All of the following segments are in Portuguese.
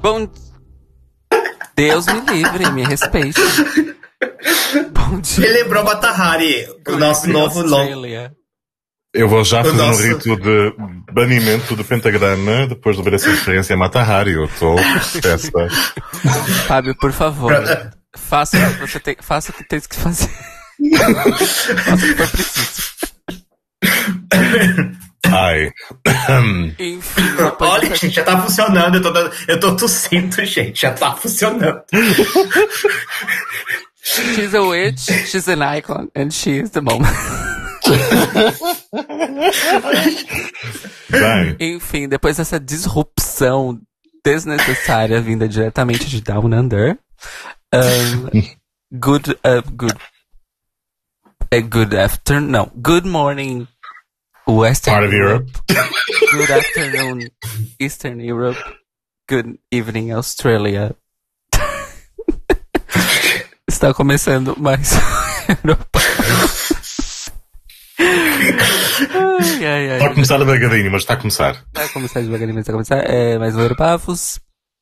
Bom... Deus me livre, me respeite. Bom dia. Me lembrou Mata Hari, o nosso novo nome. Eu vou já fazer um rito de banimento do pentagrama depois de ver essa experiência em Mata Hari. Eu estou possessa. Fábio, por favor, faça o que tem que fazer. Faça o que for preciso. Ai. Enfim, olha, gente, já tá funcionando. Eu tô tossindo, gente. Já tá funcionando. She's a witch, she's an icon, and she is the moment. Bem. Enfim, depois dessa disrupção desnecessária vinda diretamente de Down Under, good morning, Western Part of Europe. Good afternoon, Eastern Europe. Good evening, Australia. Está começando mais Europa. Pode começar devagarinho, mas está a começar. Vai começar devagarinho, mas está a começar. Mais um Europavos.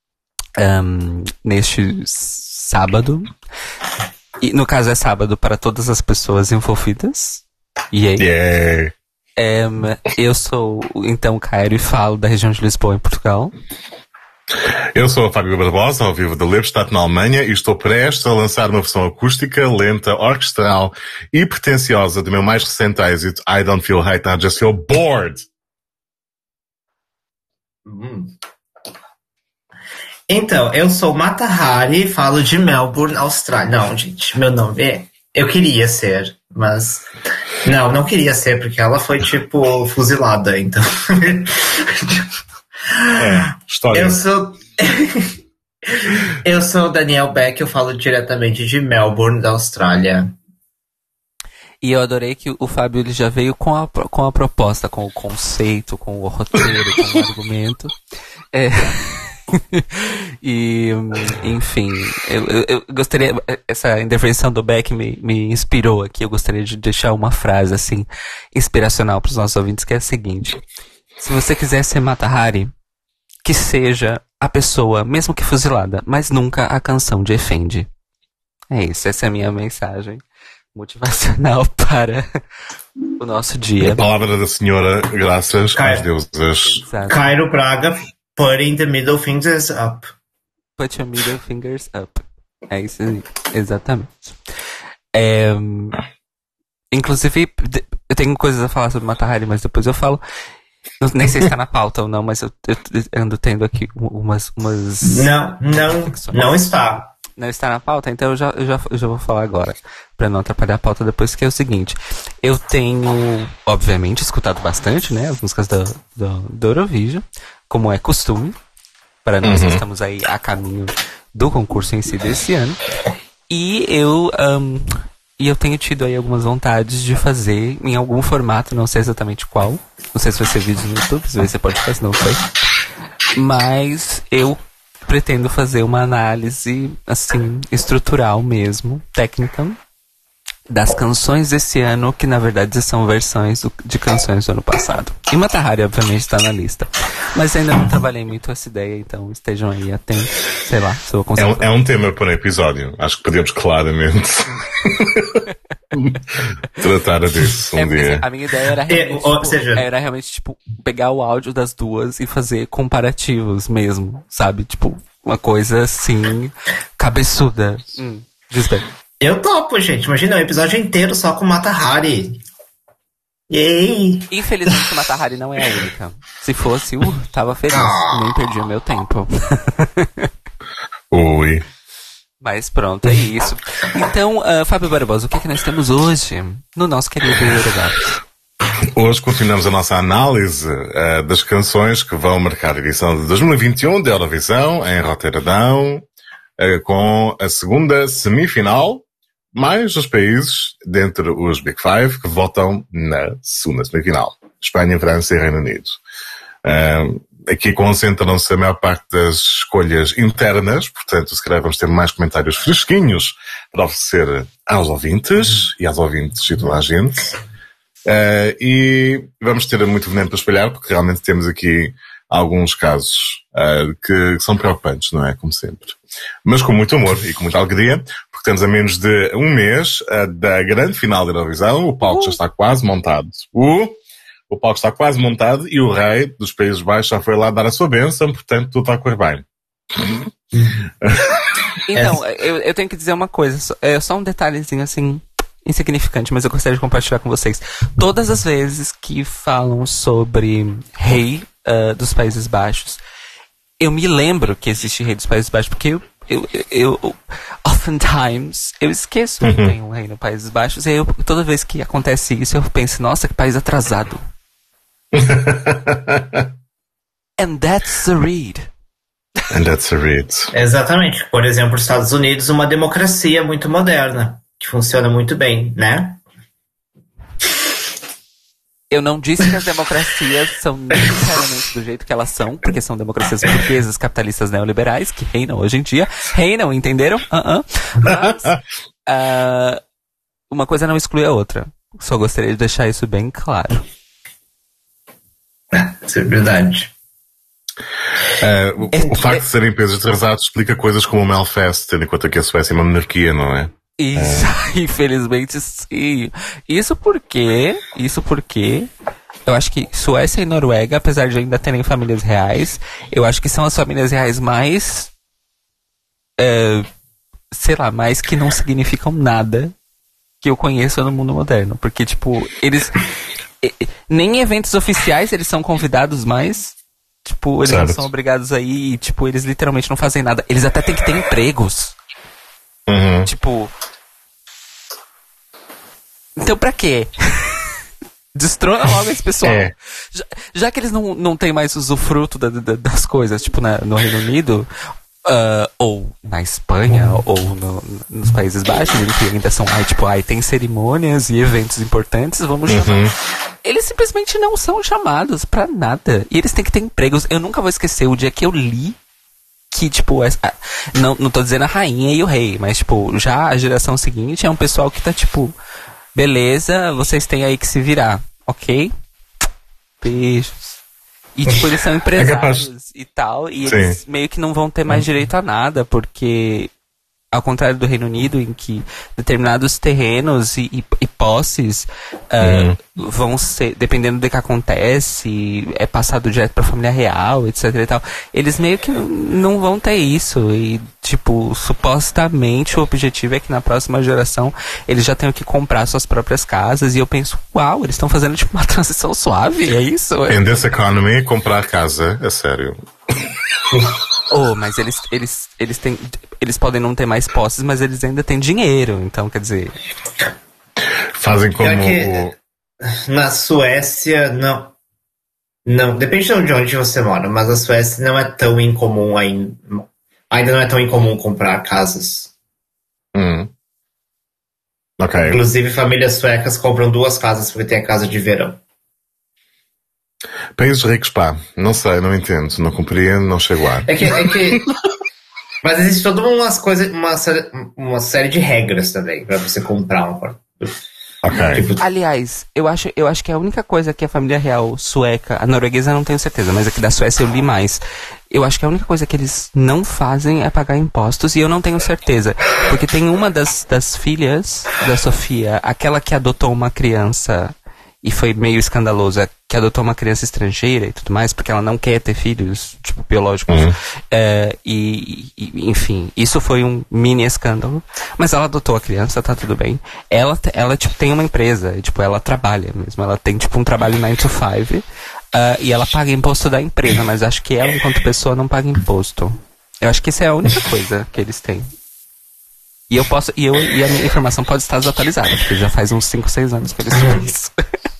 Neste sábado. E no caso é sábado para todas as pessoas envolvidas. Yeah. Eu sou, então, Cairo e falo da região de Lisboa, em Portugal. Eu sou o Fábio Barbosa, ao vivo de Lippstadt, na Alemanha, e estou prestes a lançar uma versão acústica, lenta, orquestral e pretenciosa do meu mais recente êxito, I Don't Feel Hate, I Just Feel Bored. Então, eu sou Mata Hari, falo de Melbourne, Austrália. Não, gente, meu nome é... Eu queria ser, mas... Não queria ser, porque ela foi, tipo, fuzilada, então... História. Eu sou Daniel Beck, eu falo diretamente de Melbourne, da Austrália. E eu adorei que o Fábio ele já veio com a proposta, com o conceito, com o roteiro, com o argumento. E, enfim, eu gostaria, essa intervenção do Beck me inspirou aqui. Eu gostaria de deixar uma frase assim inspiracional para os nossos ouvintes, que é a seguinte: se você quiser ser Mata Hari, que seja a pessoa, mesmo que fuzilada, mas nunca a canção de Efendi. É isso, essa é a minha mensagem motivacional para o nosso dia. A palavra da senhora, graças aos deuses. Exato. Cairo Braga, putting the middle fingers up. Put your middle fingers up. É isso aí, exatamente. Inclusive, eu tenho coisas a falar sobre Mata Hari, mas depois eu falo. Nem sei se está na pauta ou não, mas eu ando tendo aqui umas... Não está. Não está na pauta, então eu já vou falar agora, para não atrapalhar a pauta depois, que é o seguinte: eu tenho, obviamente, escutado bastante, né, as músicas do Eurovision, como é costume, para nós que estamos aí a caminho do concurso em si desse ano, e eu tenho tido aí algumas vontades de fazer em algum formato, não sei exatamente qual, não sei se vai ser vídeo no YouTube, se vai ser podcast, não sei, mas eu pretendo fazer uma análise, assim, estrutural mesmo, técnica, das canções desse ano, que na verdade são versões de canções do ano passado. E Mata Hari, obviamente, está na lista. Mas ainda não trabalhei muito essa ideia, então estejam aí atentos. Sei lá, se eu consigo. É um tema para um episódio. Acho que podemos claramente tratar disso um dia. A minha ideia era realmente, tipo, pegar o áudio das duas e fazer comparativos mesmo, sabe? Tipo, uma coisa assim, cabeçuda. Diz bem. Eu topo, gente. Imagina um episódio inteiro só com Mata Hari. Yay! Infelizmente, Mata Hari não é a única. Se fosse, tava feliz. Nem perdi o meu tempo. Oi. Mas pronto, é isso. Então, Fábio Barbosa, o que nós temos hoje no nosso querido Eurodap? Hoje continuamos a nossa análise das canções que vão marcar a edição de 2021 da Eurovisão em Roterdão, com a segunda semifinal, mais os países dentre os Big Five que votam na segunda semifinal: Espanha, França e Reino Unido. Aqui concentram-se a maior parte das escolhas internas, portanto, se calhar vamos ter mais comentários fresquinhos para oferecer aos ouvintes e toda a gente. E vamos ter muito veneno para espalhar, porque realmente temos aqui alguns casos que são preocupantes, não é? Como sempre. Mas com muito amor e com muita alegria, porque estamos a menos de um mês da grande final da Eurovisão. O palco já está quase montado. O palco está quase montado e o rei dos Países Baixos já foi lá dar a sua bênção, portanto tudo está a correr bem. Então, eu tenho que dizer uma coisa, só um detalhezinho assim, insignificante, mas eu gostaria de compartilhar com vocês. Todas as vezes que falam sobre rei dos Países Baixos, eu me lembro que existe rei dos Países Baixos, porque eu oftentimes, eu esqueço que tem um rei nos Países Baixos, e toda vez que acontece isso, eu penso, nossa, que país atrasado. And that's the read. And that's a read. Exatamente. Por exemplo, os Estados Unidos, uma democracia muito moderna, que funciona muito bem, né? Eu não disse que as democracias são necessariamente do jeito que elas são, porque são democracias burguesas, capitalistas, neoliberais, que reinam hoje em dia. Reinam, entenderam? Mas uma coisa não exclui a outra. Só gostaria de deixar isso bem claro. Isso é verdade. O facto de serem países atrasados explica coisas como o Melfest, tendo em conta que a Suécia é uma monarquia, não é? Isso, infelizmente sim. Isso porque eu acho que Suécia e Noruega, apesar de ainda terem famílias reais, eu acho que são as famílias reais mais, sei lá, mais que não significam nada que eu conheço no mundo moderno. Porque, tipo, eles nem em eventos oficiais eles são convidados mais. Tipo, eles não são obrigados a ir, tipo, eles literalmente não fazem nada. Eles até têm que ter empregos. Tipo... Então pra quê? Destrona logo esse pessoal. Já que eles não têm mais usufruto das coisas, tipo no Reino Unido, ou na Espanha, ou nos Países Baixos, que ainda são, tem cerimônias e eventos importantes, vamos chamar. Eles simplesmente não são chamados pra nada. E eles têm que ter empregos. Eu nunca vou esquecer o dia que eu li que, tipo, não tô dizendo a rainha e o rei, mas, tipo, já a geração seguinte é um pessoal que tá, tipo, beleza, vocês têm aí que se virar, ok? Beijos. E, tipo, eles são empresários e tal, e eles meio que não vão ter mais direito a nada, porque, ao contrário do Reino Unido, em que determinados terrenos e posses vão ser, dependendo do que acontece, é passado direto pra família real, etc e tal, eles meio que não vão ter isso. E, tipo, supostamente o objetivo é que na próxima geração eles já tenham que comprar suas próprias casas. E eu penso, uau, eles estão fazendo, tipo, uma transição suave, é isso? In this economy, comprar casa, é sério. Mas eles podem não ter mais posses, mas eles ainda têm dinheiro, então, quer dizer... Fazem como... Na Suécia, não, depende de onde você mora, mas a Suécia não é tão incomum ainda não é tão incomum comprar casas. Ok. Inclusive, famílias suecas compram 2 casas porque tem a casa de verão. Países ricos, pá, não sei, não entendo, não compreendo, não chego lá. É que mas existe toda uma série de regras também pra você comprar um quarto. Ok. Tipo, aliás, eu acho que a única coisa que a família real sueca, a norueguesa não tenho certeza, mas aqui da Suécia eu li mais. Eu acho que a única coisa que eles não fazem é pagar impostos, e eu não tenho certeza. Porque tem uma das filhas da Sofia, aquela que adotou uma criança, e foi meio escandaloso, que adotou uma criança estrangeira e tudo mais, porque ela não quer ter filhos, tipo, biológicos. Enfim, isso foi um mini escândalo. Mas ela adotou a criança, tá tudo bem. Ela tipo, tem uma empresa, e, tipo, ela trabalha mesmo. Ela tem, tipo, um trabalho 9 to 5, e ela paga imposto da empresa, mas acho que ela, enquanto pessoa, não paga imposto. Eu acho que essa é a única coisa que eles têm. E a minha informação pode estar desatualizada, porque já faz uns 5, 6 anos que eles fazem isso.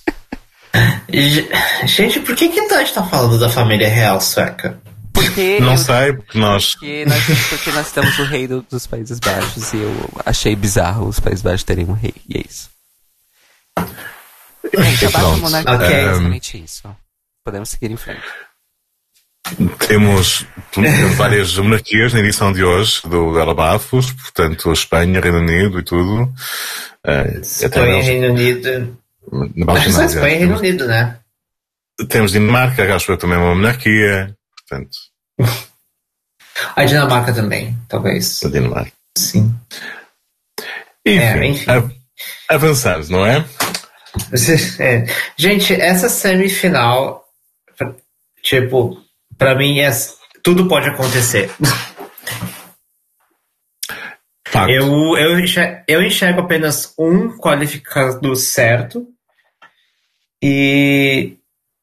Gente, por que a gente tá falando da família real sueca? Porque porque nós temos o rei dos Países Baixos, e eu achei bizarro os Países Baixos terem um rei, e é isso. Acabar com a monarquia é exatamente isso. Podemos seguir em frente. Temos várias monarquias na edição de hoje do Galabafos, portanto, Espanha, Reino Unido e tudo. Espanha, Reino Unido. Acho que só Espanha e Reino Unido, né? temos Dinamarca, que acho que também é uma monarquia. Portanto, A Dinamarca também, talvez. a Dinamarca. Sim. Enfim. Avançando, não é? Gente, essa semifinal, tipo, pra mim tudo pode acontecer. Fato. Eu enxergo apenas um qualificado certo e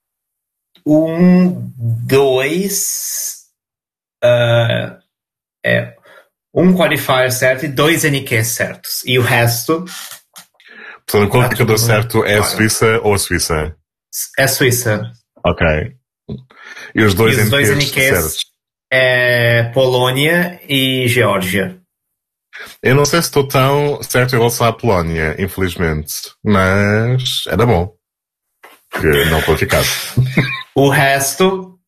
um qualifier certo e 2 NQ certos. E o resto... Portanto, o qualificador certo é a Suíça ou a Suíça? É Suíça. Ok. E os dois NQs certos? É Polônia e Geórgia. Eu não sei se estou tão certo em relação à Polónia, infelizmente. Mas era bom que não qualificasse. O resto...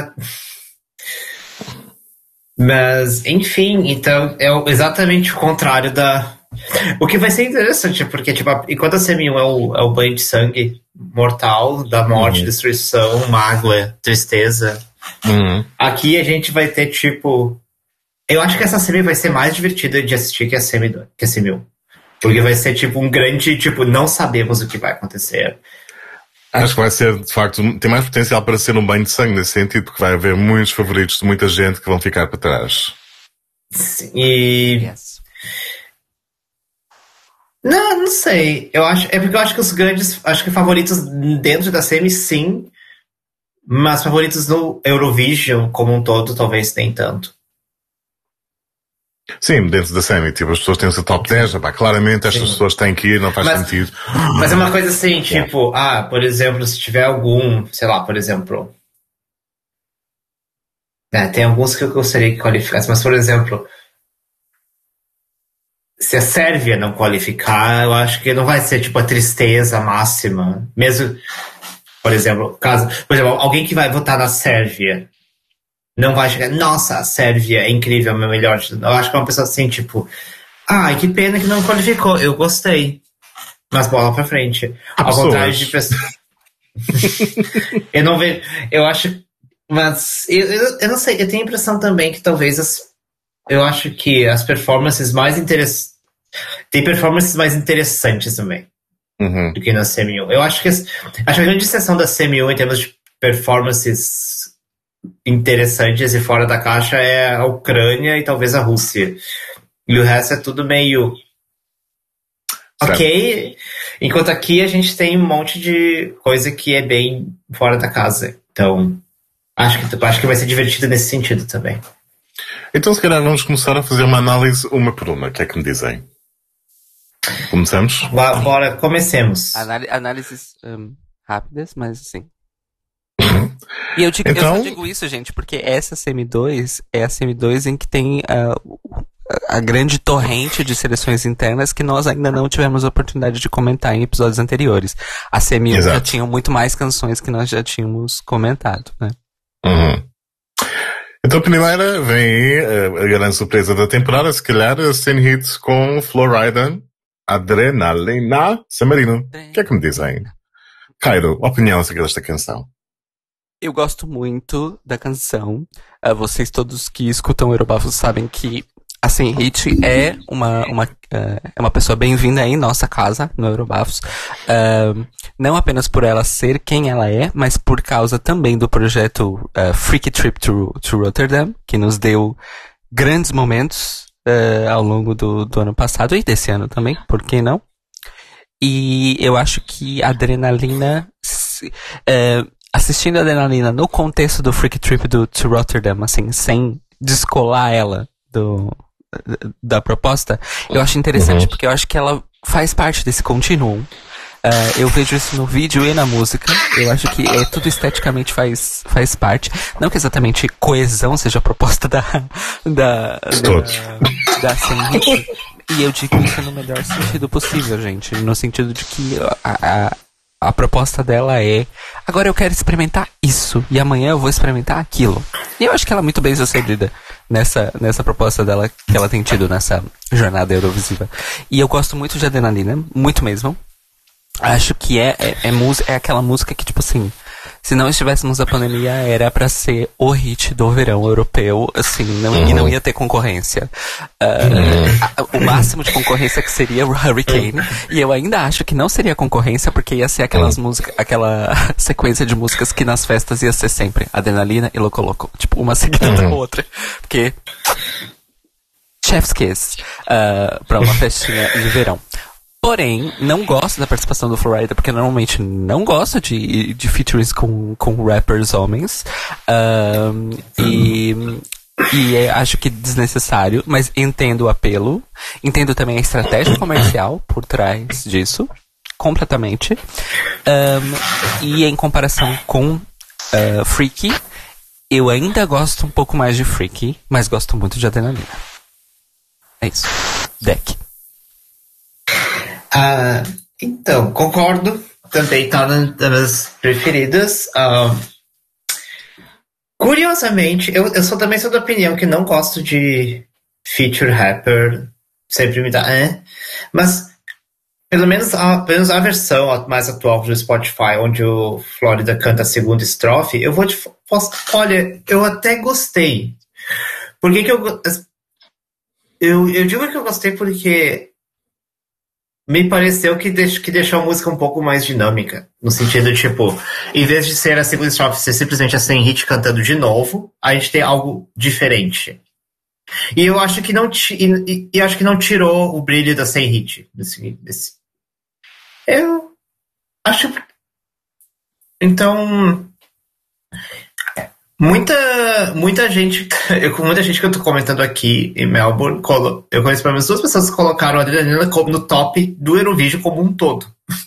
Mas, enfim, então é exatamente o contrário da... O que vai ser interessante, porque tipo, enquanto a Semi-1 é o banho de sangue mortal, da morte, destruição, mágoa, tristeza, aqui a gente vai ter tipo... Eu acho que essa Semi vai ser mais divertida de assistir que a Semi-1. Porque vai ser tipo um grande, tipo, não sabemos o que vai acontecer. Acho que vai ser, de facto, tem mais potencial para ser um banho de sangue nesse sentido, porque vai haver muitos favoritos de muita gente que vão ficar para trás. Sim, Não sei. É porque eu acho que os grandes, acho que favoritos dentro da Semi, sim, mas favoritos no Eurovision como um todo, talvez nem tanto. Sim, dentro da Semi, tipo, as pessoas têm o seu top 10, claramente estas pessoas têm que ir, não faz sentido. Mas é uma coisa assim, tipo, por exemplo, se tiver algum, sei lá, por exemplo... tem alguns que eu gostaria que qualificasse, mas, por exemplo, se a Sérvia não qualificar, eu acho que não vai ser, tipo, a tristeza máxima. Mesmo, por exemplo, alguém que vai votar na Sérvia não vai chegar, nossa, a Sérvia é incrível, meu melhor. Eu acho que é uma pessoa assim, tipo, que pena que não qualificou, eu gostei. Mas bola pra frente. Ao contrário de pessoas. Eu não vejo. Eu acho. Mas eu não sei, eu tenho a impressão também que talvez eu acho que as performances mais interessantes. Tem performances mais interessantes também do que na Semi-1. Eu acho que a grande exceção da Semi-1 em termos de performances interessantes e fora da caixa é a Ucrânia e talvez a Rússia. E o resto é tudo meio ok. Enquanto aqui a gente tem um monte de coisa que é bem fora da casa. Então, acho que vai ser divertido nesse sentido também. Então, se calhar, vamos começar a fazer uma análise uma por uma. O que é que me dizem? Começamos? Bora, comecemos. Análises rápidas, mas assim... E eu só digo isso, gente, porque essa Semi-2 é a Semi-2 em que tem a grande torrente de seleções internas que nós ainda não tivemos a oportunidade de comentar em episódios anteriores. A Semi-1 já tinha muito mais canções que nós já tínhamos comentado, né? Então, primeira, vem aí a grande surpresa da temporada, se calhar, a Semi Hit com Florida, Adrenalina, San Marino. O que é que me dizem? Cairo, opinião acerca desta canção? Eu gosto muito da canção. Vocês todos que escutam o Eurobafos sabem que a Sen Hit é uma pessoa bem-vinda em nossa casa, no Eurobafos. Não apenas por ela ser quem ela é, mas por causa também do projeto Freaky Trip to Rotterdam, que nos deu grandes momentos ao longo do ano passado e desse ano também, por que não? E eu acho que a Adrenalina... assistindo a Adrenalina no contexto do Freak Trip to Rotterdam, assim, sem descolar ela da proposta, eu acho interessante, porque eu acho que ela faz parte desse continuum. Eu vejo isso no vídeo e na música. Eu acho que tudo esteticamente faz parte. Não que exatamente coesão seja a proposta da Sen. E eu digo isso no melhor sentido possível, gente. No sentido de que a proposta dela é: agora eu quero experimentar isso, e amanhã eu vou experimentar aquilo. E eu acho que ela é muito bem sucedida nessa proposta dela, que ela tem tido nessa jornada eurovisiva. E eu gosto muito de Adrenalina, muito mesmo. Acho que é aquela música que, tipo assim, Se não estivéssemos a pandemia, era pra ser o hit do verão europeu, assim, e não ia ter concorrência. O máximo de concorrência que seria o Hurricane, e eu ainda acho que não seria concorrência, porque ia ser aquela sequência de músicas que nas festas ia ser sempre Adrenalina e Loco Loco, tipo, uma seguida da outra, porque Chef's Kiss, pra uma festinha de verão. Porém, não gosto da participação do Florida, porque normalmente não gosto de featurings com rappers homens. E acho que desnecessário, mas entendo o apelo. Entendo também a estratégia comercial por trás disso. Completamente. E em comparação com Freaky, eu ainda gosto um pouco mais de Freaky, mas gosto muito de Adrenalina. É isso. Deck. Então, concordo. Também tá nas minhas preferidas. Curiosamente, eu também sou da opinião que não gosto de feature rapper. Sempre me dá. Mas, pelo menos a versão mais atual do Spotify, onde o Florida canta a segunda estrofe, eu vou olha, eu até gostei. Por que eu digo que eu gostei porque me pareceu que deixou a música um pouco mais dinâmica. No sentido, tipo, em vez de ser a segunda estrofe ser simplesmente a Sem Hit cantando de novo, a gente tem algo diferente. E eu acho que não tirou o brilho da Sem Hit. Eu acho. Então. Muita gente que eu tô comentando aqui em Melbourne, eu conheço pelo menos 2 pessoas que colocaram a Adrenalina no top do Eurovision como um todo.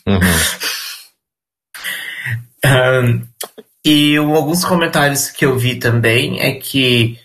E alguns comentários que eu vi também é que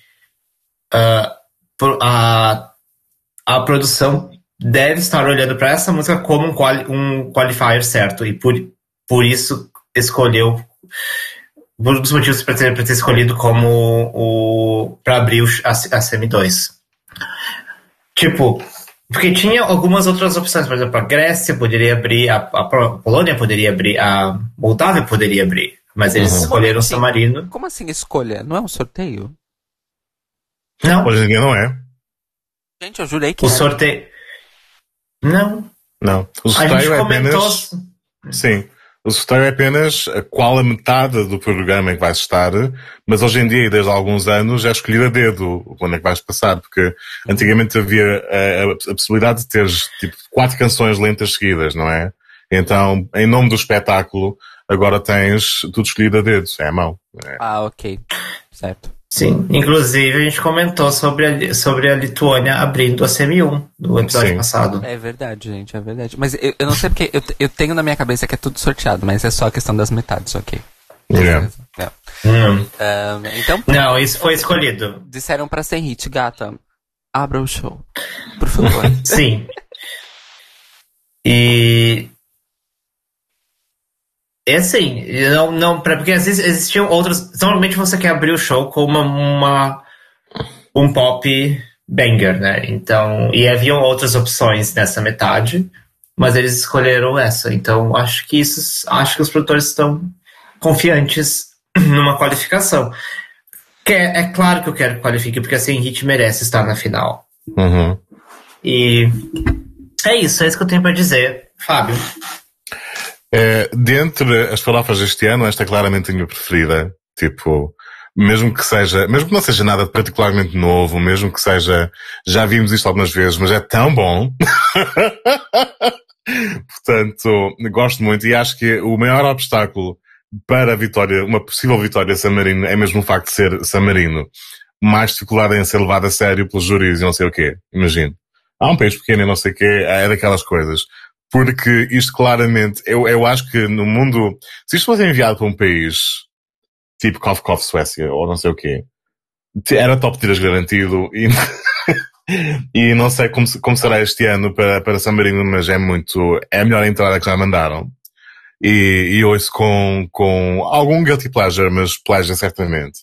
a produção deve estar olhando para essa música como um qualifier certo, e por isso escolheu. Um dos motivos para ter escolhido como para abrir a Semi-2. Tipo, porque tinha algumas outras opções, por exemplo, a Grécia poderia abrir, a Polônia poderia abrir, a Moldávia poderia abrir, mas eles escolheram San Marino. Como assim escolha? Não é um sorteio? Não. Hoje em dia não é. Gente, eu jurei que o sorteio. Não. O sorteio é apenas. Sim. O sorteio é apenas qual a metade do programa em que vais estar, mas hoje em dia, e desde há alguns anos, é escolhido a dedo quando é que vais passar, porque antigamente havia a possibilidade de teres tipo 4 canções lentas seguidas, não é? Então, em nome do espetáculo, agora tens tudo escolhido a dedo, é a mão. Ok. Certo. Sim, inclusive a gente comentou sobre a Lituânia abrindo a Semi-1 no episódio passado. É verdade, gente, é verdade. Mas eu não sei porque eu tenho na minha cabeça que é tudo sorteado, mas é só a questão das metades, ok. Então. Não, isso foi escolhido. Disseram pra Sem Hit, gata, abra o show, por favor. Sim. E é assim, porque às vezes existiam outros. Normalmente você quer abrir o show com um pop banger, né? Então, e haviam outras opções nessa metade, mas eles escolheram essa. Então, acho que os produtores estão confiantes numa qualificação. É claro que eu quero que qualifique, porque a Sem Hit merece estar na final. E é isso que eu tenho para dizer, Fábio. Dentre as farofas deste ano, esta é claramente a minha preferida. Tipo, mesmo que não seja nada particularmente novo, mesmo que seja, já vimos isto algumas vezes, mas é tão bom. Portanto, gosto muito e acho que o maior obstáculo para a vitória, uma possível vitória San Marino, é mesmo o facto de ser San Marino. Mais dificuldade em ser levado a sério pelos júris e não sei o quê. Imagino. Há um país pequeno e não sei o quê, é daquelas coisas. Porque isto claramente, eu acho que no mundo, se isto fosse enviado para um país, tipo Cough Suécia, ou não sei o quê, era top tiras garantido, e não sei como será este ano para San Marino, mas é a melhor entrada que já mandaram. E ouço com algum guilty pleasure, mas pleasure certamente.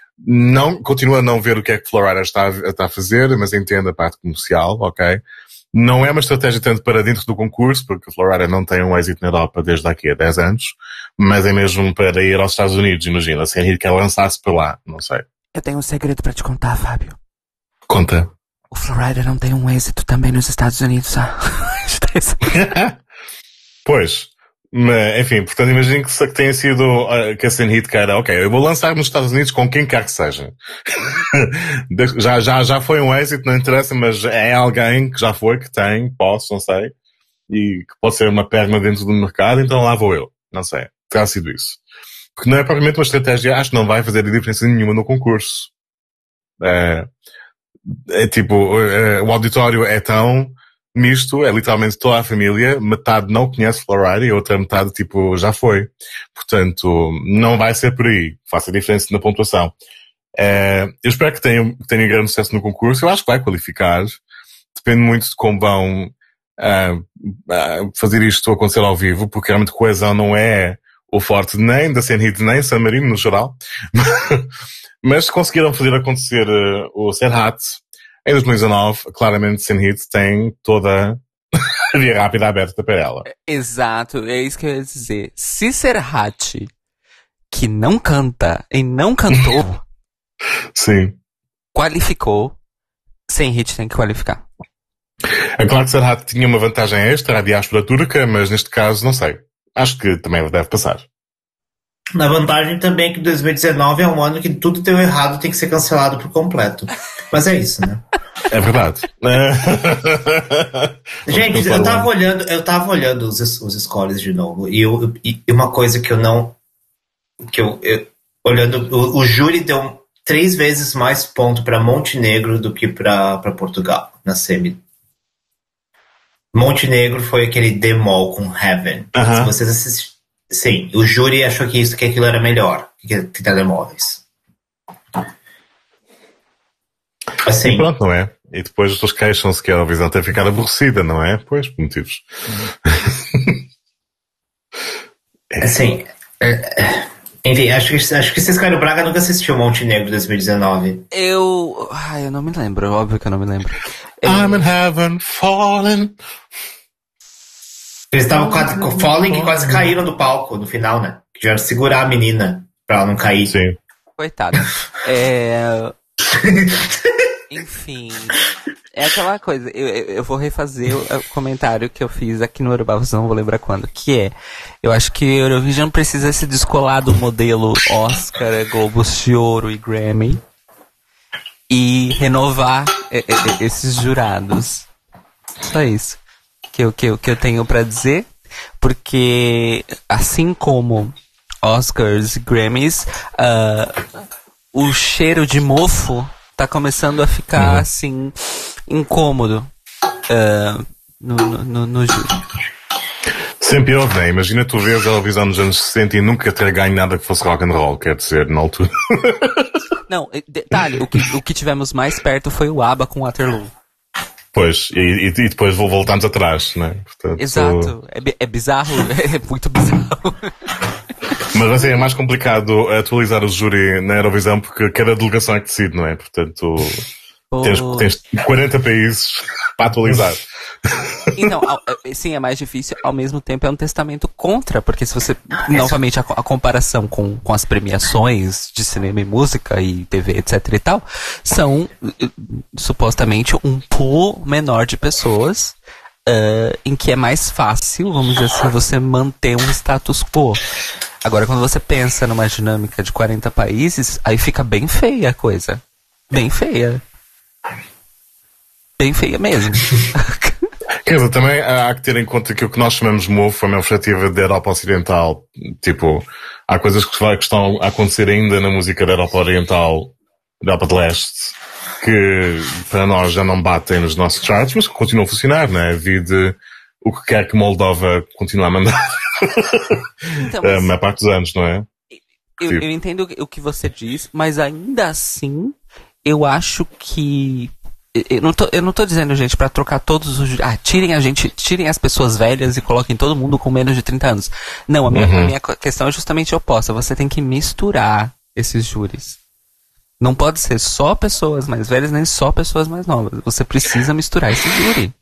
Continuo a não ver o que é que Florida está a fazer, mas entendo a parte comercial, ok? Não é uma estratégia tanto para dentro do concurso, porque o Florida não tem um êxito na Europa desde aqui a 10 anos, mas é mesmo para ir aos Estados Unidos, imagina, se Henrique quer lançar-se para lá, não sei. Eu tenho um segredo pra te contar, Fábio. Conta. O Florida não tem um êxito também nos Estados Unidos, Pois. Mas, enfim, portanto, imagino que tenha sido que a Senhit queira, ok, eu vou lançar nos Estados Unidos com quem quer que seja. já foi um êxito, não interessa, mas é alguém que já foi, que tem, não sei, e que pode ser uma perna dentro do mercado, então lá vou eu. Não sei. Terá sido isso. Porque não é propriamente uma estratégia, acho que não vai fazer diferença nenhuma no concurso. É tipo, o auditório é tão misto, é literalmente toda a família, metade não conhece Florida e a outra metade, tipo, já foi. Portanto, não vai ser por aí. Faça diferença na pontuação. Eu espero que tenha grande sucesso no concurso. Eu acho que vai qualificar. Depende muito de como vão fazer isto acontecer ao vivo, porque realmente coesão não é o forte nem da Senhit, nem San Marino no geral. Mas se conseguiram fazer acontecer o Serhat em 2019, claramente Senhit tem toda a via rápida aberta para ela. Exato, é isso que eu ia dizer. Se Serhat, que não canta e não cantou, sim, qualificou, Senhit tem que qualificar. É claro que Serhat tinha uma vantagem extra, a diáspora turca, mas neste caso, não sei. Acho que também deve passar. Na vantagem também é que 2019 é um ano que tudo deu errado, tem que ser cancelado por completo. Mas é isso, né? É verdade. Gente, eu tava olhando os scores de novo, e uma coisa que olhando, o júri deu 3 vezes mais ponto para Montenegro do que para Portugal, na semi. Montenegro foi aquele Demol com Heaven. Se vocês assistirem. Sim, o júri achou que aquilo era melhor que telemóveis. Assim. E pronto, não é? E depois as pessoas queixam-se que a Eurovisão tem ficado aborrecida, não é? Pois, por motivos. Assim, enfim, acho que Ciscário Braga nunca assistiu Montenegro 2019. Eu não me lembro, óbvio que eu não me lembro. I'm in heaven, falling. Eles estavam quase falling, que quase caíram do palco no final, né? Que tiveram que segurar a menina pra ela não cair. Sim. Coitada. Enfim, é aquela coisa. Eu vou refazer o comentário que eu fiz aqui no Eurovisão, não vou lembrar quando. Que é, eu acho que o Eurovision precisa se descolar do modelo Oscar, Globos de Ouro e Grammy e renovar esses jurados. Só isso que eu tenho pra dizer, porque assim como Oscars e Grammys, o cheiro de mofo tá começando a ficar assim incômodo no júri. Sempre houve, né? Imagina tu vês a Eurovisão nos anos 60 e nunca ter ganho nada que fosse rock and roll, quer dizer, na altura. Não, detalhe, o que tivemos mais perto foi o ABBA com Waterloo. Pois, e depois voltamos atrás, né? Portanto, exato, é bizarro, é muito bizarro. Mas assim, é mais complicado atualizar o júri na Eurovisão porque cada delegação é que decide, não é? Portanto, tens 40 países para atualizar. Então, sim, é mais difícil, ao mesmo tempo é um testamento contra, porque se você, novamente, a comparação com as premiações de cinema e música e TV, etc e tal, são supostamente um pool menor de pessoas em que é mais fácil, vamos dizer assim, você manter um status quo. Agora, quando você pensa numa dinâmica de 40 países, aí fica bem feia a coisa. Bem feia. Bem feia mesmo. Quer dizer, também há que ter em conta que o que nós chamamos de mofo é uma perspectiva da Europa Ocidental. Tipo, há coisas que estão a acontecer ainda na música da Europa Oriental, da Europa de Leste, que para nós já não batem nos nossos charts, mas que continuam a funcionar, não é? Vide o que quer que Moldova continue a mandar. Então, a maior parte dos anos, não é? Eu entendo o que você diz, mas ainda assim, eu acho que... Eu não tô dizendo, gente, pra trocar todos os... tirem as pessoas velhas e coloquem todo mundo com menos de 30 anos. Não, a minha questão é justamente oposta. Você tem que misturar esses júris. Não pode ser só pessoas mais velhas, nem só pessoas mais novas. Você precisa misturar esse júri.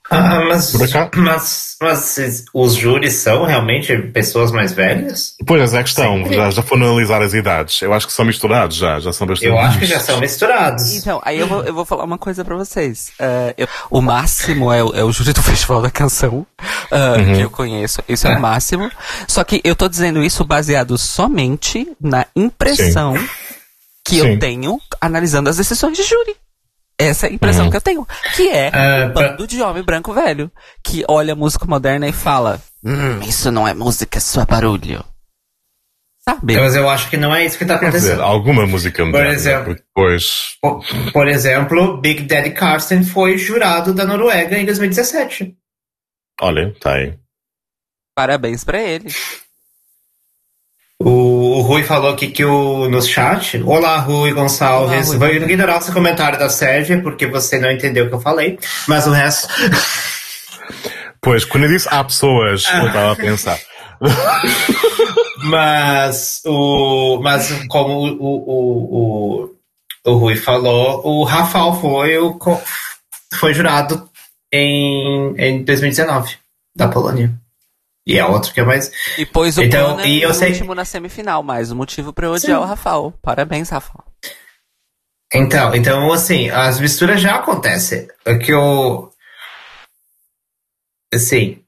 Mas os júris são realmente pessoas mais velhas? Pois é a questão, já foram analisar as idades. Eu acho que são misturados já são bastante. Eu acho que já são misturados. Então, aí eu vou falar uma coisa pra vocês. O máximo é o júri do Festival da Canção, que eu conheço. Isso é o máximo. Só que eu tô dizendo isso baseado somente na impressão que eu tenho analisando as decisões de júri. Essa é a impressão que eu tenho. Que é um bando de homem branco velho. Que olha a música moderna e fala: isso não é música, é só barulho. Sabe? Mas eu acho que não é isso que tá acontecendo. Quer dizer, alguma música moderna. Por exemplo, depois... por exemplo, Big Daddy Carsten foi jurado da Noruega em 2017. Olha, tá aí. Parabéns pra ele. O Rui falou aqui que no chat. Olá, Rui Gonçalves. Olá, Rui. Vou ignorar o seu comentário da Sérvia, porque você não entendeu o que eu falei. Mas o resto. Pois, quando eu disse há pessoas, eu estava a pensar. Mas como o Rui falou, o Rafał foi jurado em 2019, da Polônia. E é outro que é mais... E pôs o então, Brunner e eu sei... último na semifinal, mais um motivo pra eu odiar o Rafał. Parabéns, Rafał. Então, assim, as misturas já acontecem. O que eu... Assim...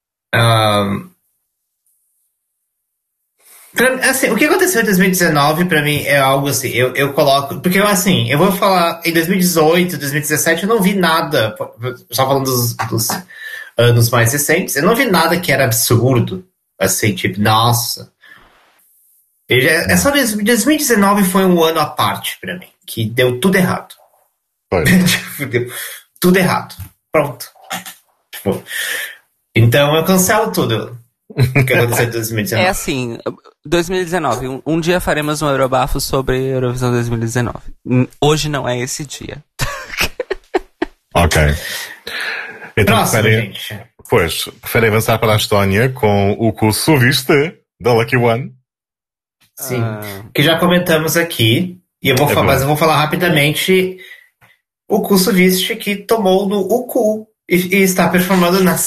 o que aconteceu em 2019 pra mim é algo assim, eu coloco, porque eu vou falar, em 2018, 2017 eu não vi nada, só falando dos anos mais recentes, eu não vi nada que era absurdo, assim, tipo, nossa. É só 2019 foi um ano à parte pra mim, que deu tudo errado. Tipo, deu tudo errado. Pronto. Tipo, então eu cancelo tudo. O que aconteceu em 2019? É assim, 2019, um dia faremos um Eurobafo sobre Eurovisão 2019. Hoje não é esse dia. Ok. Então, Próximo, gente. Pois, prefere avançar para a Estónia com o curso Viste, da Lucky One. Sim, que já comentamos aqui, e eu vou falar, mas eu vou falar rapidamente. O curso Viste que tomou no UCU e está performando na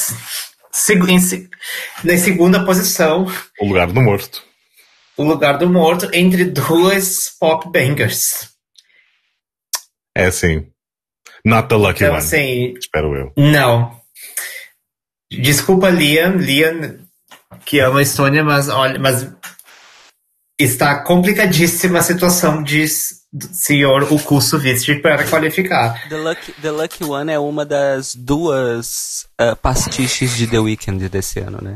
segunda posição. O lugar do morto. O lugar do morto entre duas pop bangers. É assim. Not the lucky então, one. Assim, espero eu. Não. Desculpa, Liam, que ama a Estônia, mas olha, está complicadíssima a situação de senhor o curso Viste para qualificar. The Lucky One é uma das duas pastiches de The Weeknd desse ano, né?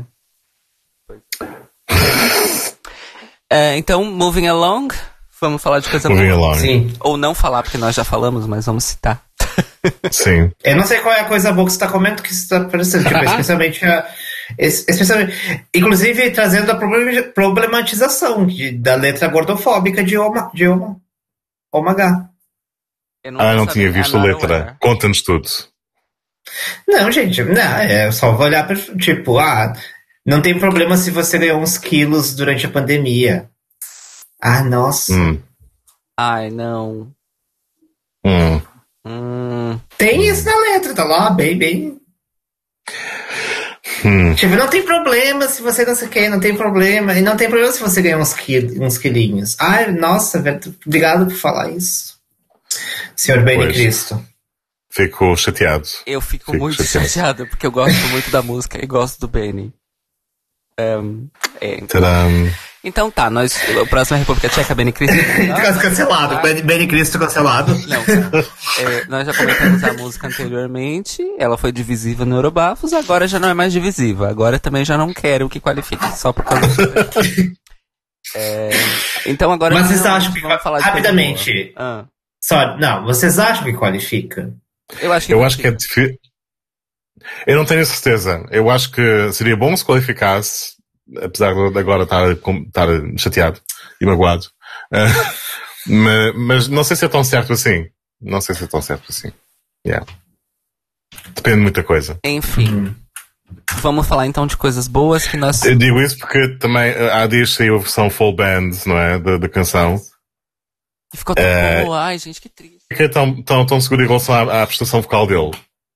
Então, moving along, vamos falar de coisa moving boa. Along. Sim. Ou não falar, porque nós já falamos, mas vamos citar. Sim. Eu não sei qual é a coisa boa que você está comentando, que você está parecendo, tipo, especialmente inclusive trazendo a problematização da letra gordofóbica de Omagá. Eu não tinha visto a letra. Conta-nos tudo. Não, gente, não, é só olhar para, tipo, não tem problema se você ganhou uns quilos durante a pandemia. Nossa. Ai, não. Tem isso na letra, tá lá, bem. Tipo, não tem problema se você não sei o que, não tem problema. E não tem problema se você ganhar uns quilinhos. Ai, nossa, velho, obrigado por falar isso. Senhor Benny Cristo. Fico chateado. Eu fico muito chateado, porque eu gosto muito da música e gosto do Benny. Então tá, o próximo é a República Tcheca, Benny Cristo. Cancelado, Benny Cristo cancelado. Não, nós já comentamos a música anteriormente, ela foi divisiva no Eurobafos, agora já não é mais divisiva, agora também já não quero que qualifique, só por causa disso. Então agora... Mas vocês acham que, falar de rapidamente, vocês acham que qualifica? Eu acho que é difícil. Eu não tenho certeza. Eu acho que seria bom se qualificasse, apesar de agora estar chateado e magoado. Mas não sei se é tão certo assim. Yeah. Depende de muita coisa. Enfim. Vamos falar então de coisas boas que nós... Eu digo isso porque também há dias saiu a versão full band, não é? Da canção. E ficou tão boa. Ai, gente, que triste. Que é tão seguro em relação à prestação vocal dele.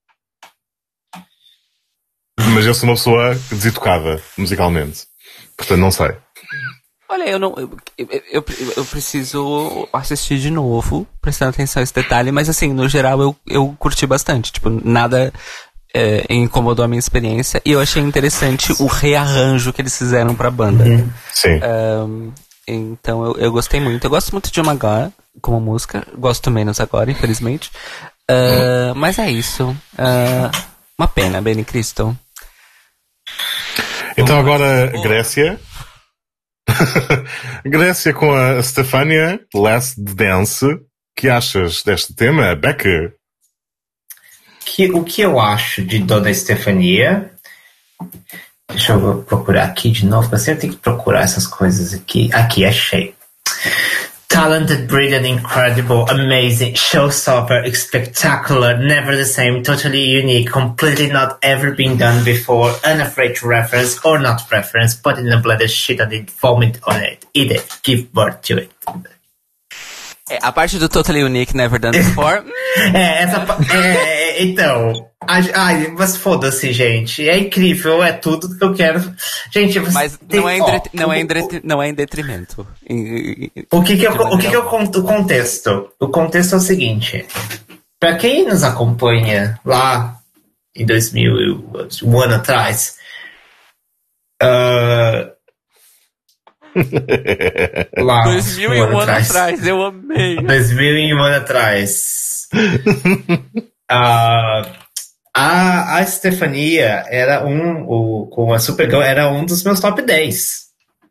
Mas eu sou uma pessoa deseducada musicalmente. Portanto, não sei. Olha, eu preciso assistir de novo, prestando atenção a esse detalhe, mas assim, no geral eu curti bastante. Tipo, nada incomodou a minha experiência. E eu achei interessante o rearranjo que eles fizeram pra banda. Sim. Então eu gostei muito. Eu gosto muito de Omagá como música. Gosto menos agora, infelizmente. Mas é isso. Uma pena, Benny Crystal. Então agora, Grécia. Grécia com a Stefania, Last Dance. O que achas deste tema, Becker? O que eu acho de Dona Stefania? Deixa eu procurar aqui de novo, porque eu sempre tenho que procurar essas coisas aqui. Aqui, achei. Talented, brilliant, incredible, amazing, showstopper, spectacular, never the same, totally unique, completely not ever been done before, unafraid to reference or not reference, put in a bloody shit on it, vomit on it, eat it, give birth to it. A parte do Totally Unique, Never Done Before. Então. Ai, mas foda-se, gente. É incrível, é tudo que eu quero. Gente, mas não é em detrimento. O que eu conto? O contexto? O contexto é o seguinte. Pra quem nos acompanha lá em 2000, um ano atrás. Lá, 2001 anos atrás, eu amei. 2001 anos atrás. A Stefania era com a Supergirl era um dos meus top 10.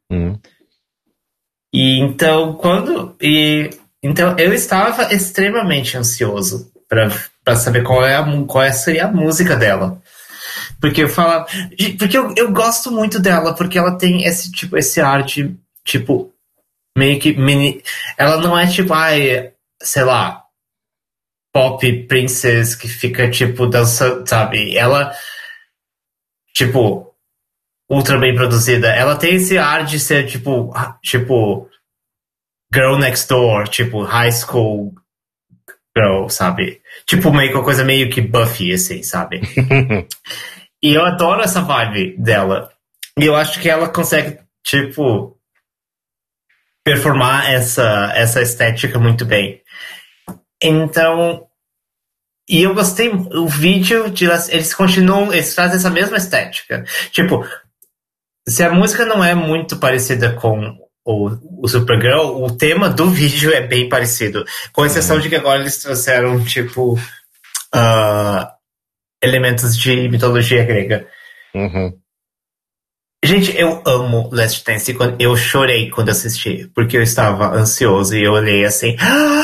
E então então eu estava extremamente ansioso para saber qual seria a música dela. Porque eu gosto muito dela, porque ela tem esse ar de, tipo, meio que mini. Ela não é tipo, sei lá, pop princess que fica, tipo, dançando, sabe? Ela, tipo, ultra bem produzida. Ela tem esse ar de ser, tipo, Girl Next Door, tipo, High School Girl, sabe? Tipo, uma coisa meio que Buffy, assim, sabe? E eu adoro essa vibe dela. E eu acho que ela consegue, tipo, performar essa estética muito bem. Então, e eu gostei, o vídeo, eles trazem essa mesma estética. Tipo, se a música não é muito parecida com o Supergirl, o tema do vídeo é bem parecido. Com exceção de que agora eles trouxeram, tipo, elementos de mitologia grega. Gente, eu amo Last Dance. Eu chorei quando assisti, porque eu estava ansioso e eu olhei assim.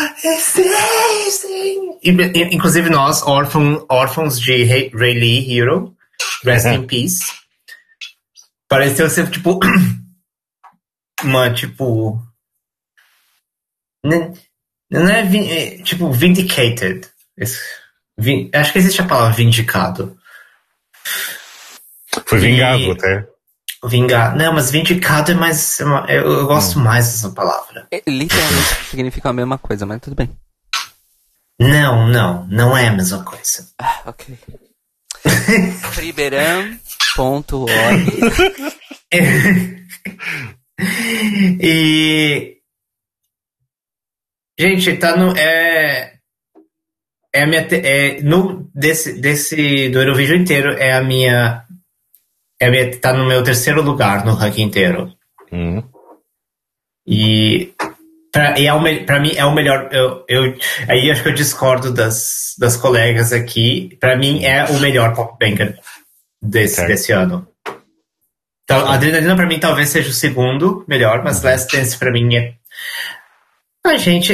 Inclusive nós, órfãos de Ray Lee Hero, Rest in Peace, pareceu ser tipo tipo, não é tipo vindicated. Acho que existe a palavra vindicado. Foi vingado até. Não, mas vindicado é mais. Eu gosto mais dessa palavra. Literalmente significa a mesma coisa, mas tudo bem. Não é a mesma coisa. Ok. Friberam.org. E. Gente, tá no. Desse do Eurovision inteiro tá no meu terceiro lugar no ranking inteiro. E pra mim é o melhor. Aí acho que eu discordo das colegas aqui. Pra mim é o melhor pop banger desse ano. Então, a Adrenalina pra mim talvez seja o segundo melhor, mas Last Dance pra mim é. Gente,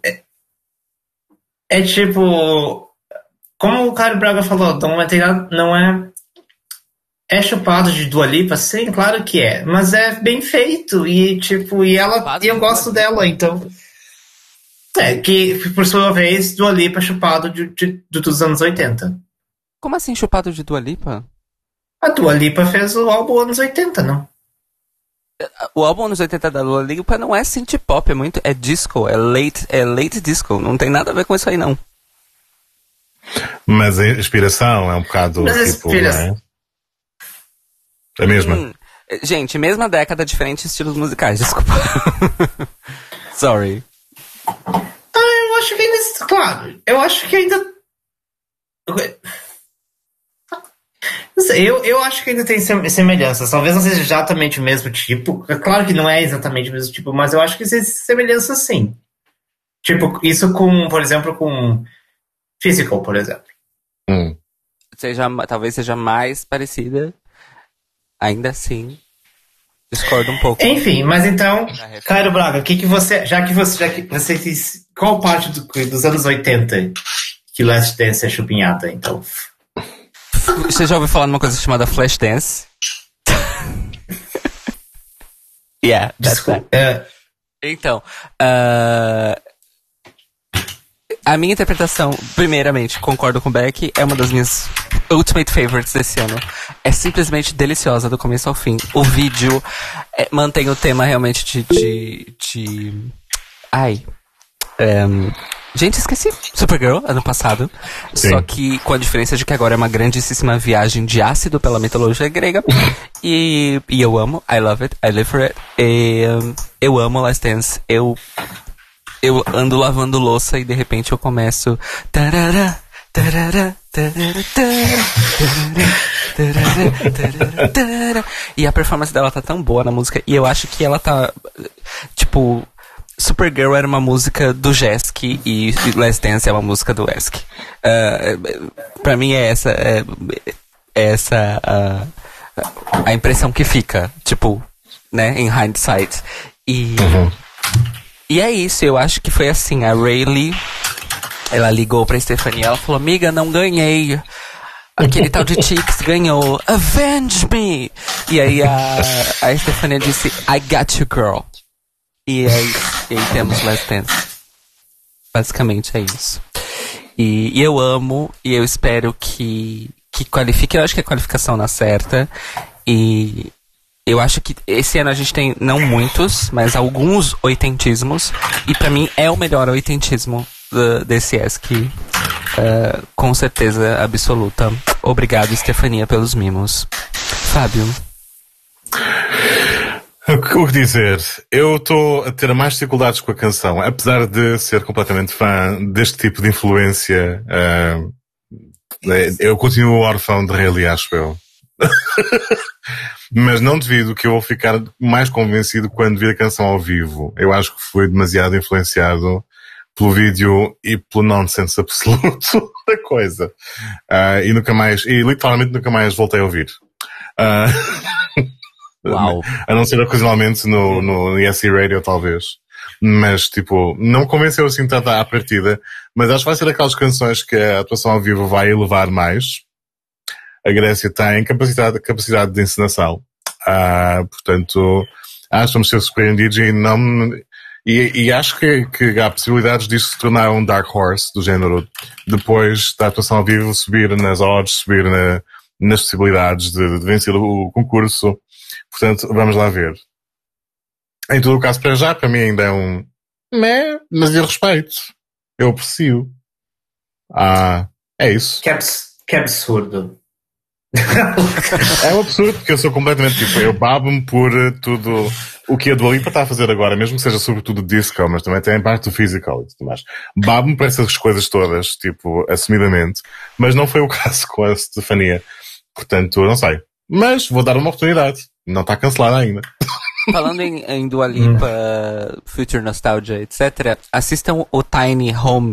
é tipo. Como o Caio Braga falou, não é. É chupado de Dua Lipa? Sim, claro que é. Mas é bem feito. E tipo, e eu gosto dela, então. Que por sua vez, Dua Lipa é chupado dos anos 80. Como assim chupado de Dua Lipa? A Dua Lipa fez o álbum anos 80, não? O álbum anos 80 da Dua Lipa não é synth pop, é disco, é late disco. Não tem nada a ver com isso aí, não. Mas a inspiração é um bocado tipo, não é? A mesma. Gente, mesma década, diferentes estilos musicais, desculpa. Sorry. Eu acho que ainda... Claro, eu acho que ainda... Não sei, eu acho que ainda tem semelhanças. Talvez não seja exatamente o mesmo tipo. É claro que não é exatamente o mesmo tipo, mas eu acho que tem semelhanças sim. Tipo, isso com, por exemplo, com Physical, por exemplo. Talvez seja mais parecida. Ainda assim, discordo um pouco. Enfim, mas então, Cairo Braga, o que você... Já que você disse... Qual parte dos anos 80 que Last Dance é chupinhada, então? Você já ouviu falar numa coisa chamada Flashdance? Yeah, that's that. Então, a minha interpretação, primeiramente, concordo com o Beck, é uma das minhas ultimate favorites desse ano. É simplesmente deliciosa do começo ao fim. O vídeo mantém o tema realmente gente, esqueci. Supergirl, ano passado. Sim. Só que com a diferença de que agora é uma grandíssima viagem de ácido pela mitologia grega. E eu amo. I love it. I live for it. Eu amo Last Dance. Eu ando lavando louça e de repente eu começo... E a performance dela tá tão boa na música. E eu acho que ela tá... Tipo... Supergirl era uma música do Jesk e Last Dance é uma música do Esk. Pra mim é essa a impressão que fica, tipo, né, em hindsight. E é isso, eu acho que foi assim, a Rayleigh, ela ligou pra Stephanie e ela falou, amiga, não ganhei. Aquele tal de Chicks ganhou. Avenge me! E aí a Stephanie disse, I got you, girl. E aí temos Last Dance. Basicamente é isso. E eu amo, e eu espero que qualifique. Eu acho que a qualificação na certa. E eu acho que esse ano a gente tem, não muitos, mas alguns oitentismos. E pra mim é o melhor oitentismo desse ESC. Com certeza absoluta. Obrigado, Stefania, pelos mimos. Fábio. O que dizer? Eu estou a ter mais dificuldades com a canção, apesar de ser completamente fã deste tipo de influência. Eu continuo órfão de Rayleigh, acho eu. Mas não devido que eu vou ficar mais convencido quando vi a canção ao vivo. Eu acho que fui demasiado influenciado pelo vídeo e pelo nonsense absoluto da coisa. E literalmente nunca mais voltei a ouvir. Uau. A não ser ocasionalmente no ESC Radio, talvez. Mas, tipo, não me convenceu assim tanto à partida. Mas acho que vai ser aquelas canções que a atuação ao vivo vai elevar mais. A Grécia tem capacidade de encenação. Portanto, acho que vamos ser surpreendidos e acho que há possibilidades disso se tornar um Dark Horse do género. Depois da atuação ao vivo, subir nas odds, subir nas possibilidades de vencer o concurso. Portanto, vamos lá ver. Em todo o caso, para mim ainda é um... Mas eu respeito. Eu aprecio. É isso. Que absurdo. É um absurdo, porque eu sou completamente tipo... Eu babo-me por tudo o que a Dua Lipa está a fazer agora, mesmo que seja sobretudo disco, mas também tem parte do physical e tudo mais. Babo-me por essas coisas todas, tipo, assumidamente. Mas não foi o caso com a Stefania. Portanto, não sei. Mas vou dar uma oportunidade. Não está cancelada ainda. Falando em Dua Lipa, Future Nostalgia, etc., assistam o Tiny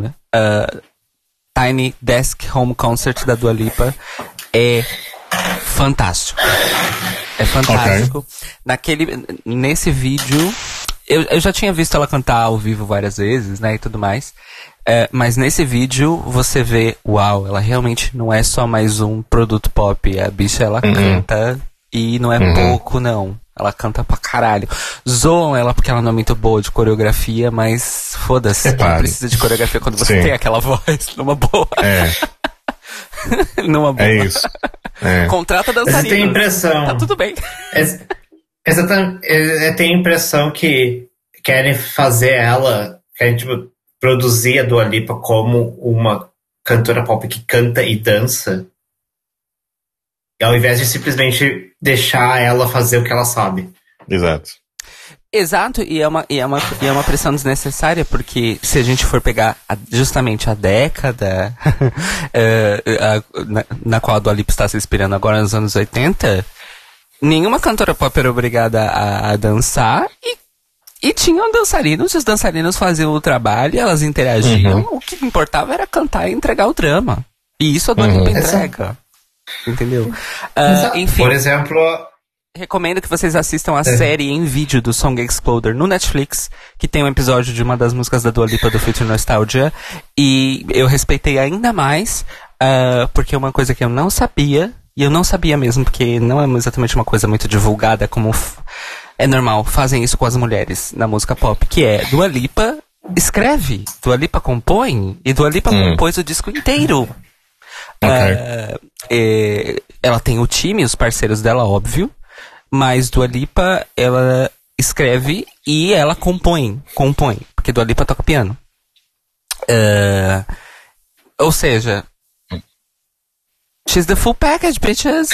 Desk Home Concert da Dua Lipa. É fantástico. É fantástico. Okay. Nesse vídeo, eu já tinha visto ela cantar ao vivo várias vezes, né, e tudo mais. Mas nesse vídeo você vê, uau, ela realmente não é só mais um produto pop. A bicha, ela canta e não é pouco, não. Ela canta pra caralho. Zoam ela porque ela não é muito boa de coreografia, mas foda-se. Não precisa de coreografia quando você tem aquela voz numa boa. Numa boa. É isso. Contrata dançarina. Você tem impressão. Tá tudo bem. Exatamente. Eu tenho a impressão que querem fazer ela, querem tipo, produzir a Dua Lipa como uma cantora pop que canta e dança, ao invés de simplesmente deixar ela fazer o que ela sabe. Exato. Exato, e é uma pressão desnecessária, porque se a gente for pegar justamente a década na qual a Dua Lipa está se inspirando agora, nos anos 80, nenhuma cantora pop era obrigada a dançar, e tinham dançarinos, e os dançarinos faziam o trabalho, elas interagiam, o que importava era cantar e entregar o drama. E isso a Dua Lipa entrega. Entendeu? Enfim. Por exemplo... Recomendo que vocês assistam a série em vídeo do Song Exploder no Netflix, que tem um episódio de uma das músicas da Dua Lipa do Future Nostalgia, e eu respeitei ainda mais, porque é uma coisa que eu não sabia, e eu não sabia mesmo, porque não é exatamente uma coisa muito divulgada como é normal, fazem isso com as mulheres na música pop, que é Dua Lipa escreve, Dua Lipa compõe, e Dua Lipa compôs o disco inteiro. Ela tem o time, os parceiros dela, óbvio, mas Dua Lipa, ela escreve e ela compõe, porque Dua Lipa toca piano. Ou seja, she's the full package, bitches.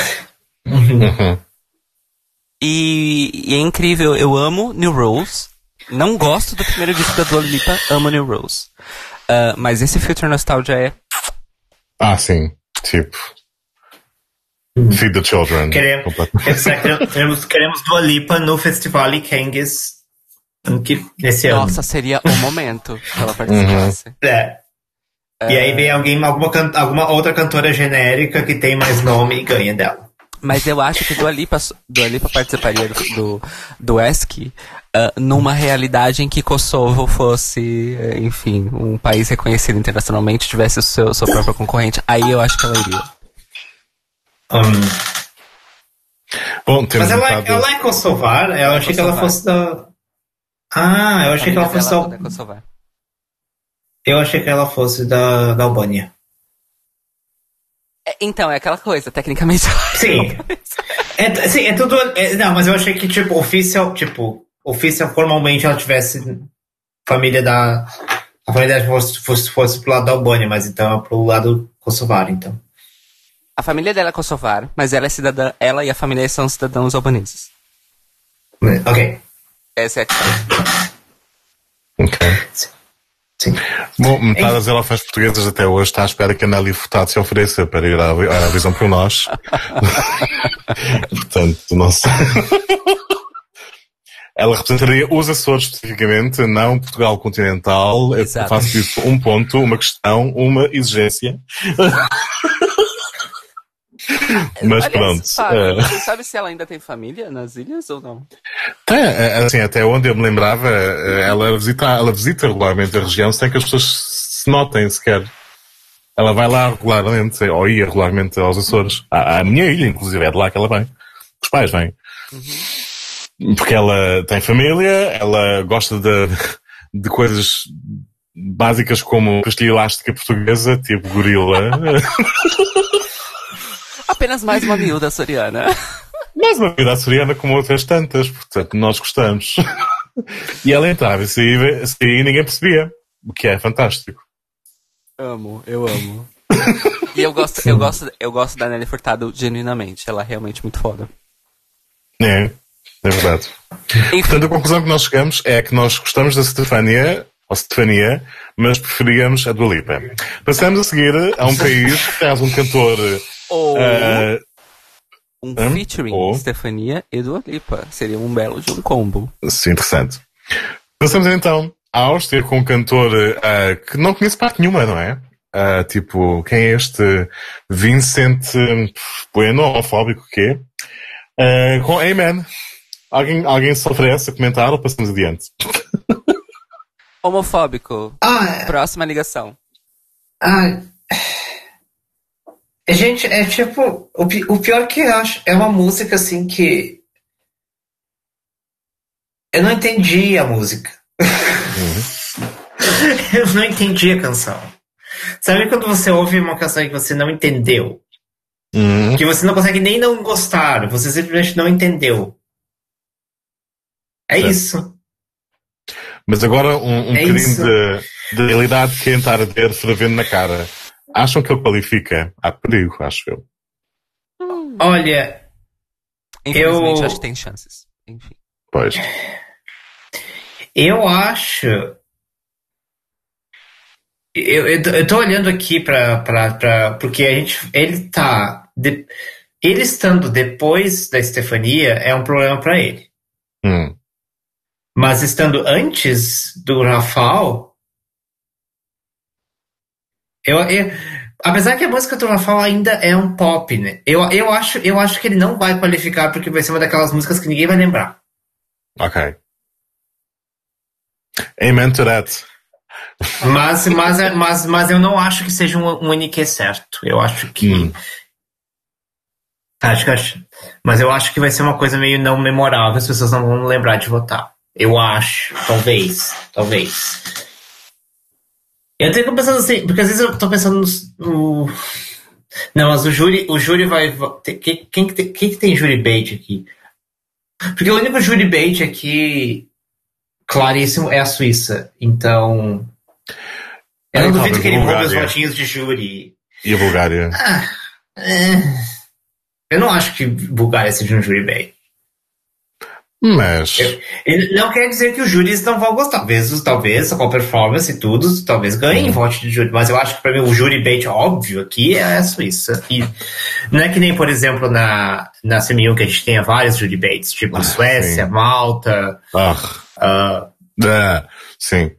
E é incrível, eu amo New Rose. Não gosto do primeiro disco da Dua Lipa, amo New Rose. Mas esse Future Nostalgia é... sim, tipo... Feed the Children. Queremos Dua Lipa no Festival Kangas nesse ano. Nossa, seria o momento que ela participasse. E aí vem alguma outra cantora genérica que tem mais nome e ganha dela. Mas eu acho que Dua Lipa participaria do ESC numa realidade em que Kosovo fosse, enfim, um país reconhecido internacionalmente, tivesse o seu próprio concorrente. Aí eu acho que ela iria. Bom, mas ela é kosovar? Eu achei que ela fosse da... eu achei que ela fosse da... Eu achei que ela fosse da Albânia. Então, é aquela coisa, tecnicamente... Sim. É tudo... não, mas eu achei que, oficial, formalmente ela tivesse família da... A família fosse pro lado da Albânia, mas então é pro lado kosovar, então. A família dela é kosovar, mas ela é cidadã, ela e a família são cidadãos albaneses. Ok. Essa é a questão. Ok. Sim. Bom, metade das elefantes portuguesas até hoje está à espera que a Nelly Furtado se ofereça para ir à visão por nós. Portanto, não sei. Ela representaria os Açores especificamente, não Portugal continental. Exato. Eu faço disso um ponto, uma questão, uma exigência. Mas pronto. Você sabe se ela ainda tem família nas ilhas ou não? Tem, assim, até onde eu me lembrava, ela visita regularmente a região sem que as pessoas se notem sequer. Ela vai lá regularmente, ou ia regularmente aos Açores. A minha ilha, inclusive, é de lá que ela vem. Os pais vêm. Porque ela tem família, ela gosta de coisas básicas como pastilha elástica portuguesa, tipo gorila. Apenas mais uma miúda açoriana. Mais uma miúda açoriana como outras tantas, portanto nós gostamos. E ela entrava e saía e ninguém percebia, o que é fantástico. Eu amo. E eu gosto da Nelly Furtado genuinamente, ela é realmente muito foda. É verdade. Enfim. Portanto, a conclusão que nós chegamos é que nós gostamos da Stefania, mas preferíamos a Dua Lipa. Passamos a seguir a um país que traz um cantor... featuring Stefania e Dua Lipa. Seria um belo de um combo. Sim, interessante. Passamos então à Áustria com um cantor que não conheço parte nenhuma, não é? Quem é este Vincent Bueno, homofóbico que é? Com Amen. Alguém se oferece a comentar ou passamos adiante? Homofóbico. Próxima ligação. Gente, é o pior que eu acho, é uma música assim que eu não entendi a música. Eu não entendi a canção. Sabe quando você ouve uma canção que você não entendeu? Que você não consegue nem não gostar, você simplesmente não entendeu. É Certo. isso. Mas agora um É bocadinho isso. de realidade quente a arder, fervendo na cara. Acham que ele qualifica? Há perigo, acho eu. Olha, Infelizmente, eu- acho que tem chances. Enfim. Pois. eu acho. Eu tô olhando aqui porque ele estando depois da Stefania é um problema pra ele. Mas estando antes do Rafael, apesar que a música do Rafael ainda é um pop, né? Eu acho que ele não vai qualificar porque vai ser uma daquelas músicas que ninguém vai lembrar. Ok. Amen to that. Mas eu não acho que seja um NQ certo. Eu acho que. Mas eu acho que vai ser uma coisa meio não memorável, as pessoas não vão lembrar de votar. Eu acho. Talvez. Eu tenho pensando assim, porque às vezes eu tô pensando no. Não, mas o júri vai. Quem que tem júri bait aqui? Porque o único júri bait aqui, claríssimo, é a Suíça. Então. Eu não duvido que ele roube os votinhos de júri. E a Bulgária? Eu não acho que Bulgária seja um júri bait. Mas. Não quer dizer que os júris não vão gostar. Talvez com a performance e tudo, talvez ganhem voto de júri. Mas eu acho que pra mim o júri bait óbvio aqui é a Suíça. E não é que nem, por exemplo, na CM1 que a gente tenha vários júri baits, tipo Suécia, sim. Malta. Sim.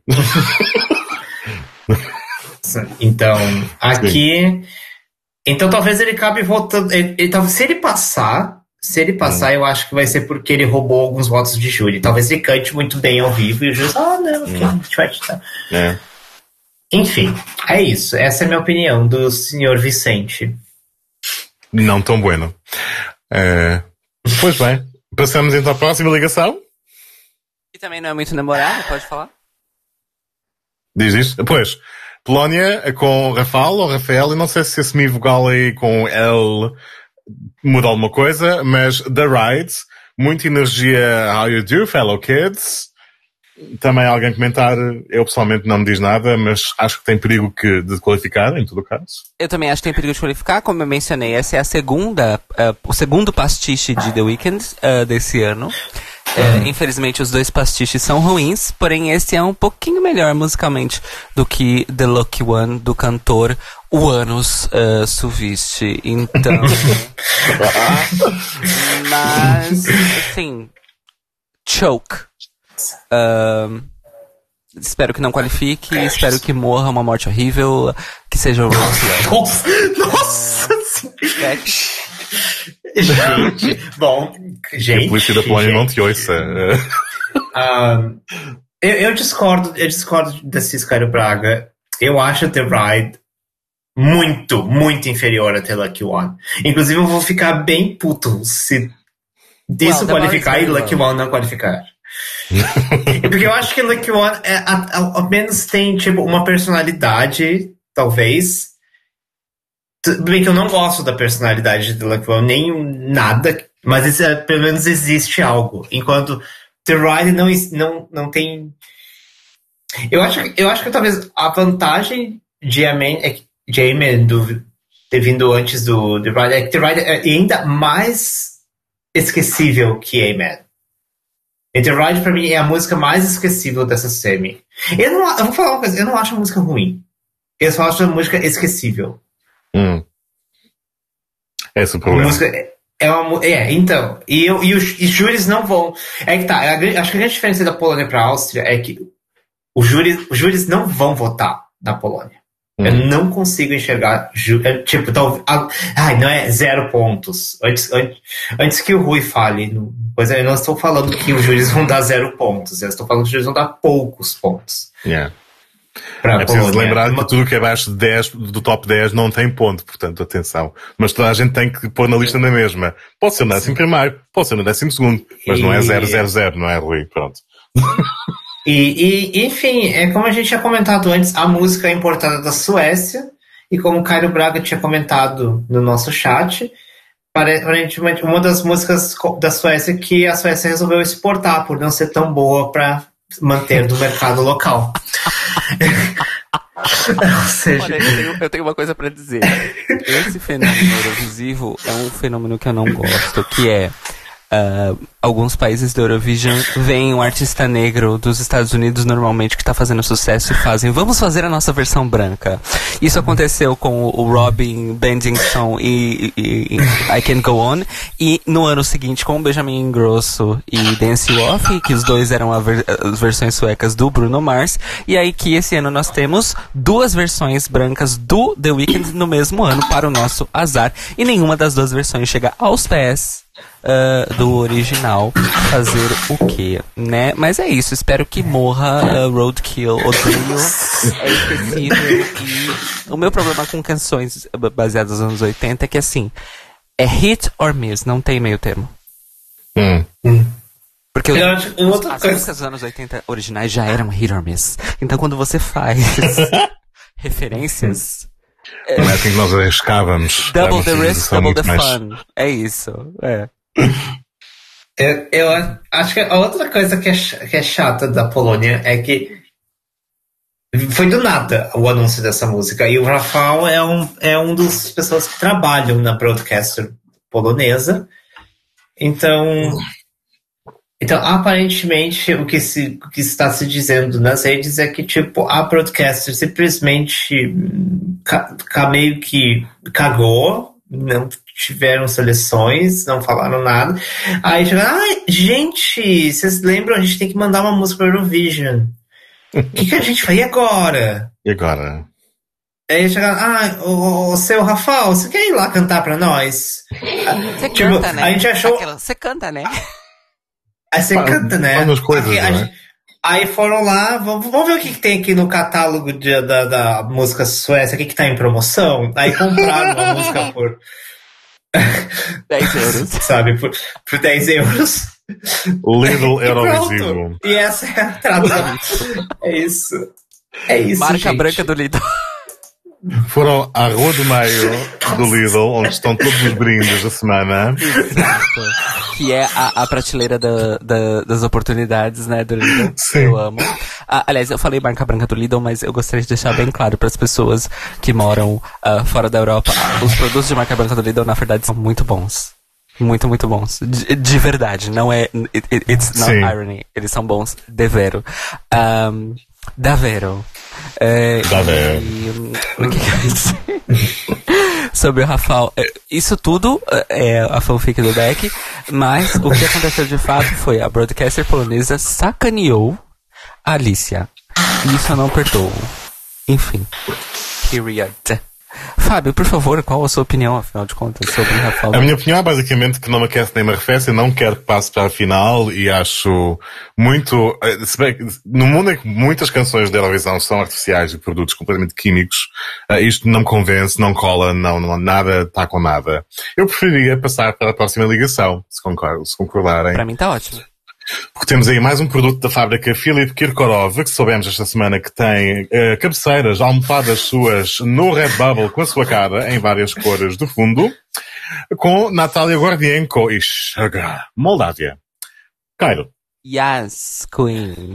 Então, aqui. Sim. Então talvez ele acabe votando. Se ele passar, eu acho que vai ser porque ele roubou alguns votos de júri. Talvez ele cante muito bem ao vivo e o juiz, não, a gente vai te dar. Enfim, é isso. Essa é a minha opinião do senhor Vicente. Não tão bueno. Pois bem, passamos então à próxima ligação. E também não é muito namorado, pode falar? Diz isto? Pois, Polónia com Rafael ou Rafael, e não sei se a semivogal aí com L muda alguma coisa, mas The Ride, muita energia, how you do, fellow kids. Também alguém comentar, eu pessoalmente não me diz nada, mas acho que tem perigo de qualificar, em todo o caso. Eu também acho que tem perigo de qualificar, como eu mencionei, essa é o segundo pastiche de The Weeknd desse ano. Infelizmente os dois pastiches são ruins, porém esse é um pouquinho melhor musicalmente do que The Lucky One, do cantor Uanos Suviste. Então. Mas, assim. Choke. Espero que não qualifique, espero que morra uma morte horrível, que seja o Rose. Nossa senhora! Gente, bom, gente. A polícia da Polónia não te ouça. Eu discordo desse Caio Braga. Eu acho The Ride muito, muito inferior a The Lucky One. Inclusive, eu vou ficar bem puto se disso qualificar e Lucky One não qualificar. Porque eu acho que Lucky One ao menos tem tipo uma personalidade, talvez. Bem que eu não gosto da personalidade de Lucky One, nem nada, mas pelo menos existe algo. Enquanto The Ride não tem. Eu acho que talvez a vantagem de Amen ter vindo antes do The Ride é que The Ride é ainda mais esquecível que Amen. E The Ride pra mim é a música mais esquecível dessa semi. Eu vou falar uma coisa, eu não acho a música ruim. Eu só acho a música esquecível. Esse é o problema. Então. E os júris não vão. É que tá. Acho que a grande diferença da Polônia pra Áustria é que os júris não vão votar na Polônia. Eu não consigo enxergar. Tipo, não é 0 pontos. Antes que o Rui fale, eu não estou falando que os júris vão dar 0 pontos. Eu estou falando que os júris vão dar poucos pontos. É preciso lembrar que tudo que é abaixo de 10, do top 10 não tem ponto, portanto, atenção. Mas toda a gente tem que pôr na lista na mesma. Pode ser no 11º, pode ser no 12º, mas não é 000, não é, Rui? Pronto. Enfim, é como a gente tinha comentado antes, a música é importada da Suécia, e como o Caio Braga tinha comentado no nosso chat, aparentemente uma das músicas da Suécia que a Suécia resolveu exportar por não ser tão boa para manter no mercado local. Ou seja... Olha, eu tenho uma coisa pra dizer. Esse fenômeno Eurovisivo é um fenômeno que eu não gosto, que é alguns países da Eurovision veem um artista negro dos Estados Unidos normalmente que tá fazendo sucesso e fazem, vamos fazer a nossa versão branca. Isso aconteceu com o Robin Bendington e I Can Go On, e no ano seguinte com o Benjamin Ingrosso e Dance You Off, que os dois eram as versões suecas do Bruno Mars, e aí que esse ano nós temos 2 versões brancas do The Weeknd no mesmo ano, para o nosso azar, e nenhuma das 2 versões chega aos pés do original. Fazer o quê, né? Mas é isso, espero que morra Roadkill, odeio, é esquecível. E o meu problema com canções baseadas nos anos 80 é que assim, é hit or miss, não tem meio termo. Porque as músicas dos anos 80 originais já eram hit or miss. Então quando você faz referências, não é assim que nós arriscávamos. Double the risk, double the fun. É isso, Eu acho que a outra coisa que é chata da Polônia é que foi do nada o anúncio dessa música. E o Rafał é um dos pessoas que trabalham na broadcaster polonesa. Então aparentemente, o que está se dizendo nas redes é que, tipo, a broadcaster simplesmente meio que cagou, não tiveram seleções, não falaram nada. Aí chegaram, gente, vocês lembram? A gente tem que mandar uma música para o Eurovision. O que a gente faz? E agora? Aí chegaram, o seu Rafał, você quer ir lá cantar pra nós? Você canta, né? A gente achou... Você canta, né? Aí você canta, né? Aí foram lá, vamos ver o que tem aqui no catálogo da música suécia, o que tá em promoção. Aí compraram uma música por 10 euros. Sabe, por 10 euros. Lidl Eurovisivo. E essa é a tradução. É isso, Marca gente. branca do Lidl. Foram à Rua do Meio do Lidl, onde estão todos os brindes da semana. Exato. Que é a prateleira das oportunidades, né, do Lidl. Sim. Eu amo. Aliás, eu falei marca branca do Lidl, mas eu gostaria de deixar bem claro para as pessoas que moram fora da Europa. Os produtos de marca branca do Lidl, na verdade, são muito bons. Muito, muito bons. De verdade. Não é... It's not irony. Eles são bons de vero. Davvero. Davvero. O que eu ia dizer? Sobre o Rafał. Isso tudo é a fanfic do Beck, mas o que aconteceu de fato foi a broadcaster polonesa sacaneou a Alicia. E isso eu não perdoo. Enfim. Period. Fábio, por favor, qual a sua opinião, afinal de contas, sobre o Rafał? A minha opinião é basicamente que não me aquece nem me arrefece, eu não quero que passe para a final e acho muito... Se bem que no mundo em que muitas canções da Eurovisão são artificiais e produtos completamente químicos, isto não me convence, não cola, não nada está com nada. Eu preferiria passar para a próxima ligação, se concordarem. Para mim está ótimo. Porque temos aí mais um produto da fábrica Philip Kirkorov, que soubemos esta semana que tem cabeceiras, almofadas suas no Redbubble com a sua cara em várias cores do fundo, com Natalia Gordienko e Sugar, Moldávia. Cairo. Yes, Queen.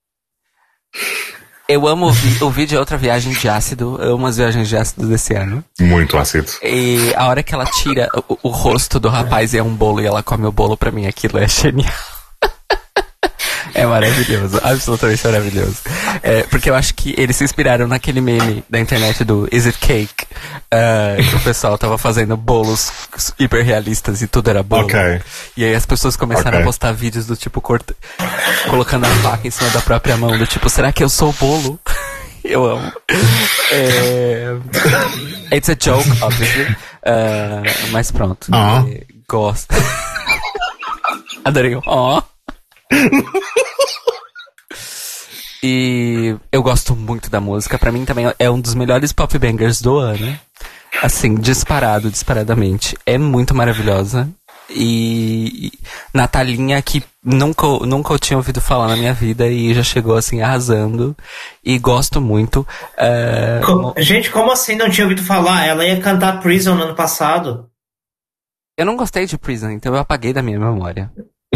Eu amo o vídeo é outra viagem de ácido. Eu amo as viagens de ácido desse ano. Muito ácido. E a hora que ela tira o rosto do rapaz e é um bolo e ela come o bolo, pra mim aquilo é genial. É maravilhoso, absolutamente maravilhoso. Porque eu acho que eles se inspiraram naquele meme da internet do Is It Cake? Que o pessoal tava fazendo bolos hiper realistas e tudo era bolo. Okay. E aí as pessoas começaram a postar vídeos do tipo colocando a faca em cima da própria mão, do tipo, será que eu sou o bolo? Eu amo. It's a joke, obviously. Mas pronto. Gosto. Adorei. E eu gosto muito da música. Pra mim também é um dos melhores pop bangers do ano. Assim, disparadamente. É muito maravilhosa. E Natalinha, que nunca eu tinha ouvido falar na minha vida e já chegou assim arrasando. E gosto muito. Gente, como assim não tinha ouvido falar? Ela ia cantar Prison no ano passado. Eu não gostei de Prison, então eu apaguei da minha memória.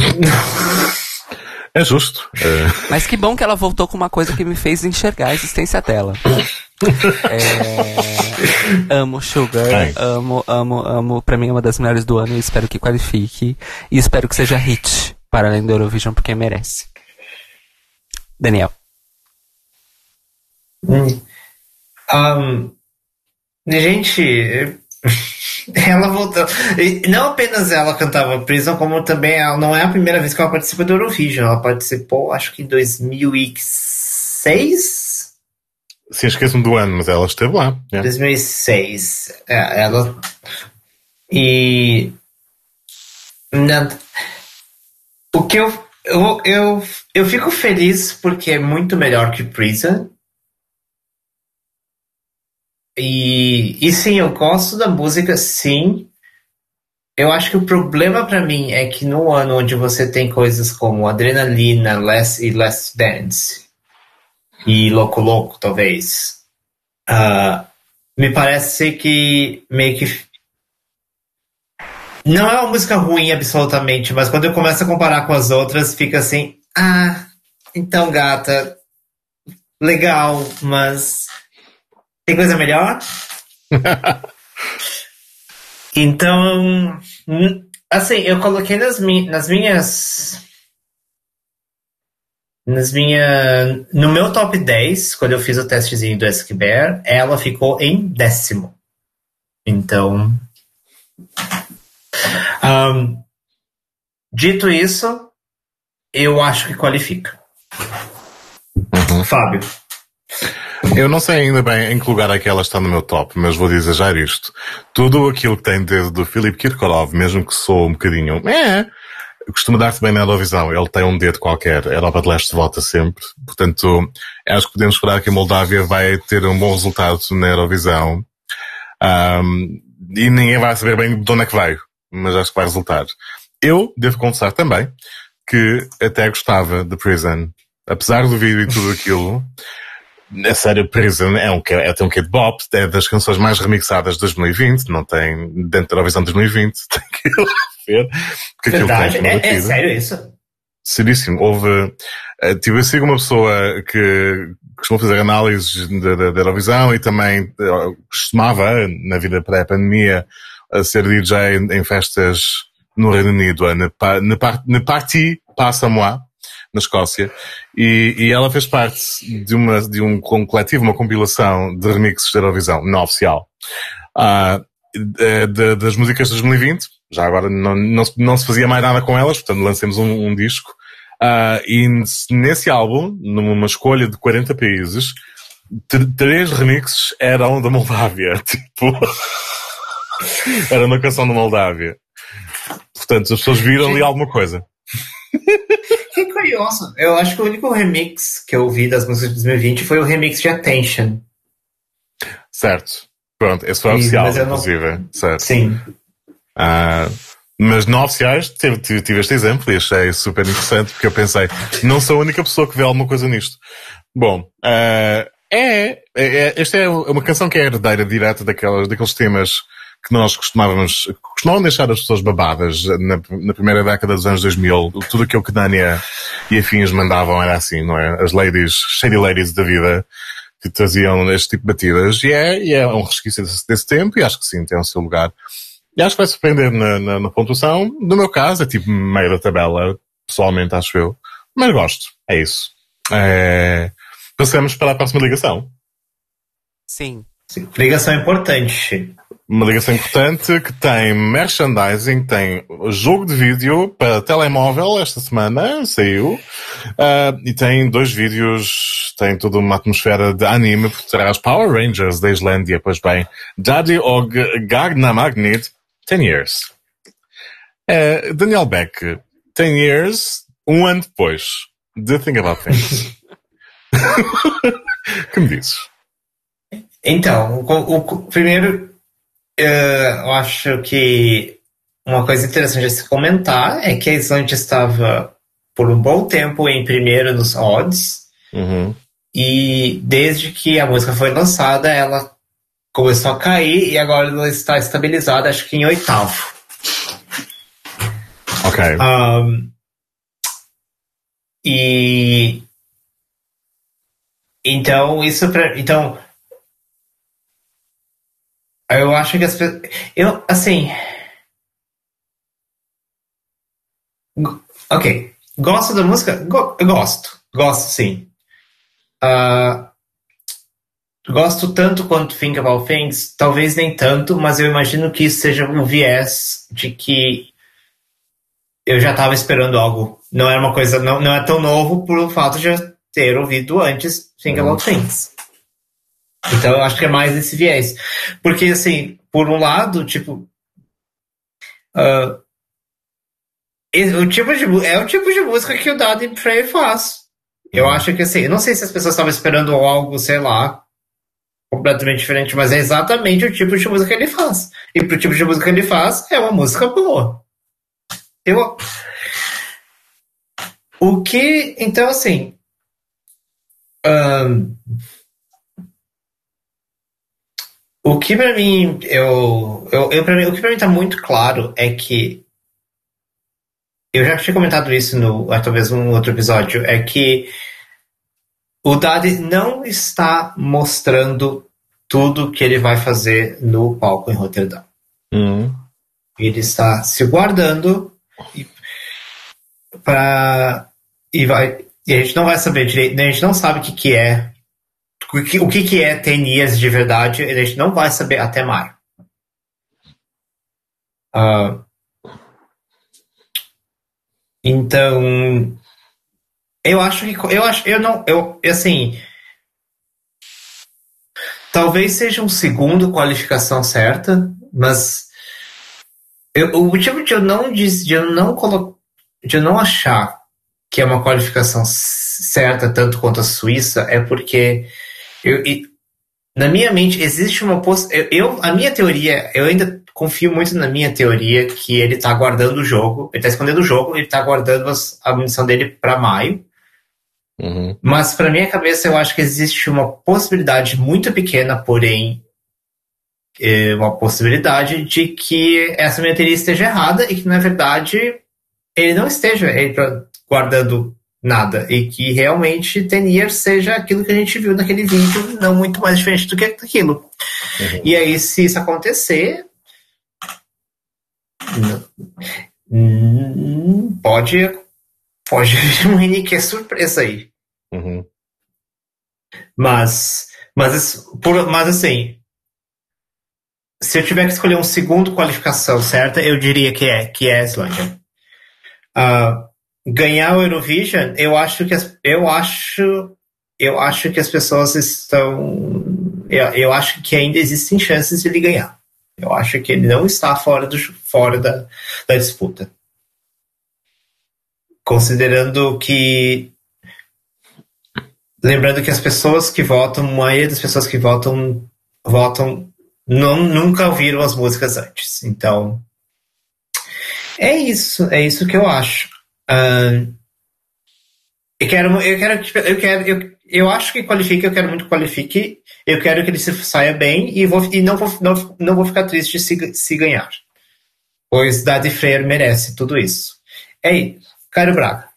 É justo. Mas que bom que ela voltou com uma coisa que me fez enxergar a existência dela. Amo Sugar, Ai. amo. Pra mim é uma das melhores do ano e espero que qualifique. E espero que seja hit para além do Eurovision, porque merece. Daniel. Gente, ela voltou. E não apenas ela cantava Prison, como também ela não é a primeira vez que ela participa do Eurovision. Ela participou, acho que em 2006? Sim, esqueço-me do ano, mas ela esteve lá. 2006. Ela. E. O que eu fico feliz porque é muito melhor que Prison. E sim, eu gosto da música, sim. Eu acho que o problema pra mim é que no ano onde você tem coisas como Adrenalina, e Last Dance e Loco Loco, talvez, me parece que meio que não é uma música ruim absolutamente, mas quando eu começo a comparar com as outras, fica assim, então gata, legal, mas tem coisa melhor? Então, assim, eu coloquei no meu top 10, quando eu fiz o testezinho do Ask Bear, ela ficou em 10º. Então, dito isso, eu acho que qualifica. Fábio. Eu não sei ainda bem em que lugar é que ela está no meu top, mas vou dizer já isto. Tudo aquilo que tem dedo do Philip Kirkorov, mesmo que sou um bocadinho... costuma dar-se bem na Eurovisão. Ele tem um dedo qualquer. A Europa de Leste vota sempre. Portanto, acho que podemos esperar que a Moldávia vai ter um bom resultado na Eurovisão. E ninguém vai saber bem de onde é que vai. Mas acho que vai resultar. Eu devo confessar também que até gostava de Prison. Apesar do vídeo e tudo aquilo... A série Prison tem um quê de bop, é das canções mais remixadas de 2020, não tem dentro da Eurovisão de 2020, tem que ir lá ver. Verdade, é sério isso? Seríssimo. Eu sigo uma pessoa que costuma fazer análises da Eurovisão e também costumava, na vida pré-pandemia, a ser DJ em festas no Reino Unido, na Party Passe à Moi, na Escócia, e ela fez parte de um coletivo, uma compilação de remixes da Eurovisão, não oficial, das músicas de 2020. Já agora não se fazia mais nada com elas, portanto lancemos um disco, e nesse álbum, numa escolha de 40 países, 3 remixes eram da Moldávia, era uma canção da Moldávia. Portanto, as pessoas viram ali alguma coisa. Que curioso. Eu acho que o único remix que eu ouvi das músicas de 2020 foi o remix de Attention. Certo. Pronto, esse foi oficial, inclusive. Certo. Sim. Mas não oficiais, tive este exemplo e achei super interessante, porque eu pensei, não sou a única pessoa que vê alguma coisa nisto. Bom, esta é uma canção que é herdeira direta daqueles temas que nós costumavam deixar as pessoas babadas na primeira década dos anos 2000. Tudo aquilo que Dania e afins mandavam era assim, não é? As shady ladies da vida, que traziam este tipo de batidas. E é um resquício desse tempo, e acho que sim, tem o seu lugar. E acho que vai surpreender na pontuação. No meu caso, é tipo meio da tabela, pessoalmente, acho eu. Mas gosto. É isso. Passamos para a próxima ligação. Sim. Ligação importante. Uma ligação importante que tem merchandising, tem jogo de vídeo para telemóvel esta semana, saiu, e tem 2 vídeos, tem toda uma atmosfera de anime por trás. Power Rangers da Islândia, pois bem, Daddy og Gagnamagnit, 10 Years. Daniel Beck, 10 Years, um ano depois, The Thing About Things. Que me dizes? Então, o primeiro... eu acho que uma coisa interessante a se comentar é que a Islândia estava por um bom tempo em primeiro nos odds, e desde que a música foi lançada ela começou a cair e agora ela está estabilizada, acho que em 8º. Ok. E então então eu acho que as pessoas, eu assim, ok, gosto da música, eu gosto sim. Gosto tanto quanto Think About Things, talvez nem tanto, mas eu imagino que isso seja um viés de que eu já estava esperando algo. Não era uma coisa, não é tão novo por fato de eu ter ouvido antes Think About Things. Então eu acho que é mais esse viés. Porque, assim, por um lado, tipo. É o tipo de música que o Daddy Frey faz. Eu acho que, assim, eu não sei se as pessoas estavam esperando algo, sei lá, completamente diferente, mas é exatamente o tipo de música que ele faz. E pro tipo de música que ele faz, é uma música boa. Então, assim. O que pra mim, o que pra mim tá muito claro é que eu já tinha comentado isso talvez num outro episódio, é que o Daddy não está mostrando tudo que ele vai fazer no palco em Roterdão. Ele está se guardando e a gente não vai saber direito, a gente não sabe o que é 10 years de verdade, a gente não vai saber até maio. Então, assim, talvez seja um segundo qualificação certa, mas o motivo de eu não achar que é uma qualificação certa tanto quanto a Suíça é porque na minha mente existe uma a minha teoria, eu ainda confio muito na minha teoria que ele está guardando o jogo, ele está escondendo o jogo, ele está guardando a munição dele para maio. Mas para minha cabeça eu acho que existe uma possibilidade muito pequena, porém uma possibilidade de que essa minha teoria esteja errada e que na verdade ele não esteja guardando nada e que realmente 10 years seja aquilo que a gente viu naquele vídeo, não muito mais diferente do que aquilo. E aí, se isso acontecer, pode vir um NQ surpresa aí. Mas assim, se eu tiver que escolher um segundo qualificação certa, eu diria que é a Islândia. Ganhar o Eurovision, eu acho que as pessoas estão. Eu acho que ainda existem chances de ele ganhar. Eu acho que ele não está fora da disputa. Considerando que. Lembrando que as pessoas que votam, a maioria das pessoas que votam nunca ouviram as músicas antes. Então. É isso que eu acho. Eu acho que qualifique, eu quero muito que qualifique, eu quero que ele se saia bem e não vou ficar triste se ganhar. Pois Daddy Freyr merece tudo isso. É isso. Caio Braga.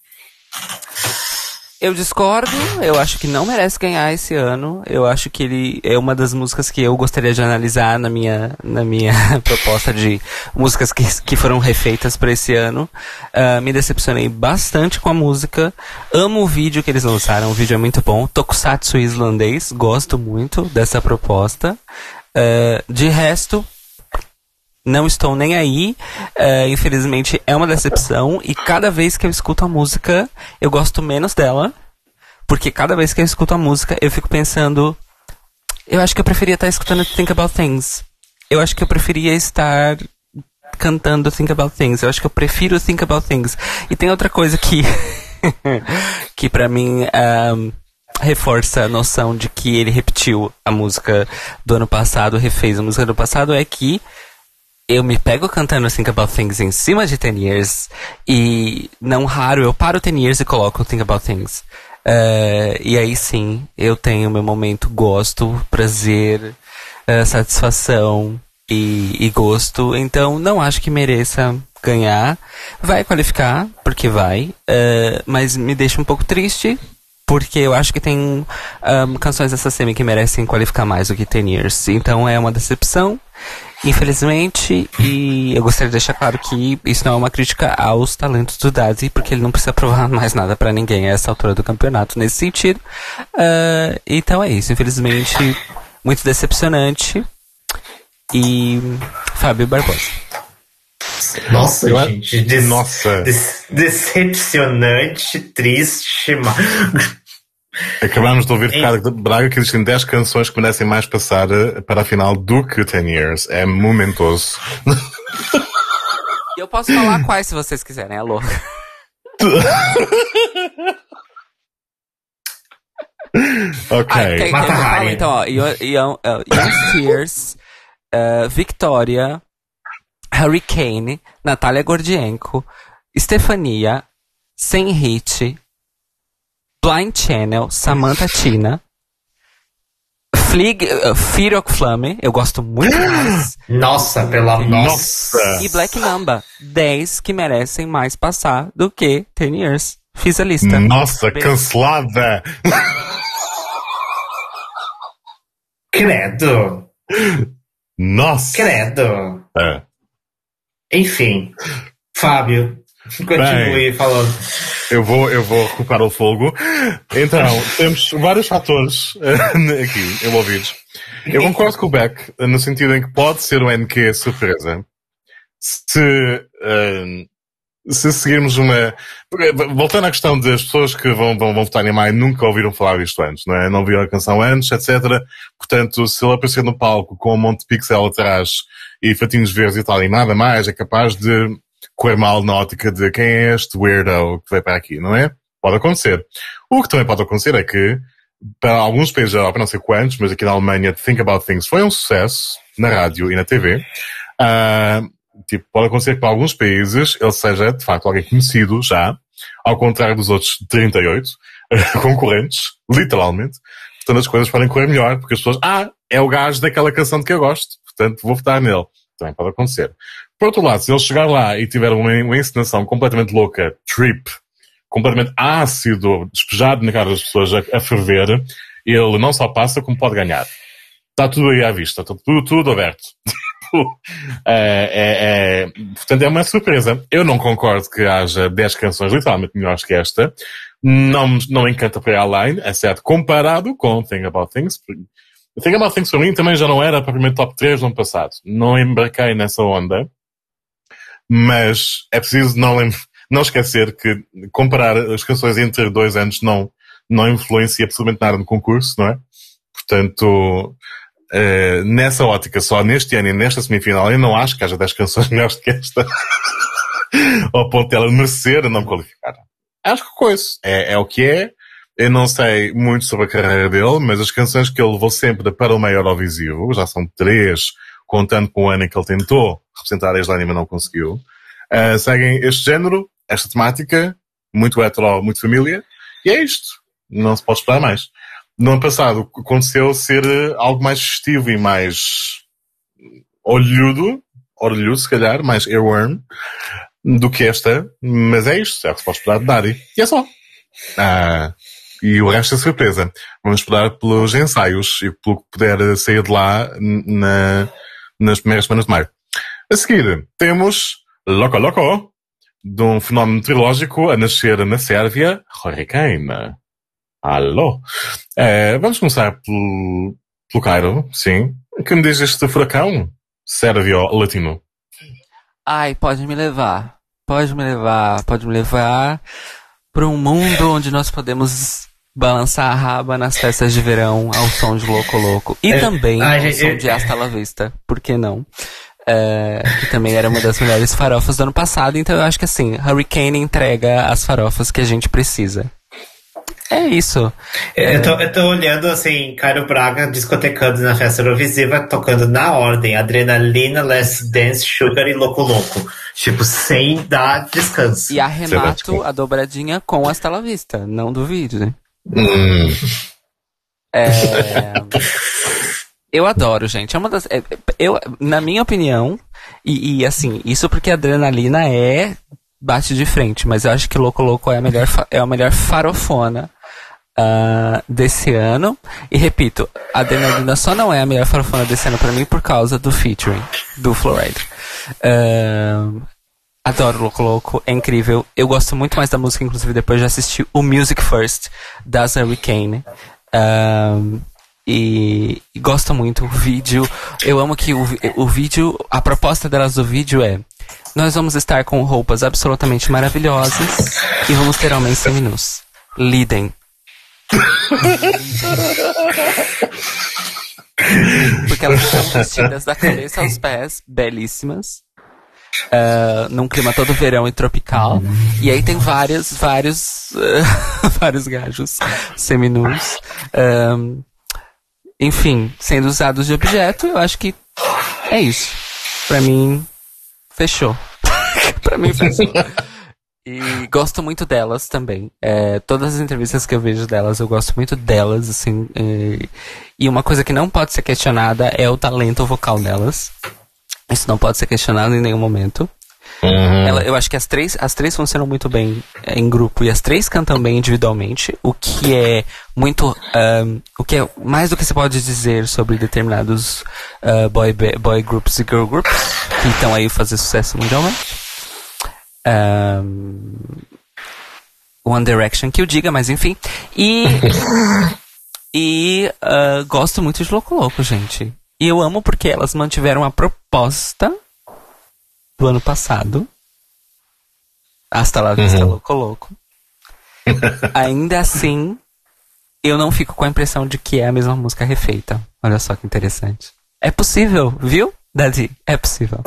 Eu discordo, eu acho que não merece ganhar esse ano. Eu acho que ele é uma das músicas que eu gostaria de analisar na minha proposta de músicas que foram refeitas para esse ano. Me decepcionei bastante com a música. Amo o vídeo que eles lançaram, o vídeo é muito bom. Tokusatsu islandês, gosto muito dessa proposta. De resto, não estou nem aí. Infelizmente é uma decepção. E cada vez que eu escuto a música, eu gosto menos dela. Porque cada vez que eu escuto a música, eu fico pensando, eu acho que eu preferia estar escutando Think About Things. Eu acho que eu preferia estar cantando Think About Things. Eu acho que eu prefiro Think About Things. E tem outra coisa que pra mim reforça a noção de que ele repetiu a música do ano passado, refez a música do ano passado, é que eu me pego cantando Think About Things em cima de 10 years e não raro eu paro 10 years e coloco Think About Things. E aí sim, eu tenho meu momento gosto, prazer, satisfação e gosto. Então não acho que mereça ganhar. Vai qualificar, porque vai. Mas me deixa um pouco triste, porque eu acho que tem canções dessa semi que merecem qualificar mais do que 10 Years. Então é uma decepção, infelizmente. E eu gostaria de deixar claro que isso não é uma crítica aos talentos do Daddy, porque ele não precisa provar mais nada pra ninguém a essa altura do campeonato nesse sentido. Então é isso, infelizmente, muito decepcionante. E Fábio Barbosa. Nossa, Eu- gente. Nossa. Decepcionante, triste. Acabámos de ouvir de Em- Carlos de Braga que existem 10 canções que merecem mais passar para a final do que 10 Years. É momentoso. E eu posso falar quais se vocês quiserem, é louco. Ok. Quer Mata que eu fale? Hari. Então, ó, Young Tears, Victoria, Hurricane, Natália Gordienko, Stefania, Sem Hit, Blind Channel, Samantha Tina, Fear of Flame, eu gosto muito mais, Nossa, pela nossa. Nossa. e Black Mamba, 10 que merecem mais passar do que 10 Years. Fiz a lista. Nossa, Beijo. cancelada. Credo. Nossa. Credo. É. Enfim. Fábio, continue falando. Eu vou recuperar o fogo. Então, temos vários fatores aqui envolvidos. Eu concordo com o Beck, no sentido em que pode ser um NQ surpresa. Se seguirmos uma... Voltando à questão das pessoas que vão votar em maio, nunca ouviram falar disto antes, não é? Não ouviram a canção antes, etc. Portanto, se ele aparecer no palco com um monte de pixel atrás e fatinhos verdes e tal, e nada mais, é capaz de correr mal na ótica de quem é este weirdo que veio para aqui, não é? Pode acontecer. O que também pode acontecer é que, para alguns países da Europa, não sei quantos, mas aqui na Alemanha, Think About Things foi um sucesso na rádio e na TV. Pode acontecer que para alguns países ele seja, de facto, alguém conhecido já, ao contrário dos outros 38 concorrentes, literalmente. Portanto, as coisas podem correr melhor, porque as pessoas, é o gajo daquela canção de que eu gosto, portanto, vou votar nele. Também pode acontecer. Por outro lado, se ele chegar lá e tiver uma encenação completamente louca, trip, completamente ácido, despejado na cara das pessoas a ferver, ele não só passa, como pode ganhar. Está tudo aí à vista, está tudo aberto. Portanto, é uma surpresa. Eu não concordo que haja 10 canções literalmente melhores que esta. Não me encanta para ir além, é certo, comparado com Think About Things. Think About Things para mim também já não era propriamente top 3 no ano passado. Não embarquei nessa onda. Mas é preciso não esquecer que comparar as canções entre 2 anos não influencia absolutamente nada no concurso, não é? Portanto, nessa ótica, só neste ano e nesta semifinal, eu não acho que haja 10 canções melhores do que esta. Ao ponto de ela merecer não me qualificar. Acho que coisa. É o que é. Eu não sei muito sobre a carreira dele, mas as canções que ele levou sempre para o meio Eurovisivo, já são 3, contando com o ano em que ele tentou representar a Islândia, mas não conseguiu, seguem este género, esta temática, muito hetero, muito família, e é isto. Não se pode esperar mais. No ano passado aconteceu ser algo mais festivo e mais orelhudo se calhar, mais earworm, do que esta, mas é isto, é o que se pode esperar de Daddy. E é só. E o resto é surpresa. Vamos esperar pelos ensaios e pelo que puder sair de lá nas primeiras semanas de maio. A seguir, temos Loco Loco, de um fenómeno meteorológico a nascer na Sérvia, Hurricane. Alô? Vamos começar pelo Cairo, sim. O que me diz este furacão sérvio-latino? Ai, pode me levar para um mundo onde nós podemos balançar a raba nas festas de verão ao som de Loco Loco. E também ao som de Hasta La Vista, por que não? Que também era uma das melhores farofas do ano passado, então eu acho que assim, Hurricane entrega as farofas que a gente precisa. É isso. Eu tô olhando assim, Cairo Braga discotecando na festa Eurovisiva, tocando na ordem Adrenalina, Let's Dance, Sugar e Loco Loco. Tipo, sem dar descanso. E arremato a dobradinha com Hasta La Vista, não duvido, né? Eu adoro, gente. É uma das. Na minha opinião, E assim, isso porque a Adrenalina bate de frente, mas eu acho que Loco Loco é a melhor farofona desse ano. E repito, a Adrenalina só não é a melhor farofona desse ano pra mim por causa do featuring do Flowrider. Adoro Loco Loco, é incrível. Eu gosto muito mais da música, inclusive depois de assistir o Music First das Hurricane. E gosto muito o vídeo. Eu amo que o vídeo, a proposta delas do vídeo é: nós vamos estar com roupas absolutamente maravilhosas e vamos ter homens seminus. Lidem. Porque elas estão vestidas da cabeça aos pés, belíssimas, num clima todo verão e tropical. E aí tem vários gajos seminus, enfim, sendo usados de objeto. Eu acho que é isso. Pra mim, fechou. Pra mim, fechou. E gosto muito delas também. Todas as entrevistas que eu vejo delas, eu gosto muito delas, assim. E uma coisa que não pode ser questionada é o talento vocal delas. Isso não pode ser questionado em nenhum momento. Eu acho que as três funcionam muito bem em grupo, e as três cantam bem individualmente, o que é muito, o que é mais do que se pode dizer sobre determinados boy groups e girl groups que estão aí fazer sucesso mundialmente. One Direction que eu diga, mas enfim. E gosto muito de Loco Loco, gente. E eu amo porque elas mantiveram a proposta do ano passado. Hasta la vista, Loco Loco. Ainda assim, eu não fico com a impressão de que é a mesma música refeita. Olha só que interessante. É possível, viu, Daddy? É possível.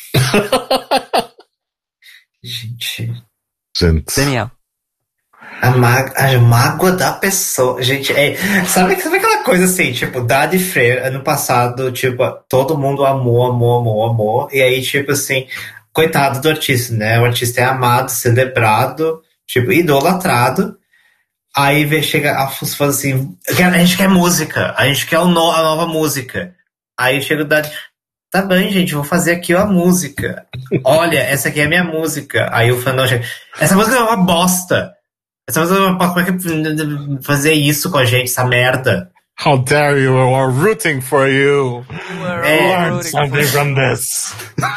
Gente. Daniel. A mágoa da pessoa. Gente, sabe aquela coisa assim, tipo, Daddy Freire, ano passado, tipo, todo mundo amou. E aí, tipo assim, coitado do artista, né? O artista é amado, celebrado, tipo, idolatrado. Aí chega os fãs assim, a gente quer música, a gente quer a nova música. Aí chega o Daddy. Tá bem, gente, vou fazer aqui a música. Olha, essa aqui é a minha música. Aí o fã não chega. Essa música é uma bosta. Essa música como é que fazer isso com a gente, essa merda? How dare you? We're rooting for you. Learn something from this.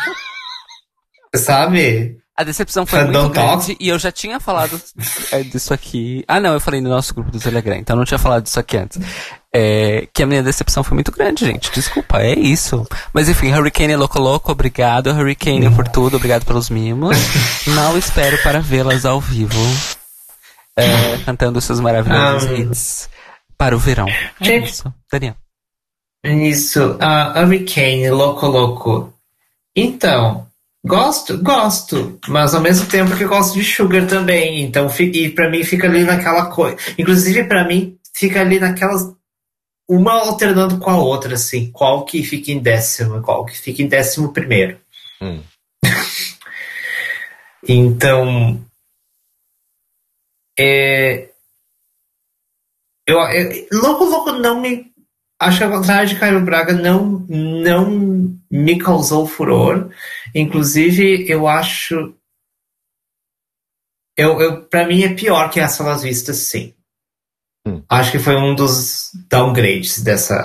Sabe? A decepção foi muito grande e eu já tinha falado disso aqui. Ah, não, eu falei no nosso grupo do Telegram, então eu não tinha falado disso aqui antes. Que a minha decepção foi muito grande, gente. Desculpa, é isso. Mas enfim, Hurricane Loco Loco, obrigado, Hurricane, por tudo, obrigado pelos mimos. Mal espero para vê-las ao vivo, cantando seus maravilhosos hits para o verão. Isso, Daniel. Isso, Hurricane Loco Loco. Então, gosto, mas ao mesmo tempo que eu gosto de Sugar também. Então, e pra mim fica ali naquela coisa. Inclusive, pra mim, fica ali naquelas. Uma alternando com a outra, assim. Qual que fica em décimo, qual que fica em 11º. Então. Loco Loco não me. Acho que ao contrário de Caio Braga, não me causou furor. Inclusive, eu acho. Pra mim é pior que Hasta la Vista, sim. Acho que foi um dos downgrades dessa.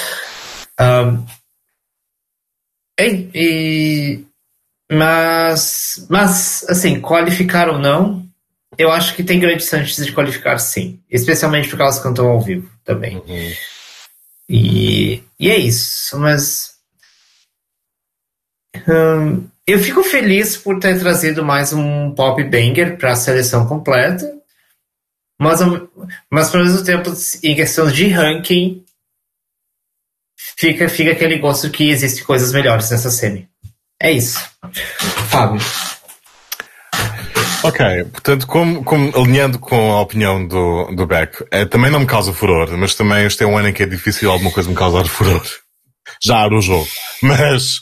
Mas, assim, qualificar ou não, eu acho que tem grandes chances de qualificar, sim. Especialmente porque elas cantam ao vivo também. E é isso, mas eu fico feliz por ter trazido mais um pop banger para a seleção completa, mas ao mesmo tempo, em questão de ranking, fica aquele gosto que existem coisas melhores nessa semi. É isso. Fábio. Ok, portanto, como alinhando com a opinião do Beck, também não me causa furor, mas também este é um ano em que é difícil alguma coisa me causar furor. Já arrojou. Mas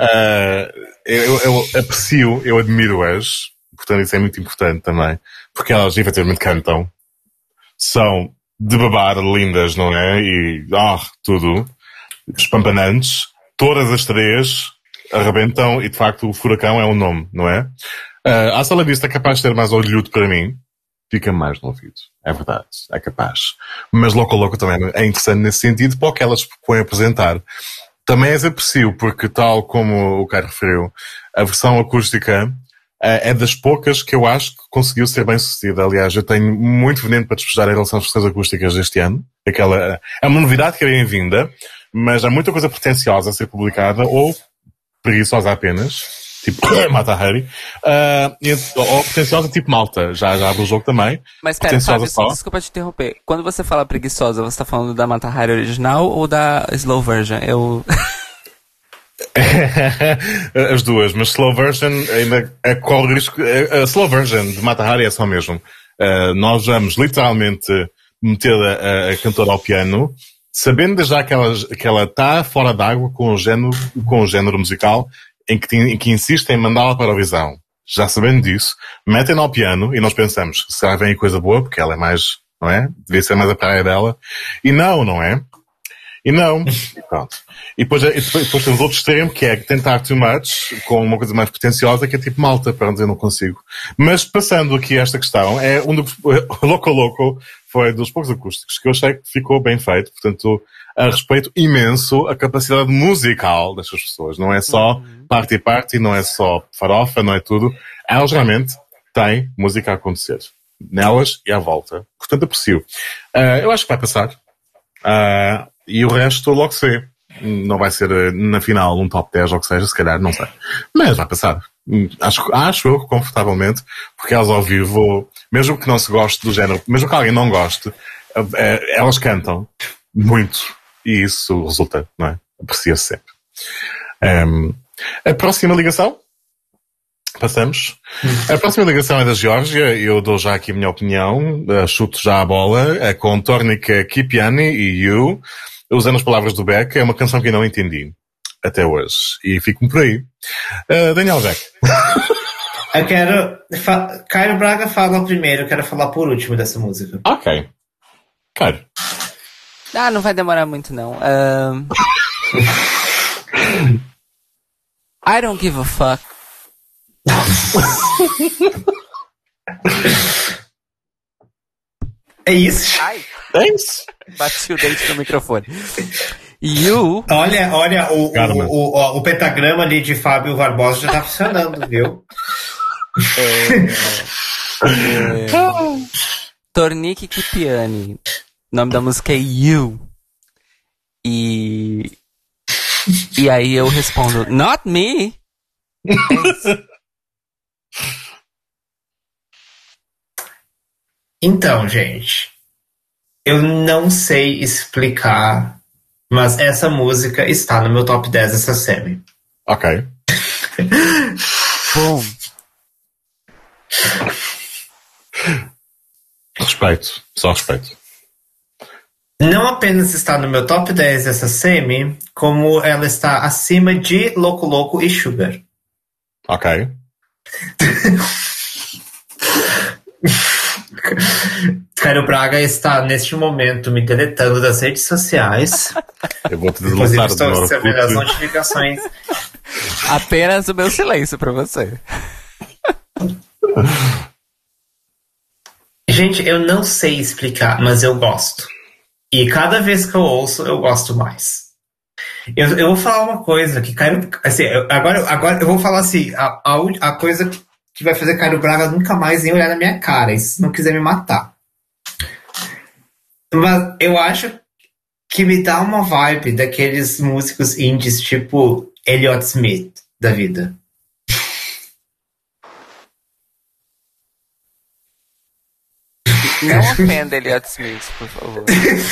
eu aprecio, eu admiro-as, portanto isso é muito importante também, porque elas efetivamente cantam, são de babar lindas, não é? E tudo, espampanantes, todas as três, arrebentam e de facto o Furacão é um nome, não é? A Sala Vista é capaz de ser mais orgulhudo para mim. Fica mais no ouvido. É verdade. É capaz. Mas Loco Loco também é interessante nesse sentido para o que elas propõem apresentar. Também é aprecio, porque tal como o Caio referiu, a versão acústica é das poucas que eu acho que conseguiu ser bem sucedida. Aliás, eu tenho muito veneno para despejar em relação às versões acústicas deste ano. É uma novidade que é bem-vinda, mas há muita coisa pretenciosa a ser publicada, ou preguiçosa apenas, tipo Mata Hari, ou pretenciosa tipo Malta, já abre o jogo também. Mas pera, Fábio, desculpa te interromper. Quando você fala preguiçosa, você tá falando da Mata Hari original ou da Slow Version? As duas, mas Slow Version ainda corre o risco. A Slow Version de Mata Hari é só mesmo. Nós vamos literalmente meter a cantora ao piano, sabendo já que ela está fora d'água com o género musical em que insistem em mandá-la para a visão. Já sabendo disso, metem-na ao piano e nós pensamos, será que vem coisa boa, porque ela é mais, não é? Devia ser mais a praia dela. E não é? E não. Pronto. E depois temos outro extremo, que é tentar too much, com uma coisa mais pretenciosa, que é tipo Malta, para não dizer não consigo. Mas passando aqui esta questão, Loco Loco foi dos poucos acústicos que eu achei que ficou bem feito. Portanto, respeito imenso a capacidade musical destas pessoas. Não é só party, não é só farofa, não é tudo. Elas realmente têm música a acontecer. Nelas e à volta. Portanto, aprecio. Eu acho que vai passar. E o resto logo se vê. Não vai ser na final um top 10 ou o que seja, se calhar, não sei. Mas vai passar. Acho eu confortavelmente, porque elas ao vivo, mesmo que não se goste do género, mesmo que alguém não goste, elas cantam muito. E isso resulta, não é? Aprecia-se sempre. A próxima ligação. Passamos. A próxima ligação é da Geórgia. Eu dou já aqui a minha opinião. Chuto já a bola. É com Tornika Kipiani e You. Usando as palavras do Beck. É uma canção que eu não entendi até hoje. E fico-me por aí. Daniel Beck. Eu quero... Caio Braga fala primeiro. Eu quero falar por último dessa música. Ok. Caio. Não vai demorar muito, não. I don't give a fuck. É isso? Ai, é isso? Bati o dente no microfone. You. Olha, o pentagrama ali de Fábio Barbosa já tá funcionando, viu? Tornike Kipiani. O nome da música é You. E aí eu respondo, not me. Então, gente, eu não sei explicar, mas essa música está no meu top 10 dessa semi. Ok. Bom. Respeito, só respeito. Não apenas está no meu top 10 dessa semi, como ela está acima de Loco Loco e Sugar. Ok. Caio Braga está, neste momento, me deletando das redes sociais. Eu vou te Inclusive, deletar estou recebendo as notificações. Apenas o meu silêncio pra você. Gente, eu não sei explicar, mas eu gosto. E cada vez que eu ouço, eu gosto mais. Eu vou falar uma coisa que Caio... Assim, agora eu vou falar assim, a coisa que vai fazer Caio Braga nunca mais nem olhar na minha cara, e se não quiser me matar. Mas eu acho que me dá uma vibe daqueles músicos indies tipo Elliott Smith da vida. Não ofenda Elliott Smith, por favor.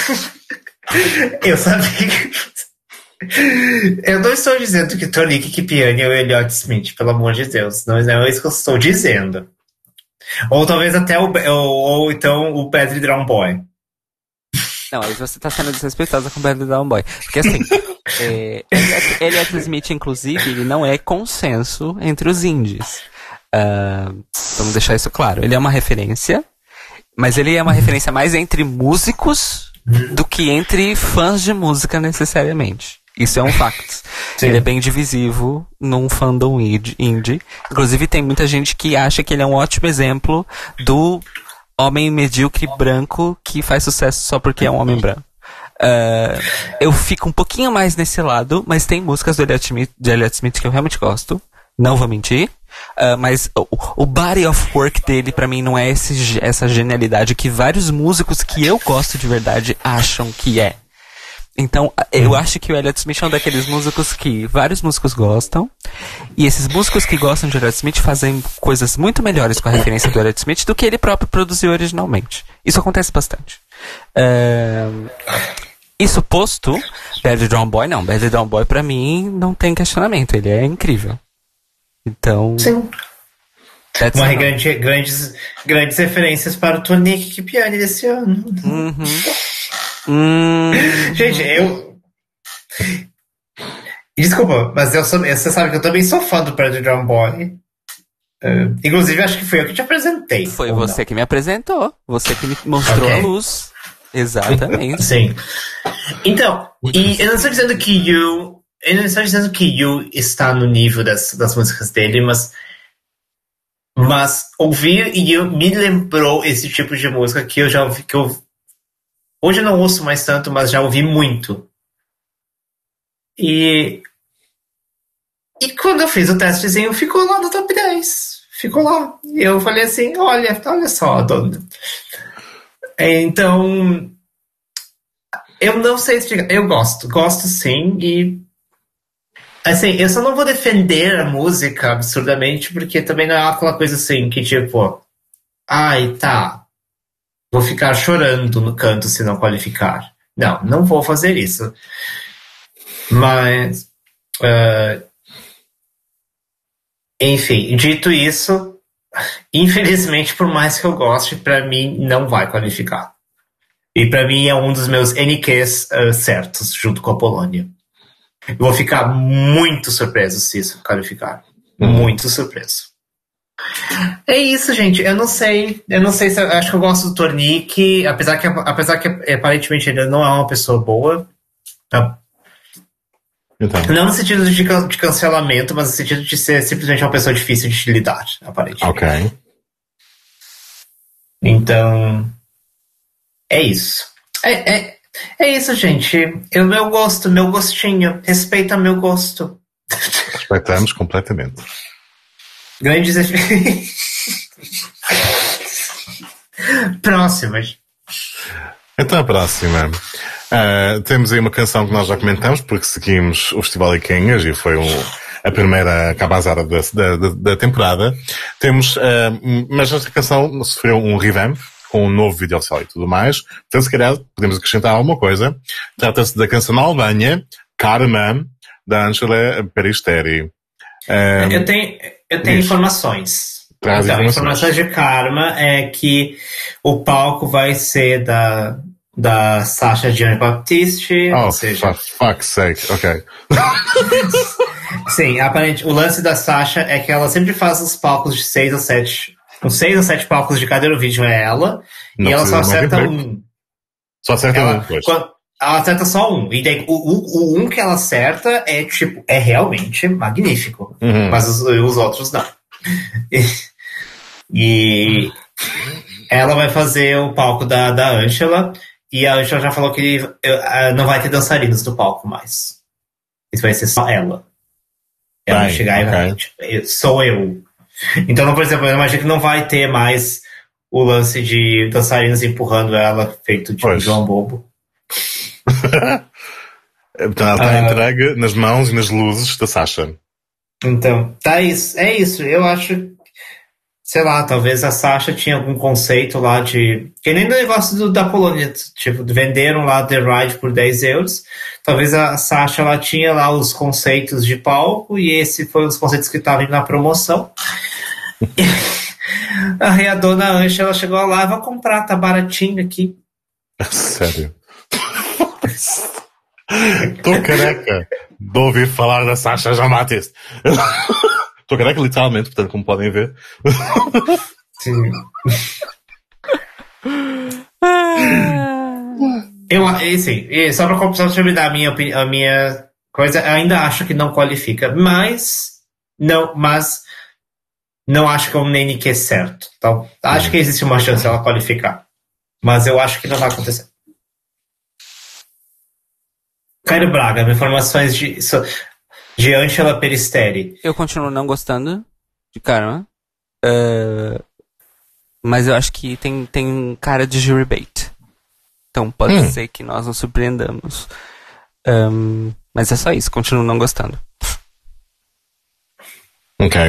Eu sabia que... Eu não estou dizendo que Tornike Kipiani é o Elliott Smith, pelo amor de Deus. Não é isso que eu estou dizendo. Ou talvez até ou então o Bad Drum Boy. Não, aí você tá sendo desrespeitosa com o Bad Drum Boy. Porque assim, Elliott Smith, inclusive, ele não é consenso entre os indies. Vamos deixar isso claro. Ele é uma referência, mas ele é uma referência mais entre músicos do que entre fãs de música necessariamente. Isso é um fato. Ele é bem divisivo num fandom indie. Inclusive tem muita gente que acha que ele é um ótimo exemplo do homem medíocre branco que faz sucesso só porque é um homem branco. Eu fico um pouquinho mais nesse lado, mas tem músicas do Elliott Smith que eu realmente gosto. Não vou mentir. Mas o body of work dele, pra mim, não é essa genialidade que vários músicos que eu gosto de verdade acham que é. Então, eu acho que o Elliott Smith é um daqueles músicos que vários músicos gostam. E esses músicos que gostam de Elliott Smith fazem coisas muito melhores com a referência do Elliott Smith do que ele próprio produziu originalmente. Isso acontece bastante. Isso posto, Bad Drum Boy não. Bad Drum Boy, pra mim, não tem questionamento. Ele é incrível. Então... Sim. Grandes referências para o Tonique Kipiani desse ano. Gente, desculpa, mas você sabe que eu também sou fã do Bad Drum Boy. Inclusive, acho que foi eu que te apresentei. Foi você que me apresentou. Você que me mostrou a luz. Exatamente. Sim. Então, e eu não estou dizendo que You está no nível das músicas dele, mas ouvir You me lembrou esse tipo de música que eu já ouvi, hoje eu não ouço mais tanto, mas já ouvi muito. E quando eu fiz o testezinho, ficou lá no top 10. Ficou lá. E eu falei assim, olha só, dona. Então, eu não sei explicar. Eu gosto sim, e assim, eu só não vou defender a música absurdamente, porque também não é aquela coisa assim, que tipo, ai, tá, vou ficar chorando no canto se não qualificar. Não vou fazer isso. Mas, enfim, dito isso, infelizmente, por mais que eu goste, pra mim não vai qualificar. E pra mim é um dos meus NQs certos, junto com a Polônia. Eu vou ficar muito surpreso se isso qualificar. Muito surpreso. É isso, gente. Eu não sei se eu acho que eu gosto do Tornique, apesar que aparentemente ele não é uma pessoa boa. Então. Não no sentido de cancelamento, mas no sentido de ser simplesmente uma pessoa difícil de lidar, aparentemente. Ok. Então, é isso. É isso, gente. Meu gosto, meu gostinho. Respeita meu gosto. Respeitamos completamente. Grandes Próximas. Então a próxima. Temos aí uma canção que nós já comentamos, porque seguimos o Festival Iquinhas e foi a primeira cabazada da temporada. Mas esta canção sofreu um revamp, com um novo vídeo oficial e tudo mais. Então, se calhar, podemos acrescentar alguma coisa. Trata-se da canção na Albânia, Karma, da Angela Peristeri. Eu tenho informações. Então, informações de Karma é que o palco vai ser da Sasha Gianni Baptiste. Oh, ou seja, fuck's sake, ok. Sim, aparentemente, o lance da Sasha é que ela sempre faz os palcos de 6 ou 7. Com 6 ou 7 palcos de cada Eurovision é ela. Não, e ela só acerta um. Só acerta um, pois. Ela acerta só um. E daí o um que ela acerta é realmente magnífico. Mas os outros não. E ela vai fazer o palco da Angela. E a Angela já falou que não vai ter dançarinos no palco mais. Isso vai ser só ela. Ela vai chegar e vai. Sou eu. Então, por exemplo, eu imagino que não vai ter mais o lance de dançarinos empurrando ela, feito tipo João Bobo. Então ela está entregue nas mãos e nas luzes da Sasha. Então, tá isso. É isso. Eu acho, sei lá, talvez a Sasha tinha algum conceito lá de... Que nem no negócio da Polônia, tipo, venderam lá The Ride por 10 euros. Talvez a Sasha, ela tinha lá os conceitos de palco e esse foi os conceitos que estavam na promoção. Aí a dona Angela chegou lá, vou comprar, tá baratinho aqui. Sério? Tô careca de ouvir falar da Sasha Giammattista. Tô careca literalmente, portanto, como podem ver. Sim. Só pra terminar a minha coisa, eu ainda acho que não qualifica, mas não acho que é um NNQ certo. Então, acho que existe uma chance ela qualificar. Mas eu acho que não vai acontecer. Cairo Braga, informações de Angela Peristeri. Eu continuo não gostando de Karma. Mas eu acho que tem cara de jury bait. Então pode ser que nós nos surpreendamos. Mas é só isso, continuo não gostando. Ok.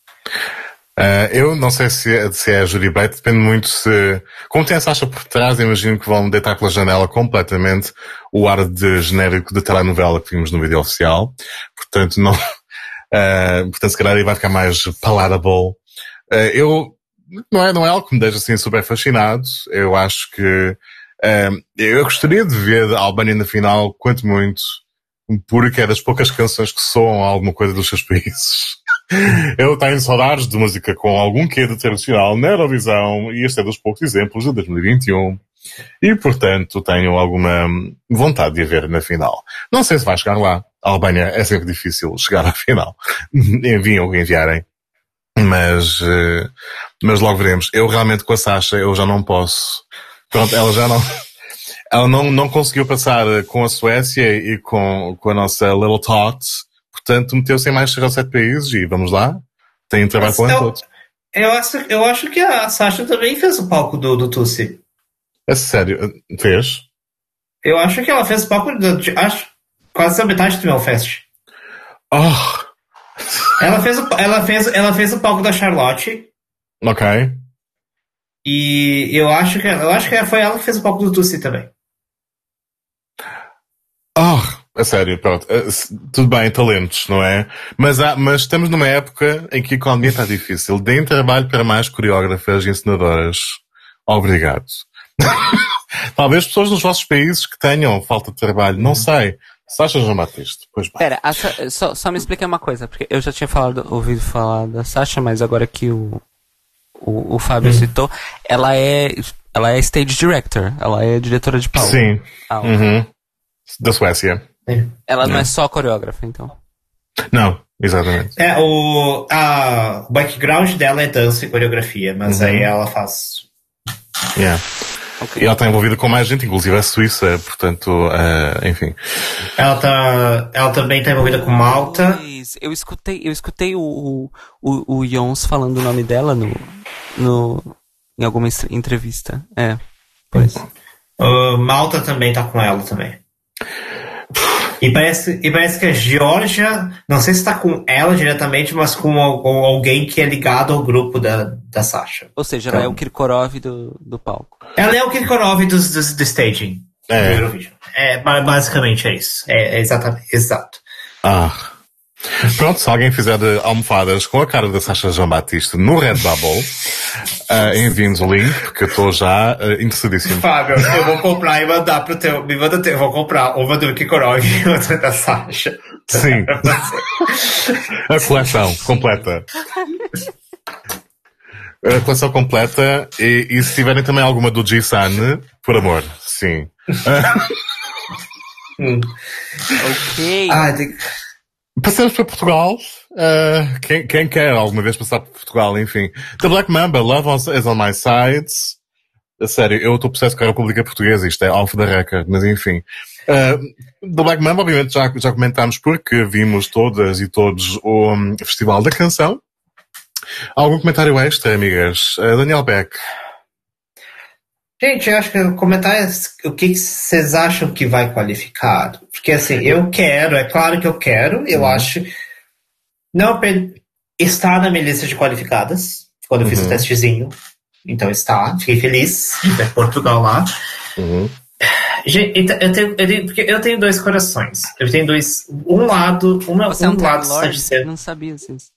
Eu não sei se é jury bait, depende muito se... Como tem a Sasha por trás, imagino que vão deitar pela janela completamente o ar de genérico de telenovela que vimos no vídeo oficial. Portanto, não... portanto, se calhar aí vai ficar mais palatable. Não é algo que me deixa assim super fascinado. Eu acho que eu gostaria de ver a Albânia na final, quanto muito, porque é das poucas canções que soam alguma coisa dos seus países. Eu tenho saudades de música com algum quê de tradicional na Eurovisão, e este é dos poucos exemplos de 2021. E, portanto, tenho alguma vontade de a ver na final. Não sei se vai chegar lá. A Albânia é sempre difícil chegar à final. Enviam o que enviarem. Mas logo veremos. Eu realmente com a Sasha, eu já não posso. Pronto, ela não conseguiu passar com a Suécia e com a nossa Little Tots. Portanto, meteu-se em mais 6 ou 7 países e vamos lá. Tem trabalho para o ano todo. Eu acho que a Sasha também fez o palco do Tussi. É sério? Fez? Eu acho que ela fez o palco quase a metade do Melfest. Oh! Ela fez o palco da Charlotte. Ok. E eu acho que foi ela que fez o palco do Tussi também. A sério, pronto. Tudo bem, talentos, não é? Mas estamos numa época em que a economia está difícil. Deem trabalho para mais coreógrafas e encenadoras. Obrigado. Talvez pessoas nos vossos países que tenham falta de trabalho, não sei. Sasha João Batista, pois bem. Pera, só me explica uma coisa, porque eu já tinha ouvido falar da Sasha, mas agora que o Fábio citou, ela é stage director, ela é diretora de palco. Sim. Da Suécia. Ela não é só coreógrafa, então. Não, exatamente. O background dela é dança e coreografia, mas aí ela faz... Yeah. Okay. E ela está envolvida com mais gente, inclusive a Suíça, portanto, enfim. Ela também está envolvida com Malta. Eu escutei o Jons falando o nome dela em alguma entrevista. Pois. Malta também está com ela também. E parece que a Geórgia, não sei se está com ela diretamente, mas com alguém que é ligado ao grupo da Sasha. Ou seja, ela é o Kirkorov do palco. Ela é o Kirkorov do staging. Do Eurovision. Basicamente é isso. Exato. Pronto, se alguém fizer de almofadas com a cara da Sasha João Batista no Redbubble, enviem-nos o link, porque eu estou já interessadíssimo. Fábio, eu vou comprar e mandar pro teu. Eu vou comprar uma do Kikorov e outra da Sasha. Sim. A coleção completa. A coleção completa. E se tiverem também alguma do G-Sun, por amor, sim. Ok. Passamos para Portugal. Quem quer alguma vez passar por Portugal, enfim. The Black Mamba, Love is on My Side. A sério, eu estou possesso com a República Portuguesa, isto é off the record, mas enfim. The Black Mamba, obviamente, já comentámos porque vimos todas e todos o Festival da Canção. Algum comentário extra, amigas? Daniel Beck. Gente, eu acho que o comentário é o que vocês acham que vai qualificar. Porque assim, eu quero, é claro que eu quero, eu acho. Não está na minha lista de qualificadas, quando eu fiz o testezinho. Então está, fiquei feliz de ver Portugal lá. Gente, eu tenho dois corações. Eu tenho dois. Um lado. Você é um lado está dizendo. Não sabia disso.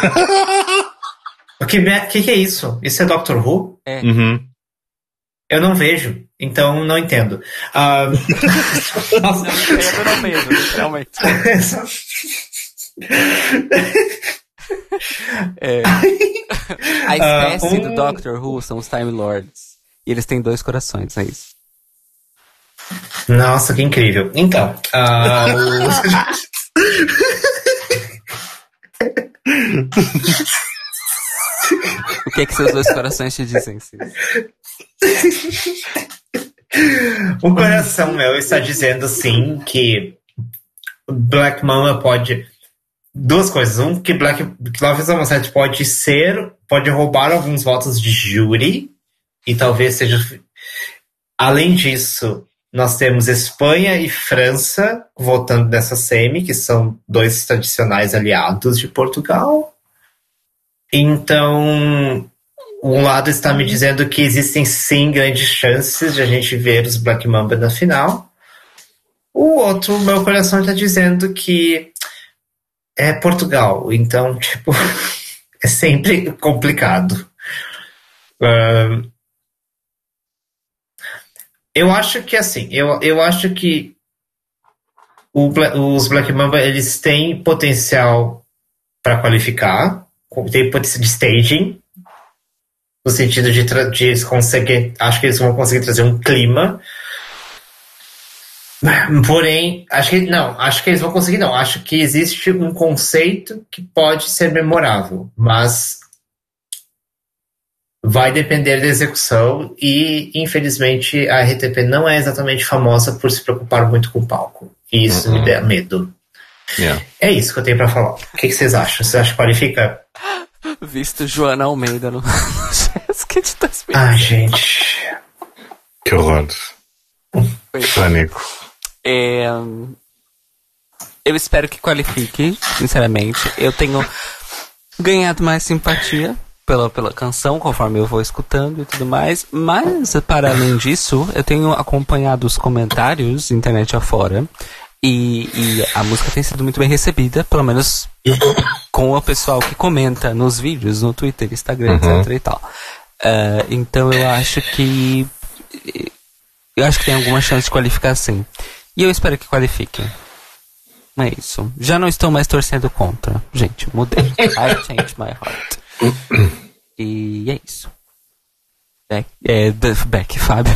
O que é isso? Isso é Doctor Who? É. Eu não vejo, então não entendo. Nossa, eu não vejo, literalmente. A espécie do Doctor Who são os Time Lords. E eles têm 2 corações, é isso. Nossa, que incrível. Então, O que é que seus dois corações te dizem, Cis? o coração meu está dizendo, sim, que Black Mamba pode... Duas coisas. Um, que Love is Homicide pode roubar alguns votos de júri, e talvez seja... Além disso, nós temos Espanha e França votando nessa semi, que são dois tradicionais aliados de Portugal. Então, um lado está me dizendo que existem sim grandes chances de a gente ver os Black Mamba na final. O outro, meu coração está dizendo que é Portugal. Então, tipo, é sempre complicado. Eu acho que assim, eu acho que os Black Mamba, eles têm potencial para qualificar, tem potencial de staging, no sentido de eles conseguirem, acho que eles vão conseguir trazer um clima. Porém, acho que eles vão conseguir, não. Acho que existe um conceito que pode ser memorável, mas vai depender da execução e, infelizmente, a RTP não é exatamente famosa por se preocupar muito com o palco. E isso me dá medo. Yeah. É isso que eu tenho pra falar. O que vocês acham? Vocês acham que qualifica? Visto Joana Almeida no Sesc de 2000. Ai, gente. Que horror. Pânico. Eu espero que qualifique, sinceramente. Eu tenho ganhado mais simpatia pela canção, conforme eu vou escutando e tudo mais. Mas, para além disso, eu tenho acompanhado os comentários internet afora. E a música tem sido muito bem recebida, pelo menos com o pessoal que comenta nos vídeos, no Twitter, Instagram, etc e tal. Então eu acho que tem alguma chance de qualificar, sim. E eu espero que qualifiquem. É isso. Já não estou mais torcendo contra. Gente, mudei. I changed my heart. E é isso. Beck, Fábio.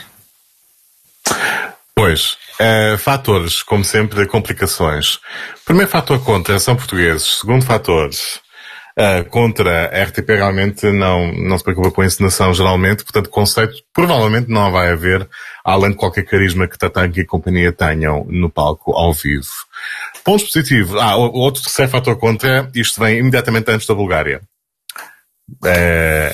Pois, fatores, como sempre, complicações. Primeiro fator contra são portugueses. Segundo fator, contra a RTP realmente não se preocupa com a encenação geralmente, portanto conceito provavelmente não vai haver, além de qualquer carisma que Tatanka e companhia tenham no palco ao vivo. Pontos positivos. O outro terceiro fator contra, isto vem imediatamente antes da Bulgária. É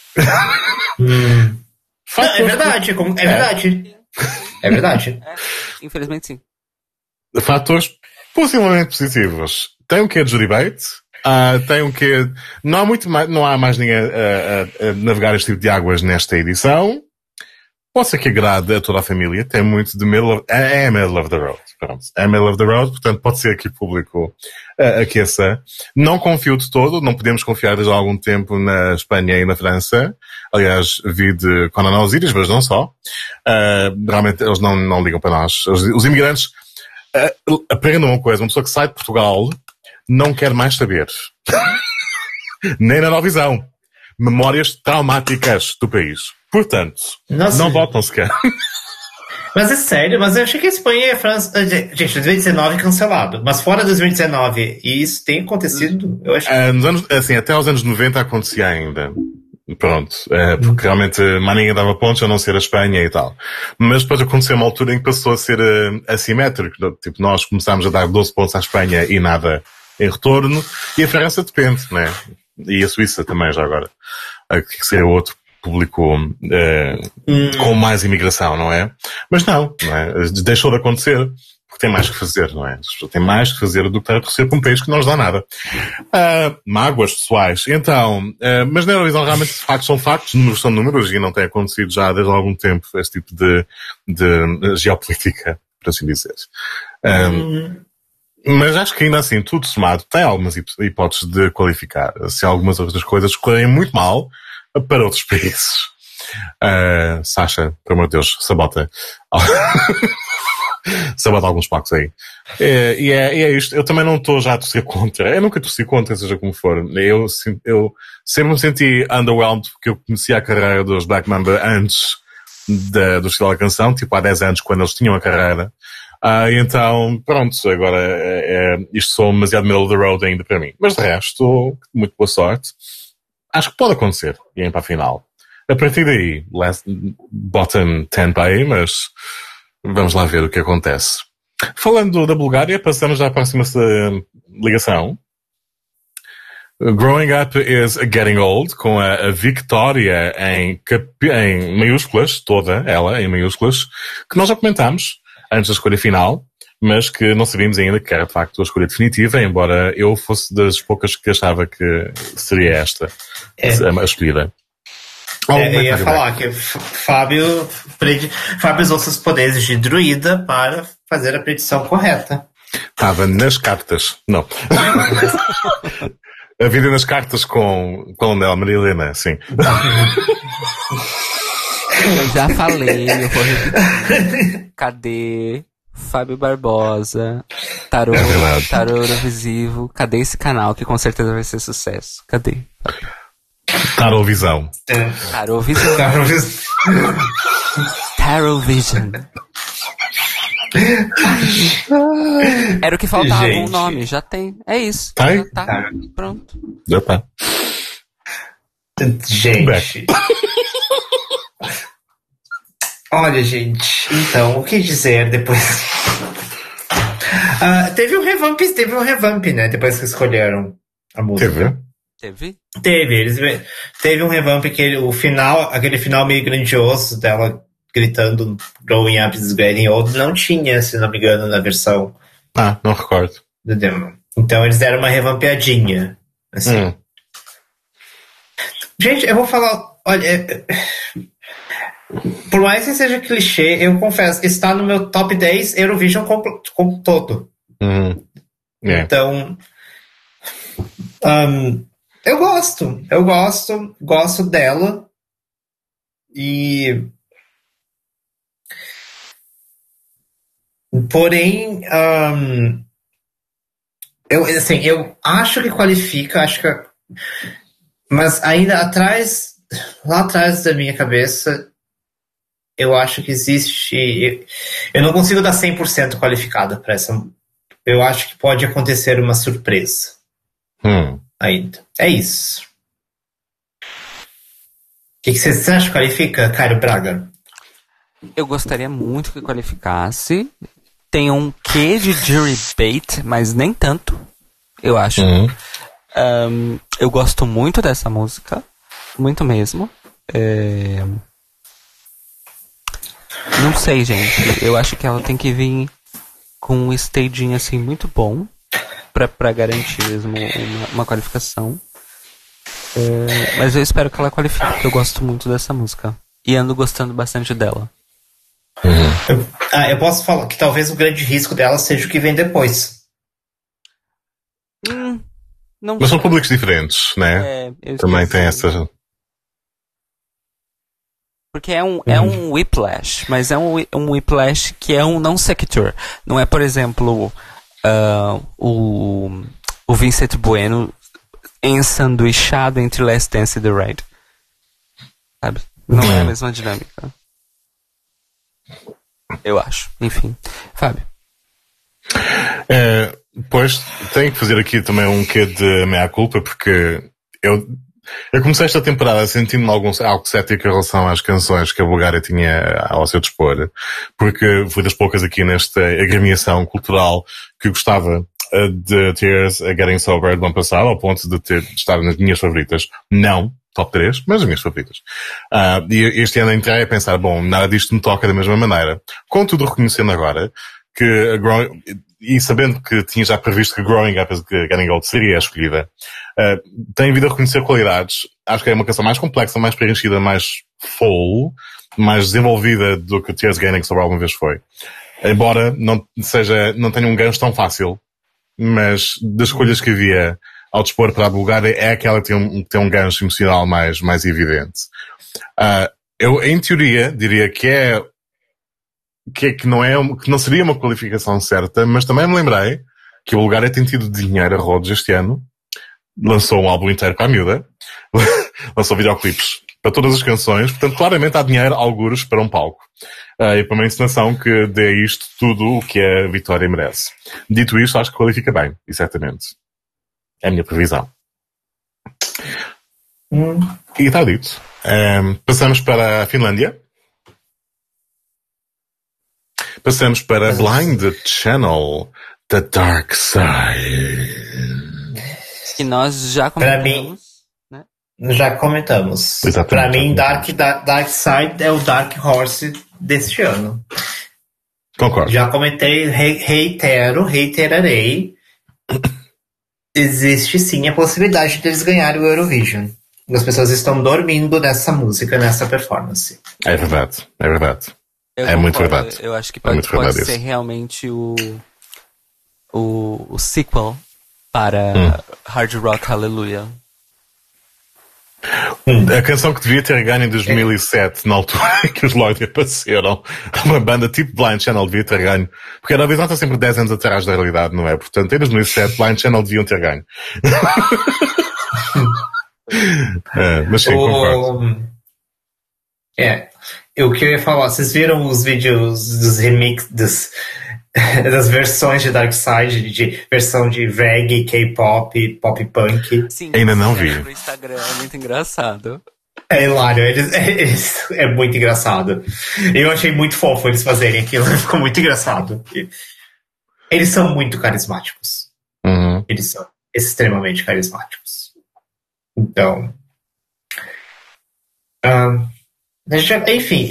verdade, é verdade. É verdade. Infelizmente, sim. Fatores possivelmente positivos. Tem um quê de debate. Tem um quê... Não há mais ninguém a navegar este tipo de águas nesta edição. Pode ser que agrade a toda a família. Tem muito de Middle of the Road. Pronto. É Middle of the Road, portanto pode ser que o público aqueça. Não confio de todo. Não podemos confiar desde há algum tempo na Espanha e na França. Aliás, vi de Conan Osiris, mas não só. Realmente eles não ligam para nós. Os imigrantes aprendam uma coisa. Uma pessoa que sai de Portugal não quer mais saber. Nem na Eurovisão. Memórias traumáticas do país. Portanto, não votam sequer. Mas é sério, mas eu achei que a Espanha e a França... Gente, 2019 cancelado. Mas fora de 2019, e isso tem acontecido, eu acho. Até aos anos 90 acontecia ainda. Pronto. Porque realmente mais ninguém dava pontos a não ser a Espanha e tal. Mas depois aconteceu uma altura em que passou a ser assimétrico. Tipo, nós começámos a dar 12 pontos à Espanha e nada em retorno. E a França depende, né? E a Suíça também, já agora. Que seria outro público com mais imigração, não é? Mas não é? Deixou de acontecer porque tem mais que fazer, não é? Tem mais que fazer do que estar a torcer para um país que não nos dá nada. Mágoas pessoais. Então, mas na Eurovisão realmente factos são factos, números são números e não tem acontecido já desde algum tempo este tipo de geopolítica, por assim dizer. Mas acho que ainda assim, tudo somado, tem algumas hipóteses de qualificar. Se algumas outras coisas correrem muito mal para outros países. Sasha, pelo amor de Deus, sabota. Sabota alguns palcos aí. E é isto. Eu também não estou já a torcer contra. Eu nunca torci contra, seja como for. Eu sempre me senti underwhelmed porque eu conhecia a carreira dos Black Mamba antes do estilo da canção, tipo há 10 anos, quando eles tinham a carreira. Então, pronto, agora isto sou demasiado middle of the road ainda para mim. Mas de resto, muito boa sorte. Acho que pode acontecer, irem para a final. A partir daí, bottom 10 para aí, mas vamos lá ver o que acontece. Falando da Bulgária, passamos à próxima ligação. Growing Up is Getting Old, com a Victoria em maiúsculas, toda ela em maiúsculas, que nós já comentámos antes da escolha final, mas que não sabíamos ainda que era de facto a escolha definitiva, embora eu fosse das poucas que achava que seria esta a escolhida. Eu ia falar que Fábio usou seus poderes de druida para fazer a predição correta. Estava nas cartas. Não. A vida nas cartas com a Maria Helena, sim. Eu já falei, eu vou repetir. Cadê Fábio Barbosa? Tarô Eurovisivo. Cadê esse canal que com certeza vai ser sucesso? Cadê? Tarovisão. Tarovisão. Tarovision. Era o que faltava, um nome, já tem. É isso. Tá aí? Já tá. Pronto. Já tá. Gente. Olha, gente. Então, o que dizer depois? Teve um revamp, né? Depois que escolheram a música. Teve? Teve um revamp que aquele final meio grandioso dela gritando Growing Up is Getting Old não tinha, se não me engano, na versão. Não recordo. Do demo. Então eles deram uma revampeadinha. Assim. Gente, eu vou falar. Olha. Por mais que seja clichê, eu confesso, está no meu top 10 Eurovision como todo. Então. Eu gosto dela. E. Porém, eu acho que qualifica, mas ainda lá atrás da minha cabeça, eu acho que existe. Eu não consigo dar 100% qualificada para essa. Eu acho que pode acontecer uma surpresa. Ainda. É isso. O que você acha que qualifica, Caio Braga? Eu gostaria muito que qualificasse. Tem um quê de jury bait, mas nem tanto, eu acho. Eu gosto muito dessa música. Muito mesmo. Não sei, gente. Eu acho que ela tem que vir com um staging assim muito bom pra garantir mesmo uma qualificação. Mas eu espero que ela qualifique, porque eu gosto muito dessa música. E ando gostando bastante dela. Eu posso falar que talvez o grande risco dela seja o que vem depois. Mas são públicos diferentes, né? Também tem essa. Porque é um whiplash, mas é um whiplash que é um não sequitur. Não é, por exemplo, o Vincent Bueno ensanduichado entre Last Dance e The Ride. Sabe? Não é a mesma dinâmica. Eu acho. Enfim. Fábio. Pois, tenho que fazer aqui também um quê de meia-culpa, porque eu comecei esta temporada sentindo-me algo cético em relação às canções que a Bulgária tinha ao seu dispor, porque fui das poucas aqui nesta agremiação cultural que gostava de Tears Getting Sober do ano passado, ao ponto de estar nas minhas favoritas. Não top 3, mas as minhas favoritas. E este ano entrei a pensar, bom, nada disto me toca da mesma maneira. Contudo, reconhecendo agora que e sabendo que tinha já previsto que Growing Up is Getting Old seria a escolhida, tenho vindo a reconhecer qualidades. Acho que é uma canção mais complexa, mais preenchida, mais full, mais desenvolvida do que Tears Getting Sober alguma vez foi. Embora não tenha um gancho tão fácil, mas das escolhas que havia ao dispor para a Bulgária é aquela que tem um gancho emocional mais evidente. Eu, em teoria, diria que não seria uma qualificação certa, mas também me lembrei que a Bulgária tem tido dinheiro a rodos este ano, lançou um álbum inteiro para a miúda, lançou videoclipes para todas as canções, portanto, claramente há dinheiro, algures, para um palco. E para uma encenação que dê isto tudo o que a Vitória merece. Dito isto, acho que qualifica bem, e certamente. É a minha previsão. E está dito. Passamos para a Finlândia. Passamos para Blind Channel, The Dark Side. Que nós já comentamos. Né? Já comentamos. Exatamente. Pra mim, Dark Side é o Dark Horse deste ano. Concordo. Já comentei, reiterarei. Existe sim a possibilidade deles ganharem o Eurovision. As pessoas estão dormindo nessa música, nessa performance. É verdade, é verdade. Eu muito concordo. verdade. Eu acho que muito pode verdade ser isso. realmente o sequel para Hard Rock Hallelujah. A canção que devia ter ganho em 2007, na altura em que os Lloyd apareceram, uma banda tipo Blind Channel devia ter ganho, porque a Eurovisão está sempre 10 anos atrás da realidade, não é? Portanto, em 2007, Blind Channel deviam ter ganho. Mas sim, concordo. O que eu ia falar, vocês viram os vídeos dos remix das versões de Dark Side, de versão de reggae, K-pop, pop punk? Sim, Ainda não vi. No Instagram é muito engraçado. É hilário, é muito engraçado. Eu achei muito fofo eles fazerem aquilo, ficou muito engraçado. Eles são muito carismáticos. Uhum. Eles são extremamente carismáticos. Então... enfim,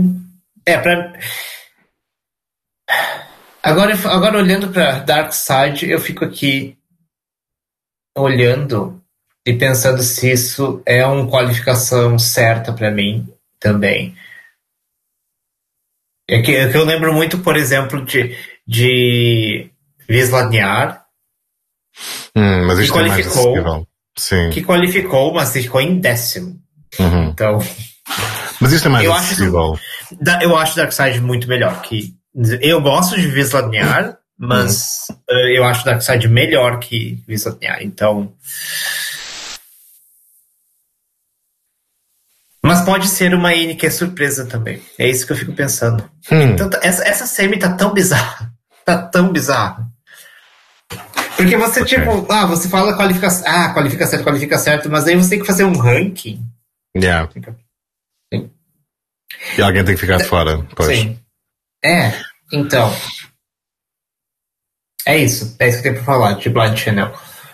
Agora olhando para Dark Side, eu fico aqui olhando e pensando se isso é uma qualificação certa para mim também. É que eu lembro muito, por exemplo, de Visladnyar, mas que isto é mais acessível. Sim. Que qualificou, mas ficou em 10º. Uhum. Então, mas isto é mais acessível. Eu acho Dark Side muito melhor. Eu gosto de Visladnyar, mas eu acho Dark Side melhor que Visladnyar. Então, mas pode ser uma IN que é surpresa também. É isso que eu fico pensando. Então, essa semi tá tão bizarra. Tá tão bizarra. Porque você, você fala qualifica certo, mas aí você tem que fazer um ranking. Yeah. Sim. E alguém tem que ficar de fora, pois. Sim. Então. É isso que eu tenho pra falar de Blind Channel.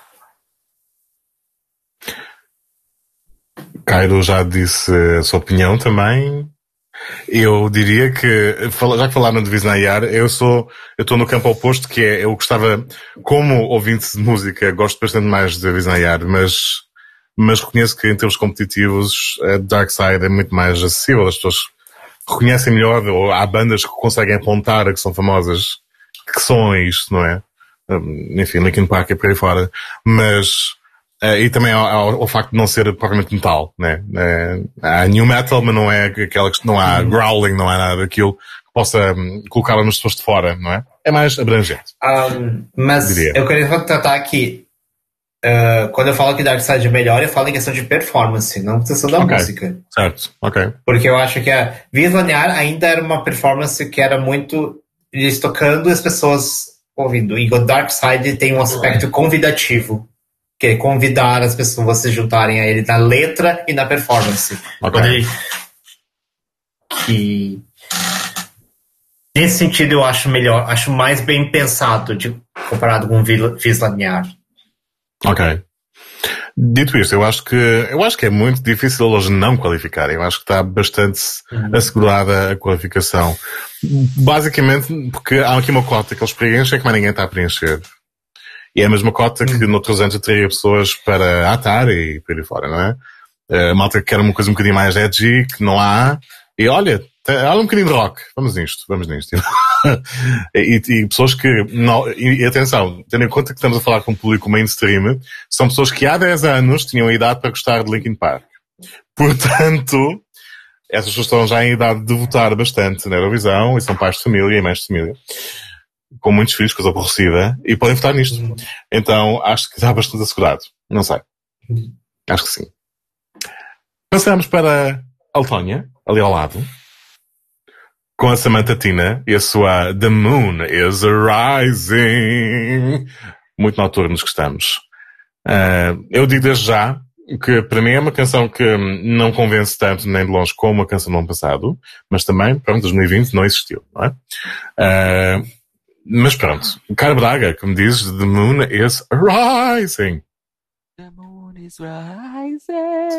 Cairo já disse a sua opinião também. Eu diria que, já que falaram de Visnayar, eu estou no campo oposto, que é, eu gostava, como ouvinte de música, gosto bastante mais de Visnayar, mas reconheço que em termos competitivos a Dark Side é muito mais acessível, as pessoas reconhecem melhor, ou há bandas que conseguem apontar a que são famosas, que são isto, não é? Enfim, Linkin Park é por aí fora, mas e também ao facto de não ser propriamente metal, né? Há new metal, mas não é aquela que não há growling, não há nada daquilo que possa colocá-la nas pessoas de fora, não é? É mais abrangente. Mas diria. Eu queria tratar aqui, quando eu falo que Dark Side é melhor, eu falo em questão de performance, não questão da música. Certo, ok. Porque eu acho que a Visladnyar ainda era uma performance que era muito eles tocando e as pessoas ouvindo. E o Dark Side tem um aspecto convidativo, que é convidar as pessoas a se juntarem a ele na letra e na performance. Ok. Nesse sentido eu acho melhor, acho mais bem pensado comparado com Visladnyar. Ok. Dito isto, eu acho que é muito difícil eles não qualificarem. Eu acho que está bastante assegurada a qualificação. Basicamente, porque há aqui uma cota que eles preenchem que mais ninguém está a preencher. E é a mesma cota que noutros anos eu teria pessoas para atar e por aí fora, não é? A malta que quer uma coisa um bocadinho mais edgy, que não há. E olha, há um bocadinho de rock. Vamos nisto. E pessoas que, não, e atenção, tendo em conta que estamos a falar com um público mainstream, são pessoas que há 10 anos tinham a idade para gostar de Linkin Park. Portanto, essas pessoas estão já em idade de votar bastante na Eurovisão, e são pais de família e mães de família, com muitos filhos, coisa aborrecida, e podem votar nisto. Então, acho que está bastante assegurado. Não sei. Acho que sim. Passamos para a Letónia, ali ao lado, com a Samantha Tina e a sua The Moon is Rising. Muito noturnos que estamos. Eu digo desde já que para mim é uma canção que não convence tanto nem de longe como a canção do ano passado, mas também, pronto, 2020 não existiu, não é? Mas pronto, Cara Braga, que me diz The Moon is Rising. The moon is rising.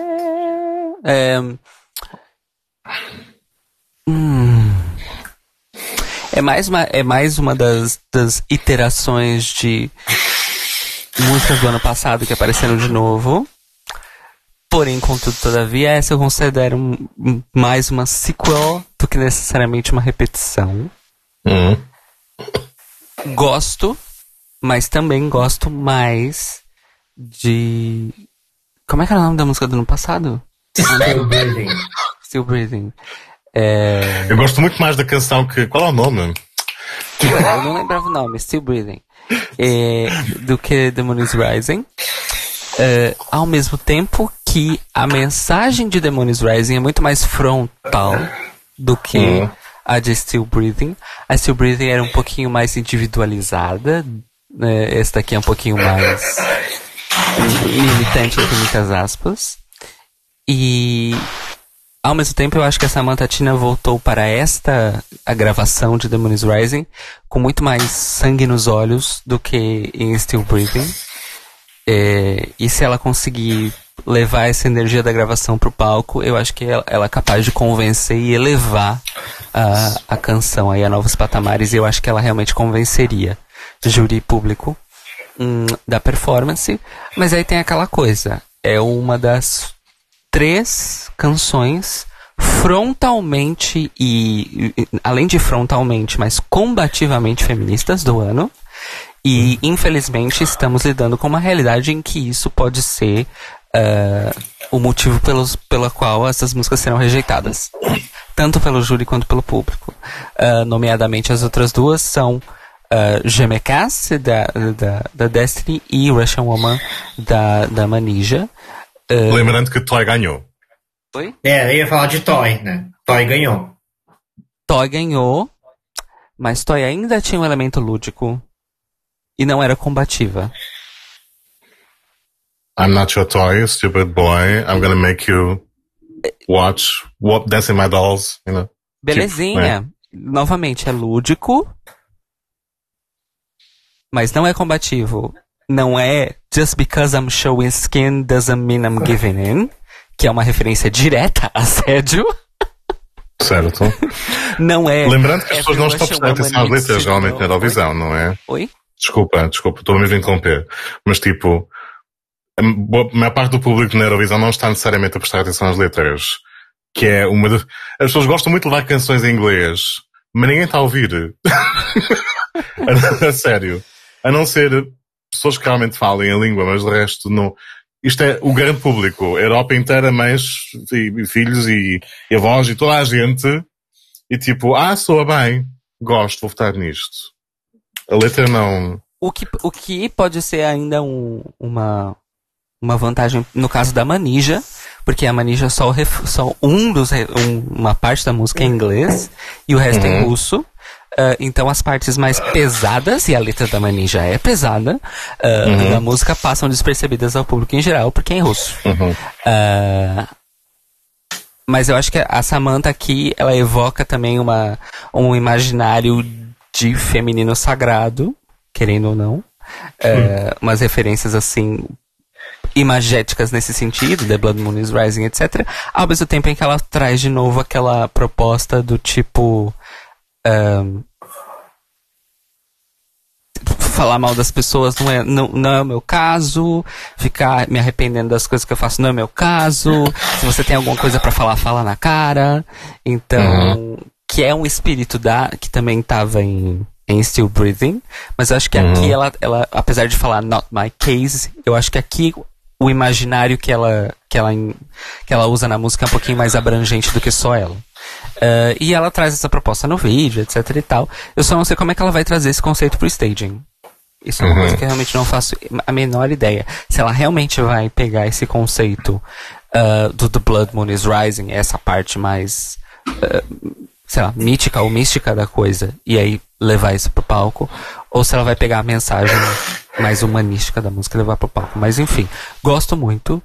É mais uma das iterações de músicas do ano passado que apareceram de novo. Porém, contudo, todavia, essa eu considero mais uma sequel do que necessariamente uma repetição. Gosto, mas também gosto mais de... Como é que era o nome da música do ano passado? Still Breathing. Still Breathing. Eu gosto muito mais da canção que... Qual é o nome? Eu não lembrava o nome, Still Breathing. Do que The Moon is Rising. Ao mesmo tempo que a mensagem de The Moon is Rising é muito mais frontal do que a de Still Breathing. A Still Breathing era um pouquinho mais individualizada. Esse daqui é um pouquinho mais militante, entre muitas aspas. E ao mesmo tempo eu acho que a Samantha Tina voltou para a gravação de The Moon is Rising com muito mais sangue nos olhos do que em Still Breathing. E se ela conseguir levar essa energia da gravação pro palco, eu acho que ela é capaz de convencer e elevar a canção aí a novos patamares, e eu acho que ela realmente convenceria júri e público da performance. Mas aí tem aquela coisa, é uma das 3 canções frontalmente e além de frontalmente, mas combativamente feministas do ano. E, infelizmente, estamos lidando com uma realidade em que isso pode ser o motivo pela qual essas músicas serão rejeitadas. Tanto pelo júri quanto pelo público. Nomeadamente, as outras duas são Je me casse, da Destiny, e Russian Woman, da Manija. Lembrando que Toy ganhou. Oi? Eu ia falar de Toy, né? Toy ganhou. Toy ganhou, mas Toy ainda tinha um elemento lúdico. E não era combativa. I'm not your toy, stupid boy. I'm gonna make you watch Dancing My Dolls, you know. Belezinha. Tipo, Novamente, é lúdico, mas não é combativo. Não é Just because I'm showing skin doesn't mean I'm giving in, que é uma referência direta a assédio. Certo. Não é... Lembrando que as pessoas não estão prestando atenção às letras, geralmente, na Eurovisão, não é? Oi? Desculpa, estou mesmo a interromper. Mas tipo, a maior parte do público na Eurovisão não está necessariamente a prestar atenção às letras. Que é uma das... As pessoas gostam muito de levar canções em inglês, mas ninguém está a ouvir. A sério. A não ser pessoas que realmente falem a língua, mas de resto não. Isto é o grande público. A Europa inteira, mães e filhos e avós e toda a gente. E tipo, soa bem. Gosto, vou votar nisto. A letra não... O que pode ser ainda uma vantagem no caso da Manija, porque a Manija só uma parte da música é em inglês e o resto é em russo. Então as partes mais pesadas, e a letra da Manija é pesada, da música passam despercebidas ao público em geral, porque é em russo. Mas eu acho que a Samantha aqui, ela evoca também um imaginário de feminino sagrado, querendo ou não. Umas referências assim imagéticas nesse sentido, The Blood Moon is Rising, etc. Ao mesmo tempo em que ela traz de novo aquela proposta do tipo falar mal das pessoas não é o meu caso, ficar me arrependendo das coisas que eu faço não é o meu caso, se você tem alguma coisa pra falar, fala na cara. Então, que é um espírito que também estava em Still Breathing, mas eu acho que aqui ela, apesar de falar not my case, eu acho que aqui o imaginário que ela usa na música é um pouquinho mais abrangente do que só ela. E ela traz essa proposta no vídeo, etc e tal. Eu só não sei como é que ela vai trazer esse conceito pro staging. Isso é uma coisa que eu realmente não faço a menor ideia. Se ela realmente vai pegar esse conceito do The Blood Moon is Rising, essa parte mais, sei lá, mítica ou mística da coisa, e aí levar isso pro palco, ou se ela vai pegar a mensagem mais humanística da música e levar pro palco. Mas enfim, gosto muito,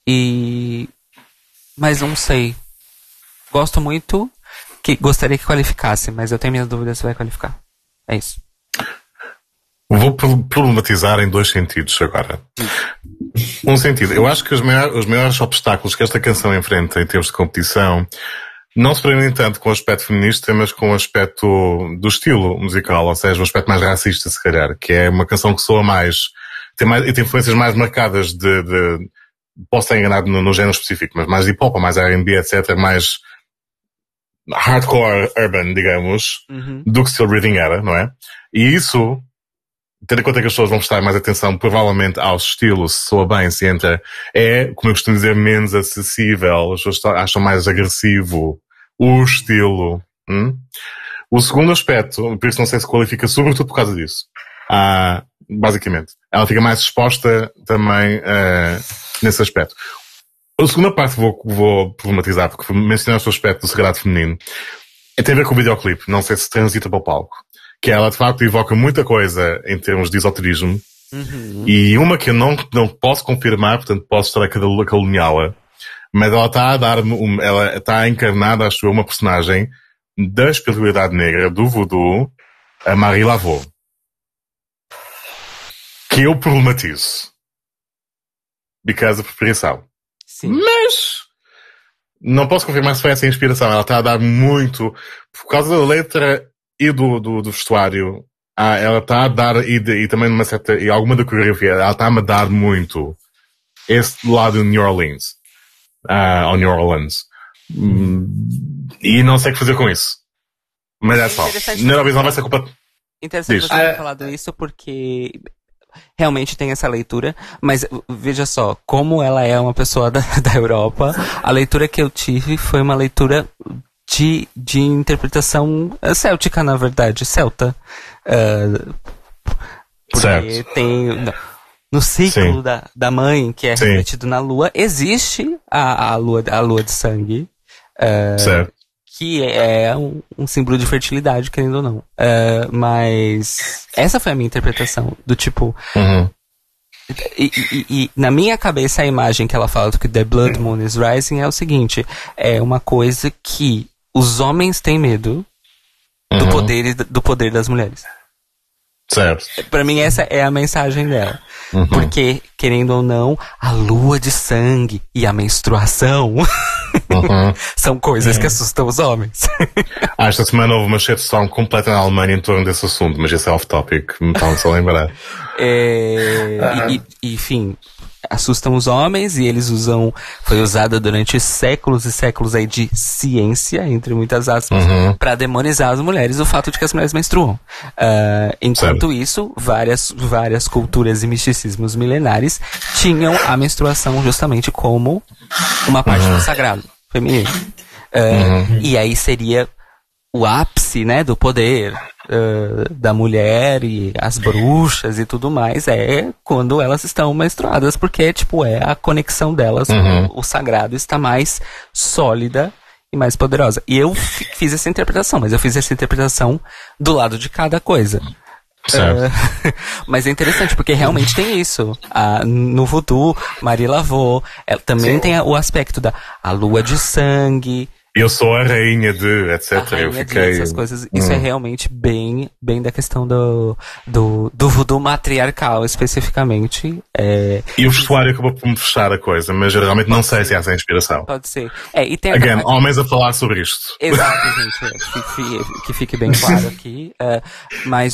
mas não sei. Gosto muito, gostaria que qualificasse, mas eu tenho minhas dúvidas se vai qualificar. É isso. Vou problematizar em 2 sentidos agora. Um sentido, eu acho que os maiores obstáculos que esta canção enfrenta em termos de competição não se prendem tanto com o aspecto feminista, mas com o aspecto do estilo musical, ou seja, um aspecto mais racista, se calhar, que é uma canção que soa mais, tem influências mais marcadas posso estar enganado no género específico, mas mais hip-hop, mais R&B, etc., mais hardcore urban, digamos, do que Still Breathing era, não é? E isso, tendo em conta que as pessoas vão prestar mais atenção, provavelmente, ao estilo, se soa bem, se entra, como eu costumo dizer, menos acessível. As pessoas acham mais agressivo o estilo. O segundo aspecto, por isso não sei se qualifica, sobretudo por causa disso. Basicamente. Ela fica mais exposta também nesse aspecto. A segunda parte vou problematizar, porque mencionaste o aspecto do sagrado feminino. Tem a ver com o videoclipe, não sei se transita para o palco. Que ela, de facto, evoca muita coisa em termos de esoterismo. E uma que eu não posso confirmar, portanto posso estar a caluniá-la, mas ela está a dar-me, ela está encarnada, acho eu, uma personagem da espiritualidade negra, do voodoo, a Marie Laveau. Que eu problematizo. Because of inspiração. Sim. Mas não posso confirmar se foi essa a inspiração. Ela está a dar muito, por causa da letra e do vestuário, ela está a dar, e também numa certa, e alguma da coreografia, ela está a dar muito esse lado de New Orleans. Ou New Orleans. E não sei o que fazer com isso. Mas é só. Na Eurovisão vai ser culpa. Interessante você ter falado isso, porque realmente tem essa leitura, mas veja só, como ela é uma pessoa da Europa, a leitura que eu tive foi uma leitura de interpretação céltica, na verdade, celta. Porque certo. Tem no ciclo da mãe, que é refletido na lua, existe a lua de sangue, certo. que é um símbolo de fertilidade, querendo ou não. Mas essa foi a minha interpretação, do tipo... E na minha cabeça a imagem que ela fala do que The Blood Moon is Rising é o seguinte, é uma coisa que os homens têm medo do poder das mulheres. Certo. Pra mim essa é a mensagem dela. Porque, querendo ou não, a lua de sangue e a menstruação são coisas que assustam os homens. Esta semana houve uma shitstorm completa na Alemanha em torno desse assunto, mas esse é off-topic, me estão só a lembrar. Enfim, assustam os homens e eles usam... Foi usada durante séculos e séculos aí de ciência, entre muitas aspas, pra demonizar as mulheres, o fato de que as mulheres menstruam. Enquanto isso, várias culturas e misticismos milenares tinham a menstruação justamente como uma parte do sagrado feminino. E aí seria o ápice, né, do poder da mulher e as bruxas e tudo mais quando elas estão menstruadas, porque tipo é a conexão delas com o sagrado está mais sólida e mais poderosa. E eu fiz essa interpretação, mas eu fiz essa interpretação do lado de cada coisa. Mas é interessante porque realmente tem isso. No voodoo, Marie Laveau, ela também tem o aspecto da lua de sangue. Eu sou a rainha de, etc. Eu fiquei... essas coisas. Isso é realmente bem da questão do voodoo matriarcal, especificamente. E o vestuário acabou por me fechar a coisa, mas eu realmente não sei se essa é a inspiração. Pode ser. E tem homens a falar sobre isto. Exato, gente. Que fique bem claro aqui. Mas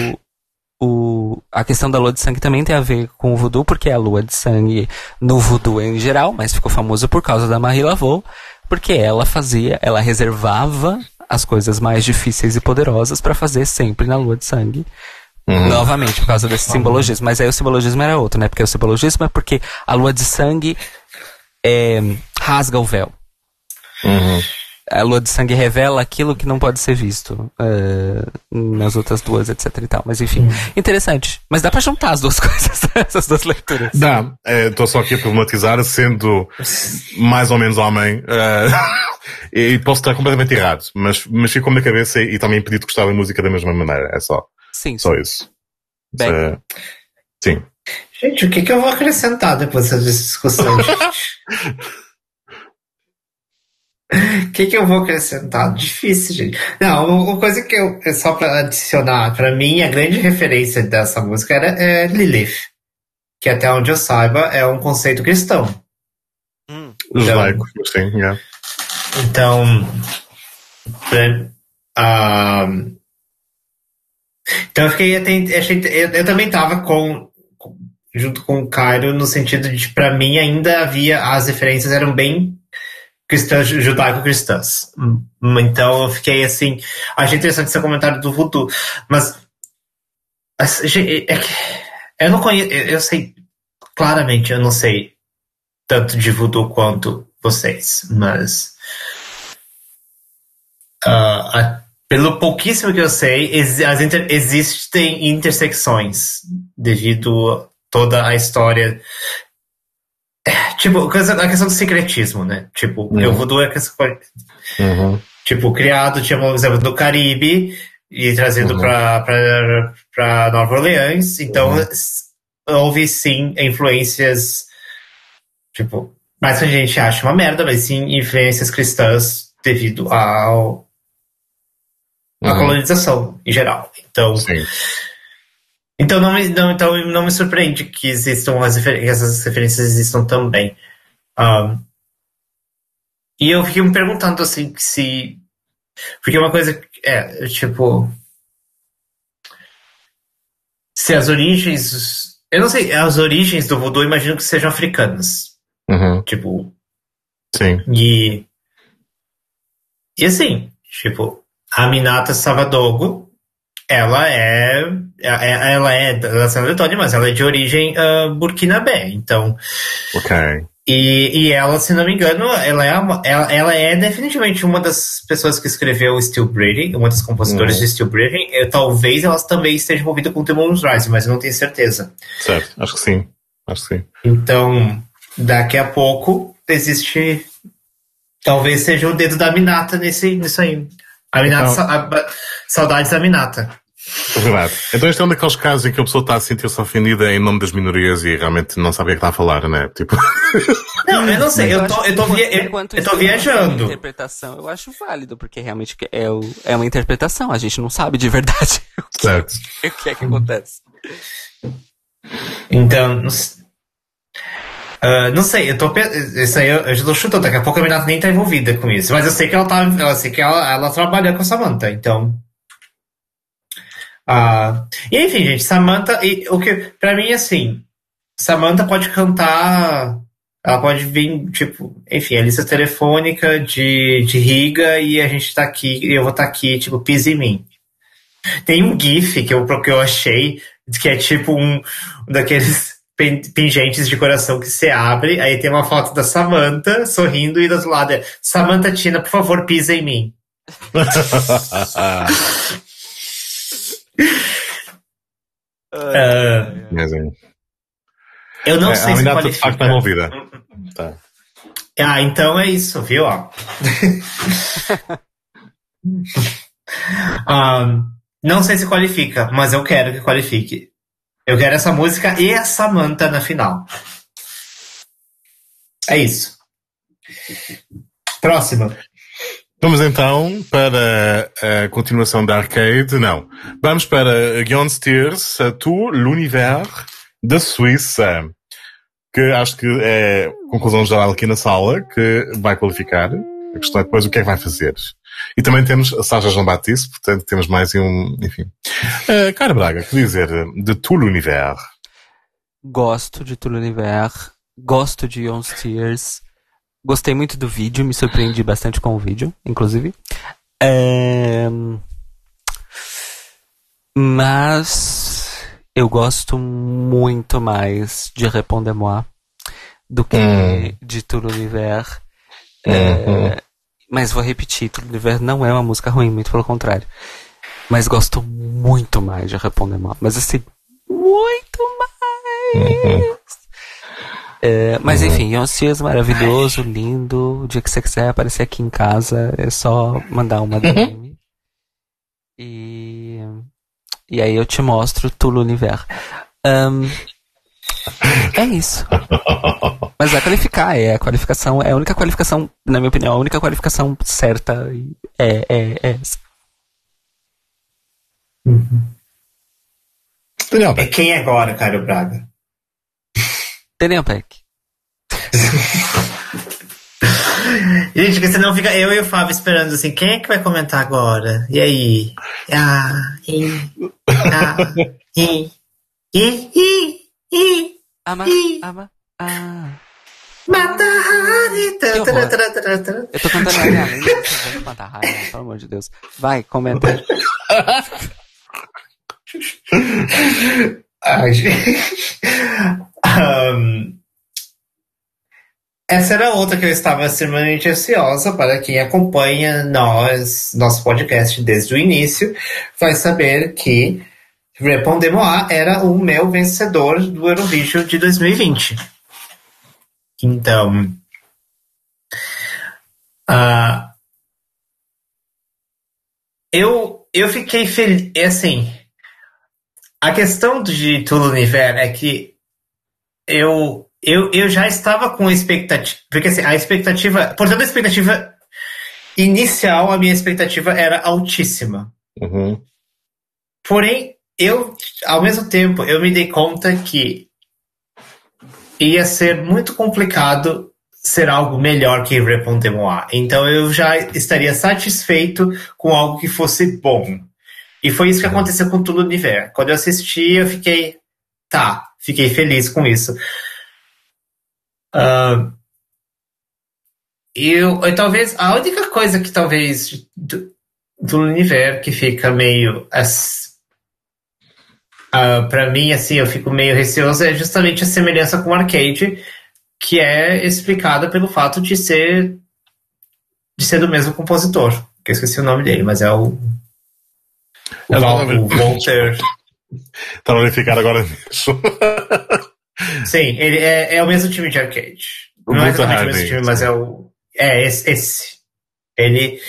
a questão da lua de sangue também tem a ver com o voodoo, porque é a lua de sangue no voodoo em geral, mas ficou famoso por causa da Marie Laveau. Porque ela reservava as coisas mais difíceis e poderosas pra fazer sempre na lua de sangue. Novamente, por causa desse simbologismo. Mas aí o simbologismo era outro, né? Porque o simbologismo é porque a lua de sangue rasga o véu. a Lua de Sangue revela aquilo que não pode ser visto nas outras duas, etc e tal. Mas enfim, interessante. Mas dá pra juntar as duas coisas, essas duas leituras. Dá. Estou só aqui a problematizar, sendo mais ou menos homem, e posso estar completamente errado, mas ficou na cabeça e também impedido de gostar da música da mesma maneira. É só. Sim. Só isso. Bem. Sim. Gente, o que eu vou acrescentar depois dessa discussão, gente? O que eu vou acrescentar? Difícil, gente. Não, uma coisa que só pra adicionar, pra mim, a grande referência dessa música é Lilith. Que até onde eu saiba, é um conceito cristão. Judaico, sim, yeah. Então, então eu fiquei eu também tava junto com o Cairo, no sentido de, pra mim, ainda havia, as referências eram bem cristãs, judaico-cristãs. Então eu fiquei assim, achei interessante esse comentário do voodoo, mas eu não conheço, eu sei, claramente eu não sei tanto de voodoo quanto vocês, mas pelo pouquíssimo que eu sei, existem intersecções devido a toda a história. Tipo, a questão do secretismo, né? Tipo, o voodoo é questão. Tipo, criado, tinha, por exemplo, no Caribe e trazido pra Nova Orleans. Então, houve sim influências. Tipo, mais que a gente acha uma merda, mas sim influências cristãs devido à colonização em geral. Então. Sim. Então não me surpreende que existam essas referências existam também. E eu fiquei me perguntando assim se... Porque uma coisa tipo... Se as origens... Eu não sei, as origens do voodoo eu imagino que sejam africanas. Tipo... Sim. E assim, tipo, a Aminata Savadogo, ela é da Sierra Leone, mas ela é de origem burkinabé, então... Ok. E ela, se não me engano, ela é definitivamente uma das pessoas que escreveu Still Breathing, uma das compositoras de Still Breathing. Talvez ela também esteja envolvida com The Moon's Rising, mas eu não tenho certeza. Certo, acho que sim. Então, daqui a pouco, existe... Talvez seja o dedo da Aminata nisso aí. Aminata, saudades da Aminata. É verdade. Então este é um daqueles casos em que a pessoa está a sentir-se ofendida em nome das minorias e realmente não sabe o que está a falar, né? Tipo... Não, eu não sei, eu tô viajando. Interpretação eu acho válido, porque realmente é uma interpretação, a gente não sabe de verdade certo. o que é que acontece. Então, não sei, isso aí eu já tô chutando, daqui a pouco a Aminata nem tá envolvida com isso, mas eu sei que ela trabalha com a Samantha, então... E enfim, gente, Samantha, o que pra mim, assim, Samantha pode cantar, ela pode vir, tipo, enfim, a lista telefônica de Riga e a gente tá aqui, e eu vou estar aqui, tipo, pisa em mim. Tem um GIF que eu achei, que é tipo um daqueles pingentes de coração que você abre, aí tem uma foto da Samantha sorrindo e do outro lado é Samantha Tina, por favor, pisa em mim. Eu não sei se qualifica. De facto está envolvida. Tá. Então é isso, viu? Não sei se qualifica, mas eu quero que qualifique. Eu quero essa música e a Samantha na final. É isso. Próxima. Vamos então para a continuação da Arcade. Não. Vamos para Guion Steers, Tout l'univers da Suíça. Que acho que é a conclusão geral aqui na sala, que vai qualificar. A questão é depois o que é que vai fazer. E também temos a Sacha Jean-Baptiste, portanto temos mais enfim. Cara Braga, que dizer de Tout l'univers? Gosto de Tout l'univers, gosto de Guion Steers. Gostei muito do vídeo, me surpreendi bastante com o vídeo, inclusive. Mas eu gosto muito mais de Répondez-moi do que de Tout l'univers. Mas vou repetir, Tout l'Hiver não é uma música ruim, muito pelo contrário. Mas gosto muito mais de Répondez-moi. Mas assim, muito mais. Mas enfim, Yoncias maravilhoso, lindo. O dia que você quiser aparecer aqui em casa, é só mandar uma DM. E aí eu te mostro Tout l'Hiver. É isso. Mas vai qualificar, a qualificação, é a única qualificação, na minha opinião, a única qualificação certa é essa. É quem agora, Caio Braga? Daniel Peck. Gente, que senão fica eu e o Fábio esperando assim, quem é que vai comentar agora? E aí? Mata Hari. Eu tô cantando a lenda de Mata Hari, pelo amor de Deus. Vai, comenta. Ai, gente. Essa era outra que eu estava extremamente ansiosa. Para quem acompanha nosso podcast desde o início, vai saber que Répondez-moi era o meu vencedor do Eurovision de 2020. Então, eu fiquei feliz. Assim, a questão de Tout l'Hiver é que eu já estava com expectativa, porque assim, portanto a expectativa inicial, a minha expectativa era altíssima. Uhum. Porém, ao mesmo tempo, eu me dei conta que ia ser muito complicado ser algo melhor que Répondez-moi. Então eu já estaria satisfeito com algo que fosse bom. E foi isso que aconteceu com Tout l'Hiver. Quando eu assisti, eu fiquei feliz com isso. Talvez a única coisa que talvez do L'Hiver que fica meio pra mim, assim, eu fico meio receoso é justamente a semelhança com o Arcade, que é explicada pelo fato de ser do mesmo compositor, que eu esqueci o nome dele, mas é o Walter. Está a verificar agora mesmo. Sim, ele é o mesmo time de Arcade. Não é exatamente o mesmo time, mas é esse. Ele.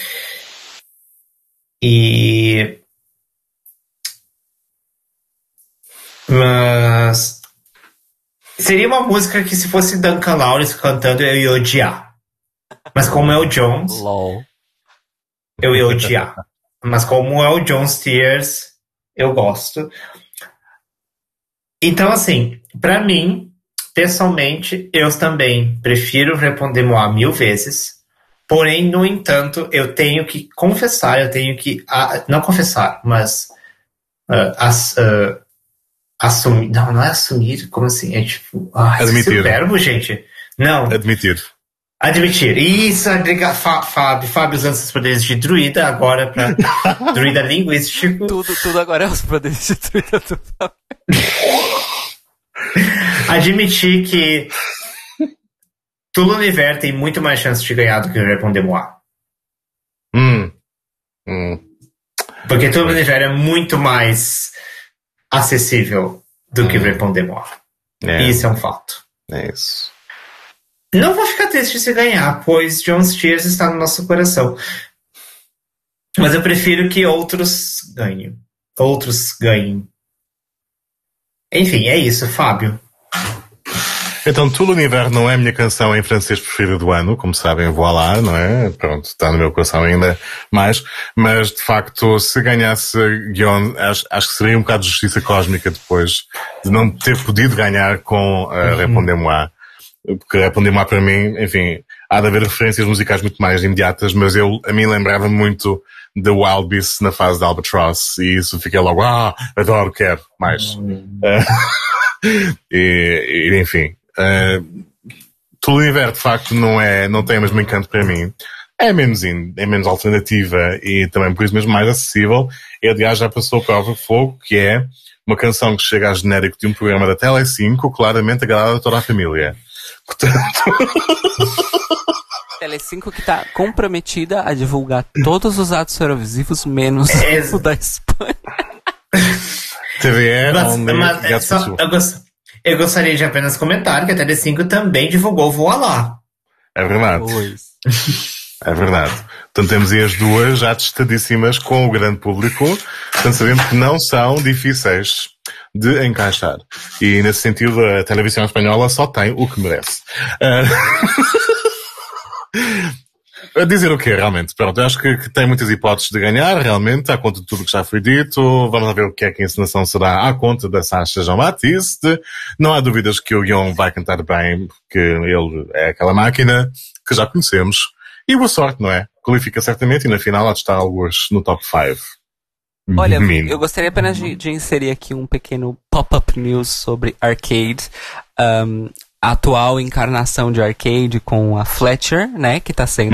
Mas seria uma música que, se fosse Duncan Lawrence cantando, eu ia odiar. Mas como é o Jones, eu ia odiar. Mas como é o Jones Tears, eu gosto. Então, assim, pra mim, pessoalmente, eu também prefiro Répondez-moi 1000 vezes. Porém, no entanto, eu tenho que confessar, não confessar, mas assumir. Não é assumir, como assim? É tipo. Admitir. Esse verbo, gente? Não. Admitir. Isso, obrigado, Fábio usando seus poderes de druida agora pra druida linguístico. Tudo agora é os poderes de druida do Fábio. Admitir que Tout l'Hiver tem muito mais chance de ganhar do que o Répondez-moi. Porque Tout l'Hiver é muito mais acessível do que Répondez-moi. E isso é um fato. É isso. Não vou ficar triste se ganhar, pois Jones Tears está no nosso coração. Mas eu prefiro que outros ganhem. Enfim, é isso, Fábio. Então, Tout l'Hiver não é a minha canção em francês preferida do ano, como sabem, voilà, não é? Pronto, está no meu coração ainda mais. Mas, de facto, se ganhasse Guion, acho que seria um bocado de justiça cósmica depois de não ter podido ganhar com Répondez-moi. Porque Répondez-moi, para mim, enfim, há de haver referências musicais muito mais imediatas, mas a mim lembrava muito da Wild Beast na fase de Albatross, e isso fiquei logo, adoro, quero mais. Enfim, Tout l'Hiver, de facto, não tem o mesmo encanto para mim. É menos alternativa e também por isso mesmo mais acessível. E, aliás, já passou prova de fogo, que é uma canção que chega a genérico de um programa da Tele5, claramente agradada a toda a família. Portanto... Tele5 que tá comprometida a divulgar todos os atos eurovisivos, menos o da Espanha. TVE, eu gostaria de apenas comentar que a Tele5 também divulgou Voa Lá. É verdade. Pois. É verdade. Portanto, temos aí as duas já testadíssimas com o grande público. Portanto, sabemos que não são difíceis de encaixar. E, nesse sentido, a televisão espanhola só tem o que merece. A dizer o quê, realmente? Pronto, eu acho que tem muitas hipóteses de ganhar, realmente, à conta de tudo que já foi dito. Vamos ver o que é que a encenação será à conta da Sacha Jean-Baptiste. Não há dúvidas que o Guion vai cantar bem, porque ele é aquela máquina que já conhecemos. E boa sorte, não é? Qualifica certamente e na final há de estar alguns no top 5. Olha, eu gostaria apenas de inserir aqui um pequeno pop-up news sobre Arcade. A atual encarnação de Arcade com a Fletcher, né? Que tá sendo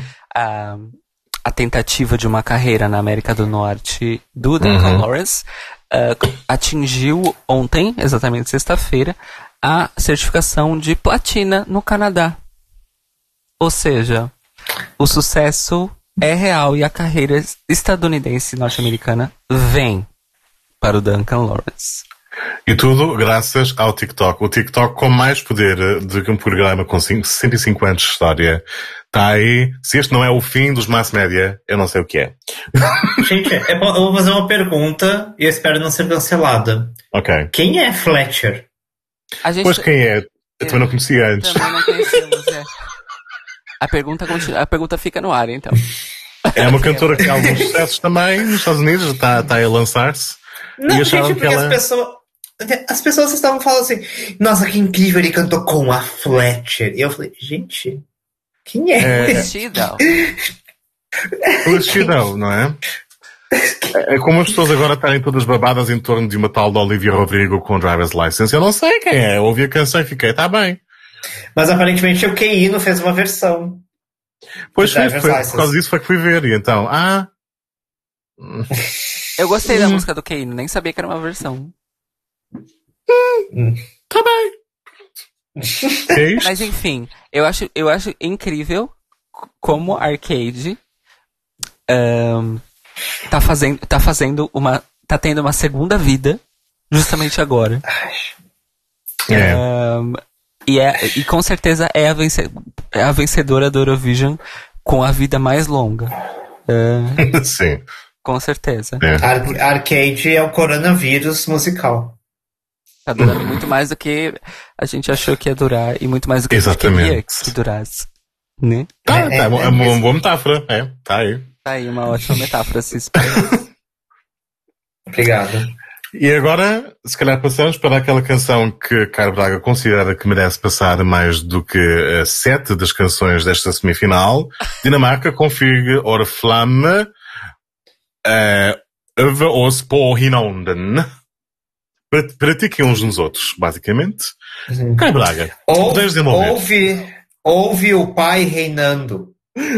a tentativa de uma carreira na América do Norte do Duncan Lawrence. Atingiu ontem, exatamente sexta-feira, a certificação de platina no Canadá. Ou seja, o sucesso é real e a carreira estadunidense e norte-americana vem para o Duncan Lawrence. E tudo graças ao TikTok. O TikTok com mais poder do que um programa com 105 anos de história. Está aí. Se este não é o fim dos mass media, eu não sei o que é. Gente, eu vou fazer uma pergunta e eu espero não ser cancelada. Ok. Quem é Fletcher? Pois quem é? Eu também não conhecia antes. Também não conhecemos, A pergunta fica no ar, então. É uma cantora que tem alguns sucessos também nos Estados Unidos, está a lançar-se. Não, e acharam gente, que ela... as pessoas estavam falando assim, nossa, que incrível, ele cantou com a Fletcher. E eu falei, gente, quem é? Felicitão, não é? É como as pessoas agora estarem todas babadas em torno de uma tal de Olivia Rodrigo com Driver's License. Eu não sei quem é, eu ouvi a canção e fiquei, tá bem. Mas aparentemente o Kei não fez uma versão. Pois foi, por causa disso foi que fui ver. E então, Eu gostei da música do Kei, nem sabia que era uma versão. Tá bem. É isso? Mas enfim, eu acho incrível como Arcade tá tendo uma segunda vida justamente agora. E com certeza é a vencedora do Eurovision com a vida mais longa. Sim. Com certeza. Arcade é o coronavírus musical. Tá durando muito mais do que a gente achou que ia durar e muito mais do que a gente queria que durasse. Né? É uma boa metáfora. Tá aí. Tá aí, uma ótima metáfora. Obrigado. E agora, se calhar passamos para aquela canção que Caio Braga considera que merece passar mais do que 7 das canções desta semifinal. Dinamarca com Fig or Flamme över oss på hinanden. Pratiquem uns nos outros, basicamente. Caio Braga, podes desenvolver. Ouve o pai reinando.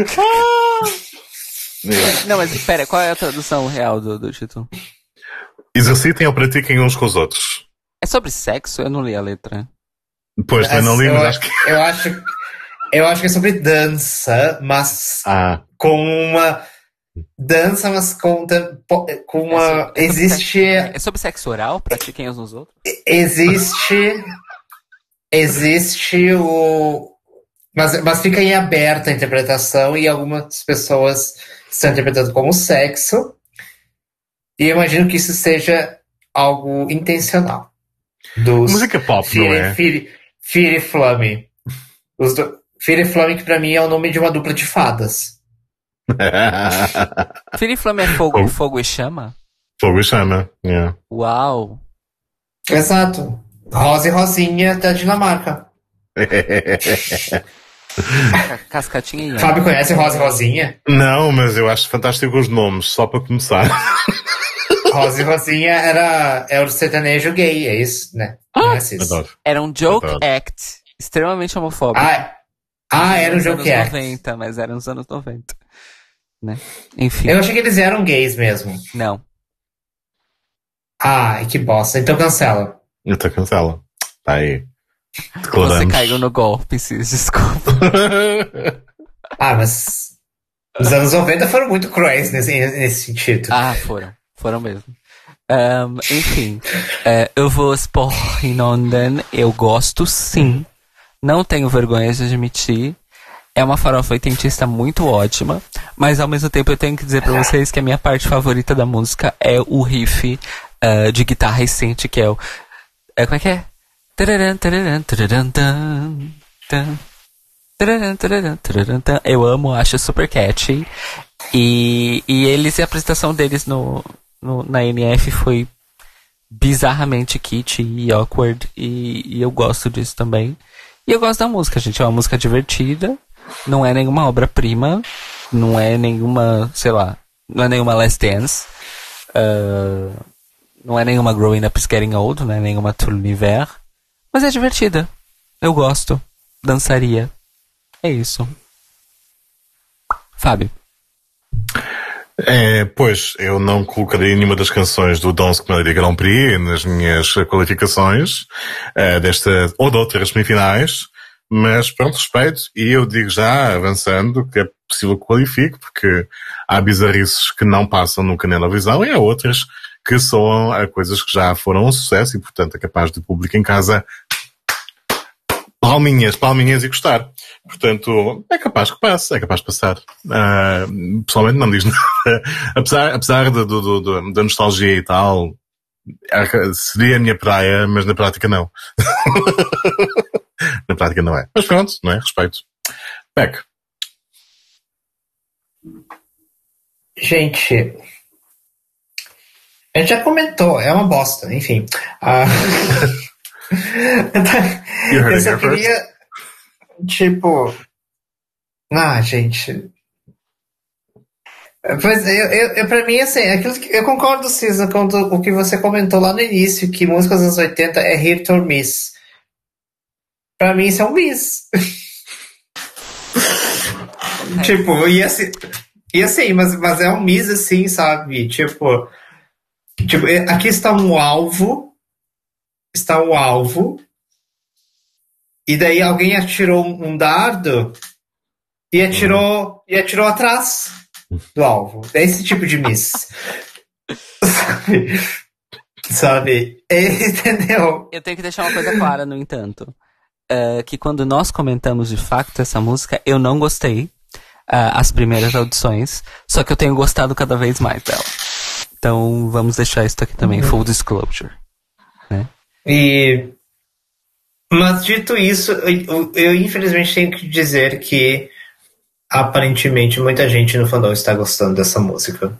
Não, mas espera, qual é a tradução real do título? Exercitem ou pratiquem uns com os outros. É sobre sexo? Eu não li a letra. Pois, também não li, mas acho que... Eu acho que é sobre dança, mas com uma... Dança, mas com uma... É sobre sexo oral? Pratiquem uns nos outros? Existe o... Mas fica em aberta a interpretação e algumas pessoas estão interpretando como sexo. E eu imagino que isso seja algo intencional. Música pop, não é? Fear e Flamme. Fear e Flamme, que pra mim é o nome de uma dupla de fadas. Fear e Flamme é fogo e chama? Fogo e chama, yeah. Uau! Exato. Rosa e Rosinha da Dinamarca. Cascatinha e Ian. Fábio conhece Rosa e Rosinha? Não, mas eu acho fantástico os nomes, só para começar. Rosa e Rosinha é o sertanejo gay, é isso, né? Adoro. Era um joke act extremamente homofóbico. Era um joke act. 90, mas era nos anos 90. Né? Enfim. Eu achei que eles eram gays mesmo. Não. Que bosta. Então cancela. Então cancela. Tá aí. Você caiu no golpe, Cis, desculpa. mas os anos 90 foram muito cruéis nesse sentido. Foram mesmo. Enfim, eu vou expor em London, eu gosto sim, não tenho vergonha de admitir, é uma farofa oitentista muito ótima, mas ao mesmo tempo eu tenho que dizer pra vocês que a minha parte favorita da música é o riff de guitarra recente, que é o... como é que é? Eu amo, acho super catchy. E a apresentação deles na NF foi bizarramente kitsch e awkward. E eu gosto disso também. E eu gosto da música, gente. É uma música divertida. Não é nenhuma obra-prima. Não é nenhuma, sei lá, não é nenhuma Last Dance. Não é nenhuma Growing Up is Getting Old. Não é nenhuma Tout l'Univers. Mas é divertida. Eu gosto. Dançaria. É isso. Fábio. Pois, eu não colocaria nenhuma das canções do Danse Comédia Grand Prix nas minhas qualificações desta ou de outras semifinais, mas pronto, respeito, e eu digo já, avançando, que é possível que qualifique, porque há bizarrices que não passam nunca na televisão e há outras que soam a coisas que já foram um sucesso e, portanto, é capaz do público em casa palminhas e gostar. Portanto, é capaz que passe, é capaz de passar. Pessoalmente não diz nada. Apesar da nostalgia e tal, seria a minha praia, mas na prática não. Na prática não é. Mas pronto, não é? Respeito. Beck. Gente, a gente já comentou, é uma bosta, enfim. Eu só queria, tipo... gente... Pois, eu pra mim, assim, aquilo que, eu concordo, Cisa, com o que você comentou lá no início, que músicas dos anos 80 é hit or miss. Pra mim, isso é um miss. Tipo, e assim, mas é um miss, assim, sabe? Tipo, aqui está um alvo, e daí alguém atirou um dardo e atirou atrás do alvo. É esse tipo de miss. Sabe? Entendeu? Eu tenho que deixar uma coisa clara, no entanto. Que quando nós comentamos de fato essa música, eu não gostei as primeiras audições, só que eu tenho gostado cada vez mais dela. Então vamos deixar isso aqui também, full disclosure. Né? Mas dito isso, eu infelizmente tenho que dizer que aparentemente muita gente no fandom está gostando dessa música.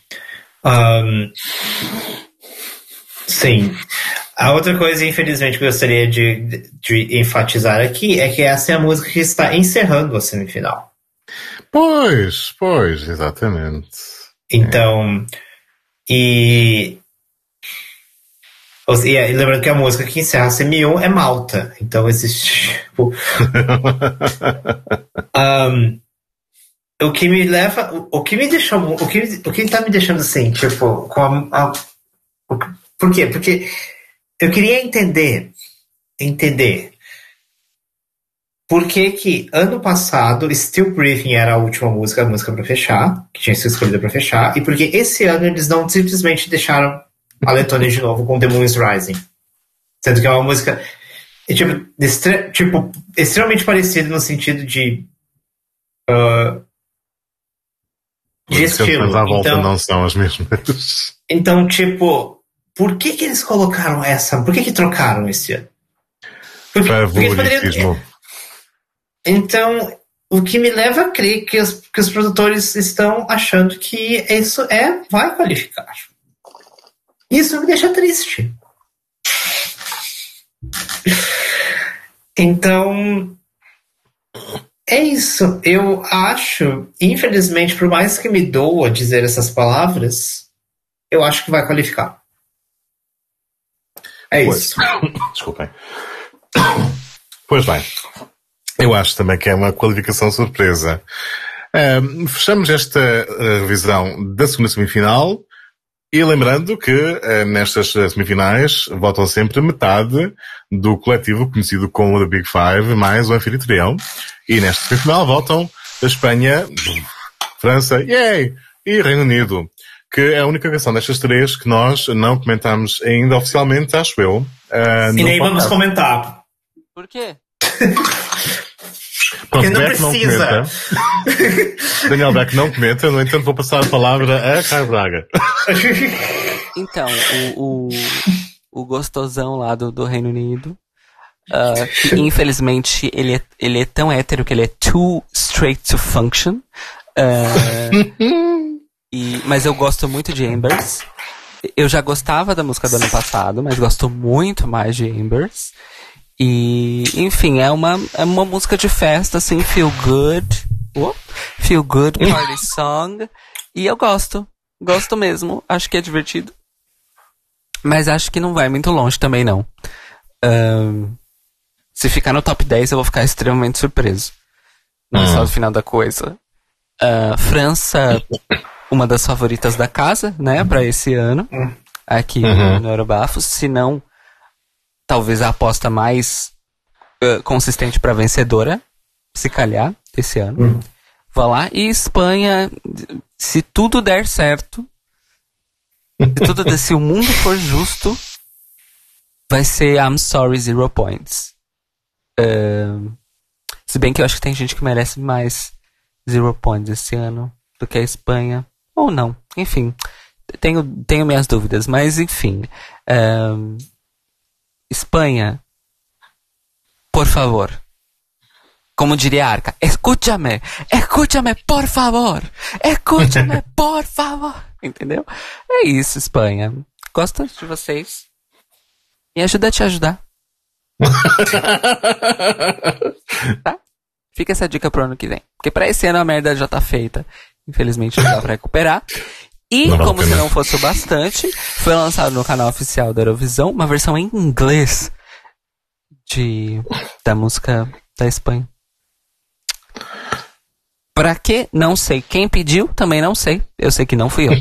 Sim. A outra coisa, infelizmente, que eu gostaria de enfatizar aqui é que essa é a música que está encerrando a semifinal. Pois, exatamente. Então, e lembrando que a música que encerra a semi-1 é Malta. Então existe, tipo... o que me leva... O que tá me deixando assim, tipo... Por quê? Porque eu queria entender por que ano passado Still Breathing era a última música, a música pra fechar, que tinha sido escolhida pra fechar, e porque esse ano eles não simplesmente deixaram a Letônia de novo com The Moon is Rising. Sendo que é uma música extremamente parecida no sentido de estilo. Mas à volta não são as mesmas. Então, tipo, por que eles colocaram essa? Por que trocaram esse ano? Favoritismo. Então, o que me leva a crer que os produtores estão achando que isso vai qualificar. Isso me deixa triste. Então, é isso. Eu acho, infelizmente, por mais que me doa dizer essas palavras, eu acho que vai qualificar. É isso. Desculpem. Pois bem. Eu acho também que é uma qualificação surpresa. Fechamos esta revisão da segunda semifinal e lembrando que nestas semifinais votam sempre metade do coletivo conhecido como The Big Five mais o anfitrião e nesta semifinal votam Espanha, França, yay! E Reino Unido, que é a única canção destas três que nós não comentamos ainda oficialmente, acho eu. E nem vamos comentar. Por quê? Porque não precisa. Daniel Beck não comenta, no entanto vou passar a palavra a Caio Braga. Então, o gostosão lá do Reino Unido, que infelizmente ele é tão hétero que ele é too straight to function. Mas eu gosto muito de Embers. Eu já gostava da música do ano passado, mas gosto muito mais de Embers. E, enfim, é uma música de festa, assim, feel good party song. E eu gosto mesmo, acho que é divertido. Mas acho que não vai muito longe também, não. Se ficar no top 10, eu vou ficar extremamente surpreso. Não é só no final da coisa. França, uma das favoritas da casa, né, pra esse ano. Aqui no Eurobafos. Se não, talvez a aposta mais consistente pra vencedora, se calhar, desse ano. Vá lá. E Espanha, se tudo der certo, se o mundo for justo, vai ser I'm Sorry 0 Points. Se bem que eu acho que tem gente que merece mais 0 Points esse ano do que a Espanha. Ou não. Enfim, tenho minhas dúvidas. Mas, enfim. Espanha, por favor. Como diria a Arca, escúchame, por favor. Escúchame, por favor. Entendeu? É isso, Espanha. Gosto de vocês. Me ajuda a te ajudar. Tá? Fica essa dica pro ano que vem. Porque pra esse ano a merda já tá feita. Infelizmente não dá pra recuperar. E, como se não fosse o bastante, foi lançado no canal oficial da Eurovisão uma versão em inglês da música da Espanha. Pra quê? Não sei. Quem pediu? Também não sei. Eu sei que não fui eu.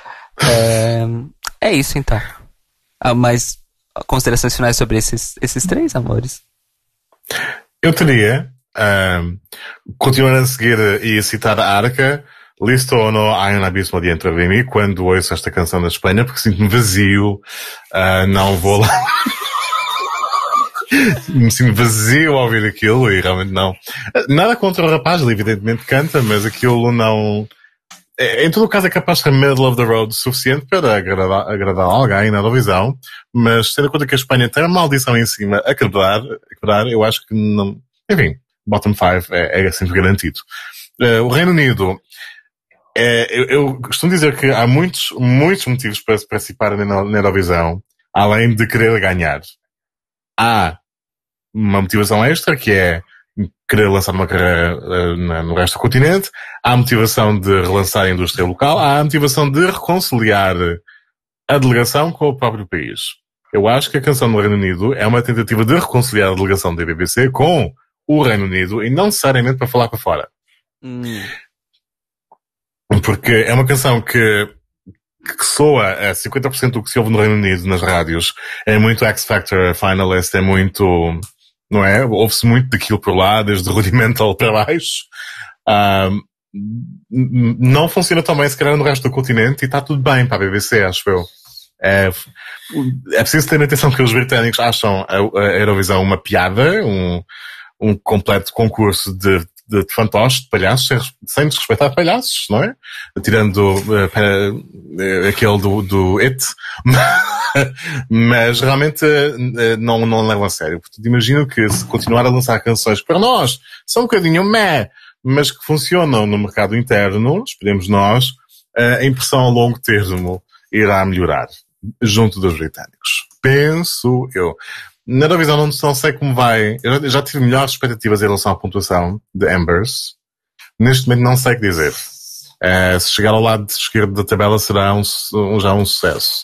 É isso, então. Mas considerações finais sobre esses três amores? Eu teria, continuando a seguir e a citar a Arca, listo ou no hay un abismo dentro de mim, quando ouço esta canção da Espanha, porque sinto-me vazio, não vou lá. Me sinto vazio ao ouvir aquilo e realmente não. Nada contra o rapaz, ele evidentemente canta, mas aquilo não. Em todo o caso é capaz de ser middle of the road suficiente para agradar alguém na Eurovisão, mas tendo em conta que a Espanha tem uma maldição em cima a quebrar, eu acho que não. Enfim, bottom 5 é sempre garantido. O Reino Unido, eu costumo dizer que há muitos motivos para se participar na Eurovisão, além de querer ganhar. Há uma motivação extra, que é querer lançar uma carreira no resto do continente. Há a motivação de relançar a indústria local. Há a motivação de reconciliar a delegação com o próprio país. Eu acho que a canção do Reino Unido é uma tentativa de reconciliar a delegação da BBC com o Reino Unido e não necessariamente para falar para fora. Porque é uma canção que soa a 50% do que se ouve no Reino Unido nas rádios. É muito X Factor Finalist, é muito, não é? Ouve-se muito daquilo por lá, desde Rudimental para baixo. Não funciona tão bem, se calhar, no resto do continente e está tudo bem para a BBC, acho eu. É preciso ter atenção que os britânicos acham a Eurovisão uma piada, um completo concurso de fantoches, de palhaços, sem desrespeitar palhaços, não é? Tirando aquele do It. Mas realmente não levam a sério. Portanto, imagino que se continuar a lançar canções que para nós são um bocadinho mas que funcionam no mercado interno, esperemos nós, a impressão a longo termo irá melhorar junto dos britânicos. Penso eu. Na Eurovisão não sei como vai. Eu já tive melhores expectativas em relação à pontuação de Embers. Neste momento não sei o que dizer. Se chegar ao lado esquerdo da tabela será já um sucesso.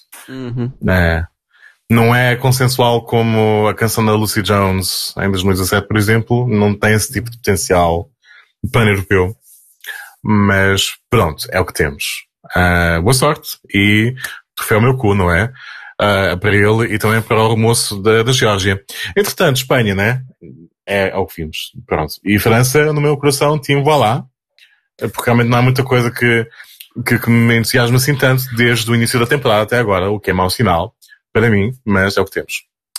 Não é consensual como a canção da Lucy Jones em 2017, por exemplo. Não tem esse tipo de potencial pan-europeu. Mas pronto, é o que temos. Boa sorte e troféu meu cu, não é? Para ele e também para o moço da Geórgia. Entretanto, Espanha, né? É o que vimos. Pronto. E França, no meu coração, time voilà. Porque realmente não há muita coisa que me entusiasma assim tanto desde o início da temporada até agora, o que é mau sinal para mim, mas é o que temos.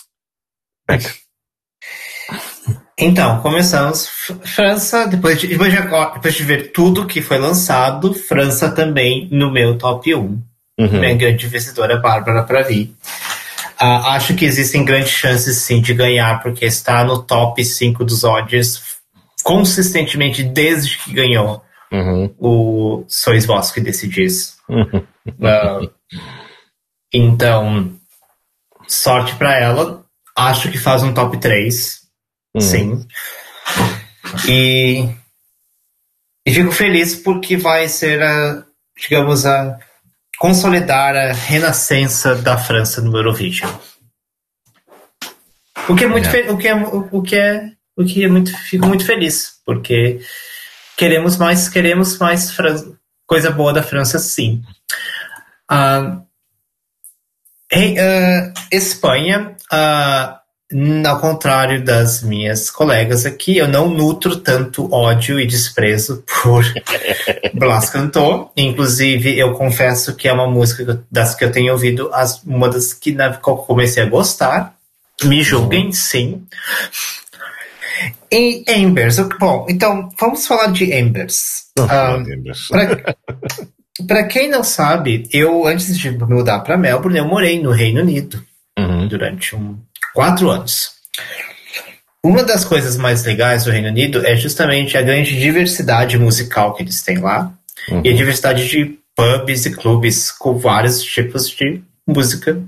Então, começamos. França, depois de ver tudo que foi lançado, França também no meu top 1. Minha grande vencedora, Bárbara Pravi. Acho que existem grandes chances, sim, de ganhar, porque está no top 5 dos odds consistentemente desde que ganhou o Sois Vós que Decidis. Então, sorte para ela. Acho que faz um top 3. Sim. E fico feliz porque vai ser consolidar a renascença da França no Eurovision. O que é muito fico muito feliz, porque queremos mais coisa boa da França, sim. Espanha, ao contrário das minhas colegas aqui, eu não nutro tanto ódio e desprezo por Blas Cantó. Inclusive, eu confesso que é uma música das que eu tenho ouvido, uma das que eu comecei a gostar. Me julguem, sim. E Embers. Bom, então, vamos falar de Embers. Para quem não sabe, eu, antes de mudar para Melbourne, eu morei no Reino Unido durante 4 anos. Uma das coisas mais legais do Reino Unido é justamente a grande diversidade musical que eles têm lá e a diversidade de pubs e clubes com vários tipos de música.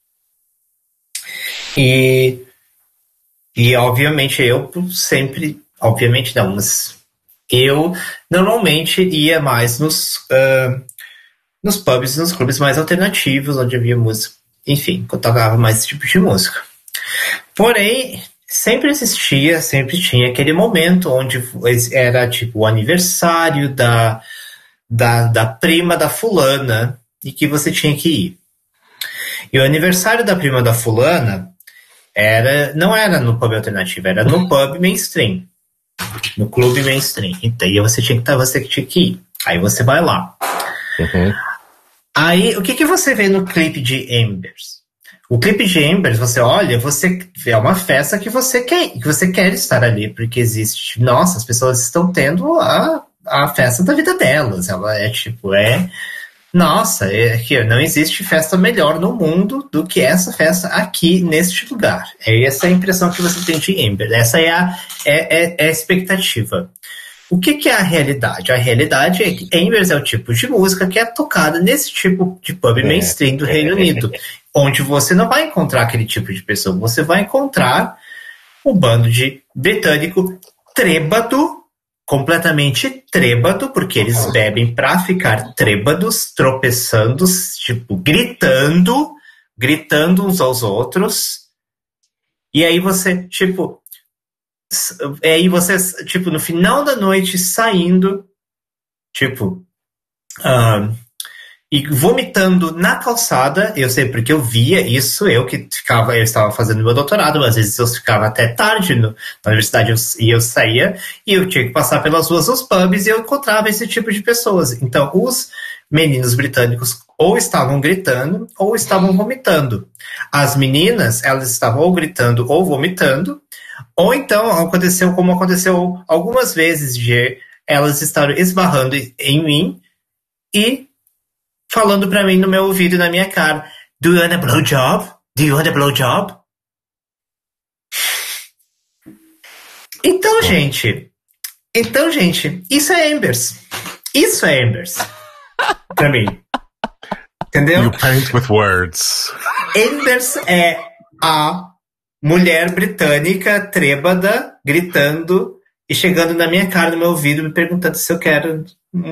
E obviamente obviamente não, mas eu normalmente ia mais nos pubs e nos clubes mais alternativos, onde havia música, enfim, eu tocava mais esse tipo de música. Porém, sempre tinha aquele momento onde era tipo o aniversário da prima da fulana e que você tinha que ir. E o aniversário da prima da fulana não era no pub alternativo, era no pub mainstream, no clube mainstream. E daí você tinha que ir. Aí você vai lá. Aí, o que você vê no clipe de Embers? O clipe de Embers, você olha, você vê uma festa que você quer estar ali, porque existe. Nossa, as pessoas estão tendo a festa da vida delas. Ela nossa, não existe festa melhor no mundo do que essa festa aqui neste lugar. É essa a impressão que você tem de Embers. Essa é a expectativa. O que é a realidade? A realidade é que Embers é o tipo de música que é tocada nesse tipo de pub mainstream do Reino Unido, onde você não vai encontrar aquele tipo de pessoa, você vai encontrar um bando de britânico trêbado, completamente trêbado, porque eles bebem pra ficar trêbados, tropeçando, tipo, gritando uns aos outros. E aí você, tipo, no final da noite, saindo, tipo, e vomitando na calçada. Eu sei porque eu via isso, eu estava fazendo meu doutorado, às vezes eu ficava até tarde na universidade e eu saía, e eu tinha que passar pelas ruas dos pubs e eu encontrava esse tipo de pessoas. Então, os meninos britânicos ou estavam gritando ou estavam vomitando. As meninas, elas estavam ou gritando ou vomitando, ou então aconteceu como aconteceu algumas vezes, de elas estarem esbarrando em mim e falando pra mim no meu ouvido e na minha cara: Do you want a blowjob? Do you want a blowjob? Então, gente, isso é Embers. Isso é Embers. Pra mim. Entendeu? You paint with words. Embers é a mulher britânica trêbada gritando e chegando na minha cara, no meu ouvido, me perguntando se eu quero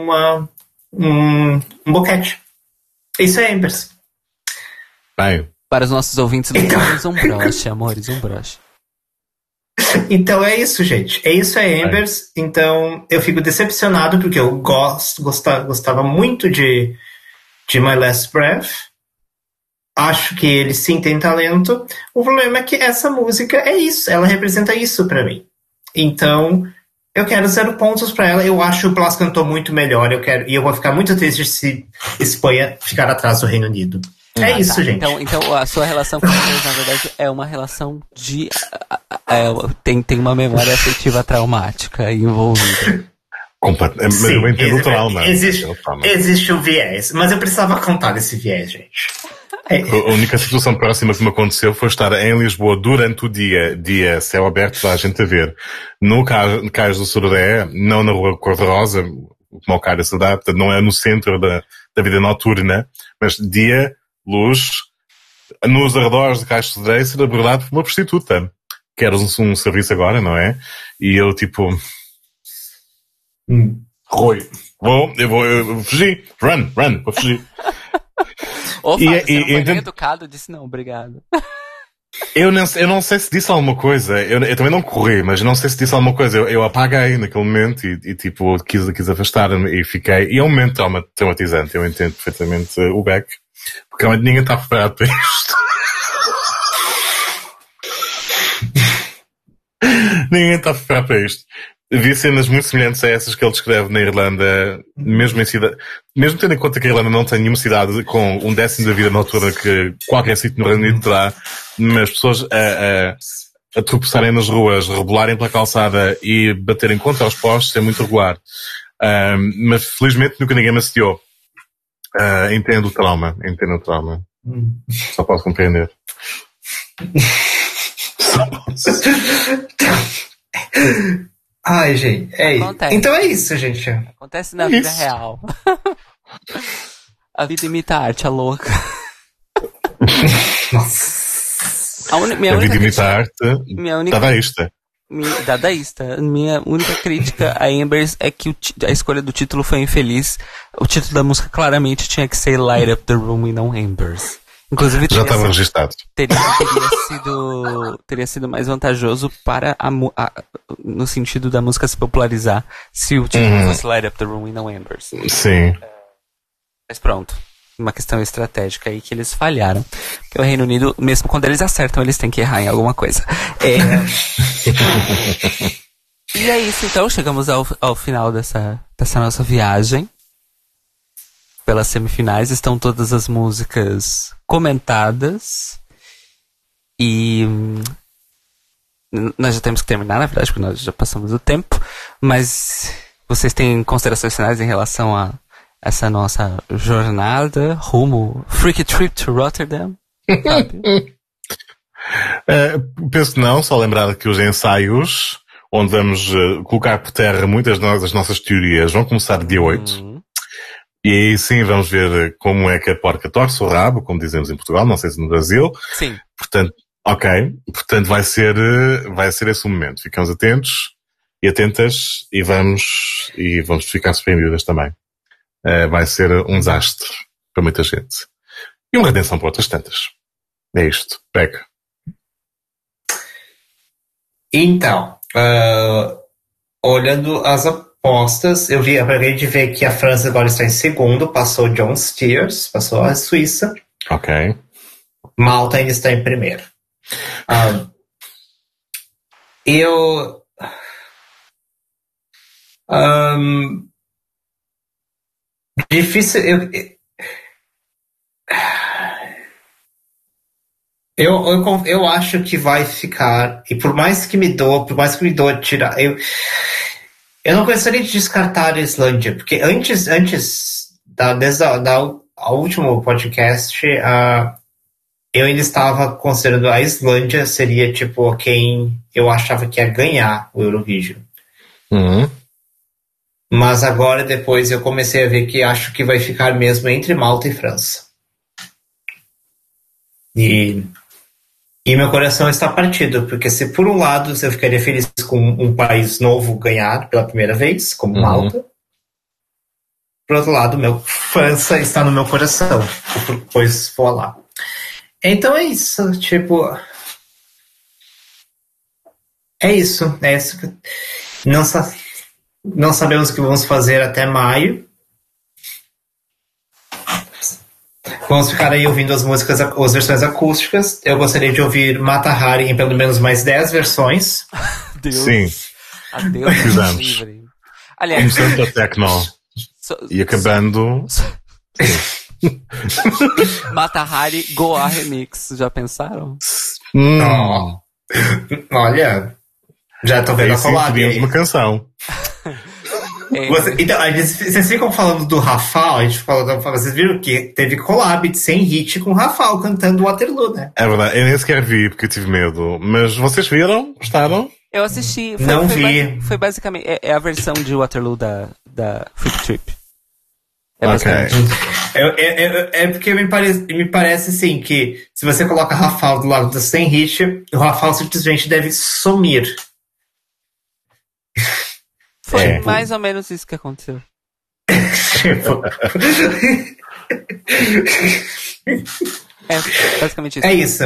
um boquete. Isso é Embers. Bem. Para os nossos ouvintes, levamos um broche, amores, um broche. Então é isso, gente. Isso é Embers. Então eu fico decepcionado porque eu gostava muito de My Last Breath. Acho que ele sim tem talento. O problema é que essa música é isso. Ela representa isso pra mim. Então Eu quero 0 pontos pra ela. Eu acho que o Blas cantou muito melhor. E eu vou ficar muito triste se Espanha ficar atrás do Reino Unido. É isso, gente. Então a sua relação com eles, na verdade, é uma relação de... tem uma memória afetiva traumática envolvida. Sim, eu entendo o trauma. Existe um viés. Mas eu precisava contar esse viés, gente. A única situação próxima que me aconteceu foi estar em Lisboa durante o dia céu aberto, toda a gente a ver. No Cais do Sururé, não na Rua Cor-de-Rosa, como o Cais se dá, não é no centro da vida noturna, mas dia, luz, nos arredores de Cais do Sururé, ser abordado por uma prostituta. Queres um serviço agora, não é? E eu tipo... Rui, eu vou fugir. Run, vou fugir. Ou fala, você não foi nem educado, disse não, obrigado. Eu não sei se disse alguma coisa, eu também não corri, mas não sei se disse alguma coisa, eu apaguei naquele momento e tipo, quis afastar-me e fiquei, e é um momento traumatizante, eu entendo perfeitamente o Beck, porque realmente ninguém está preparado para isto. Ninguém está preparado para isto. Vi cenas muito semelhantes a essas que ele descreve na Irlanda, mesmo tendo em conta que a Irlanda não tem nenhuma cidade com 1/10 da vida noturna que qualquer sítio no Reino Unido terá, mas pessoas a tropeçarem nas ruas, rebolarem pela calçada e baterem contra os postes é muito regular. Mas felizmente nunca ninguém me assediou. Entendo o trauma. Só posso compreender. Ai, gente, então é isso, gente. Acontece na vida real. A vida imita a arte, a louca. Nossa. A vida imita a arte dadaísta. Minha única crítica a Embers é que a escolha do título foi infeliz. O título da música claramente tinha que ser Light Up the Room e não Embers. Inclusive, já estava registrado. Teria sido mais vantajoso para no sentido da música se popularizar se o título fosse Light Up the Room e não Embers. Sim. Mas pronto. Uma questão estratégica aí que eles falharam. Porque o Reino Unido, mesmo quando eles acertam, eles têm que errar em alguma coisa. E é isso, então. Chegamos ao final dessa nossa viagem. Pelas semifinais estão todas as músicas comentadas e nós já temos que terminar, na verdade, porque nós já passamos o tempo, mas vocês têm considerações finais em relação a essa nossa jornada rumo Freaky Trip to Rotterdam? Penso que não, só lembrar que os ensaios onde vamos colocar por terra muitas das nossas teorias vão começar dia 8. E aí sim vamos ver como é que a porca torce o rabo, como dizemos em Portugal, não sei se no Brasil. Sim. Portanto, vai ser esse o momento. Ficamos atentos e atentas e vamos ficar surpreendidas também. Vai ser um desastre para muita gente. E uma redenção para outras tantas. É isto. Pega. Então, olhando as apostas, eu acabei de ver que a França agora está em segundo, passou John Steers, passou a Suíça. Ok. Malta ainda está em primeiro. Difícil. Eu acho que vai ficar, e por mais que me doa tirar, eu não gostaria de descartar a Islândia, porque desde o último podcast, eu ainda estava considerando a Islândia seria tipo quem eu achava que ia ganhar o Eurovision. Mas agora, depois, eu comecei a ver que acho que vai ficar mesmo entre Malta e França. E meu coração está partido, porque se por um lado eu ficaria feliz com um país novo ganhar pela primeira vez, como Malta, por outro lado, França está no meu coração, depois vou lá. Então é isso, tipo... É isso. Não sabemos o que vamos fazer até maio. Vamos ficar aí ouvindo as versões acústicas. Eu gostaria de ouvir Mata Hari em pelo menos mais 10 versões. Deus. Sim. Adeus, Precisamos. livre. Aliás, Começando a Tecno e acabando... Mata Hari Goa Remix, já pensaram? Oh. Olha, já tô vendo Aí a sim collab pedimos aí. uma canção. Então, vocês ficam falando do Rafał, a gente falou, vocês viram que teve collab de 100 hit com o Rafał cantando Waterloo, né? É verdade, eu nem sequer vi porque eu tive medo. Mas vocês viram? Gostaram? Eu assisti. Não vi. Foi basicamente. É a versão de Waterloo da Freak Trip. É Ok. basicamente. É porque me parece assim que se você coloca Rafał do lado do 100 hit, o Rafał simplesmente deve sumir. Foi É. mais ou menos isso que aconteceu. Tipo, É basicamente isso. é isso.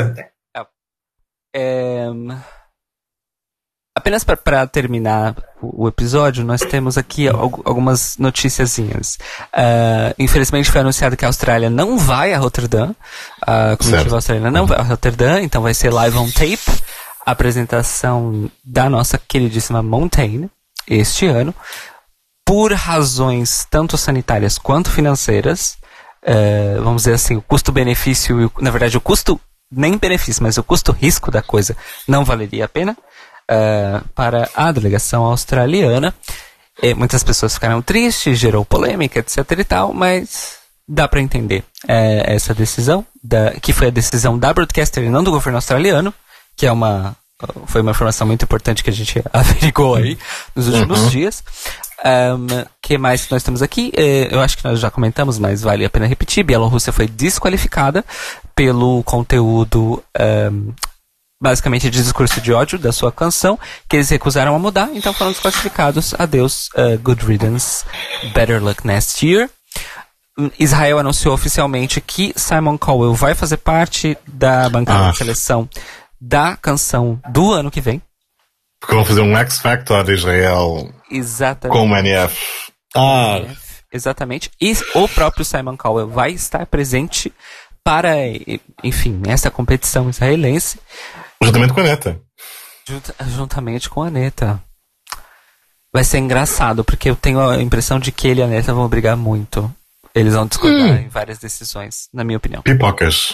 É, apenas para terminar o episódio, nós temos aqui algumas noticiazinhas. Infelizmente foi anunciado que a Austrália não vai a Rotterdam. A comitiva australiana não vai a Rotterdam, então vai ser live on tape. A apresentação da nossa queridíssima Montaigne este ano. Por razões tanto sanitárias quanto financeiras. Vamos dizer assim, o custo-benefício, na verdade o custo, nem benefício, mas o custo-risco da coisa não valeria a pena para a delegação australiana. Muitas pessoas ficaram tristes, gerou polêmica, etc e tal, mas dá para entender essa decisão, que foi a decisão da broadcaster e não do governo australiano, que foi uma informação muito importante que a gente averigou aí nos últimos dias. Que mais que nós temos aqui? Eu acho que nós já comentamos, mas vale a pena repetir. Bielorrússia foi desqualificada pelo conteúdo basicamente de discurso de ódio da sua canção, que eles recusaram a mudar, então foram desclassificados. Adeus, good riddance, better luck next year. Israel anunciou oficialmente que Simon Cowell vai fazer parte da bancada de seleção da canção do ano que vem. Porque vão fazer um X Factor de Israel. Exatamente. Com o NF. Exatamente. E o próprio Simon Cowell vai estar presente para, enfim, essa competição israelense. Juntamente com a Neta. Juntamente com a Neta. Vai ser engraçado, porque eu tenho a impressão de que ele e a Neta vão brigar muito. Eles vão discordar em várias decisões, na minha opinião. Pipocas.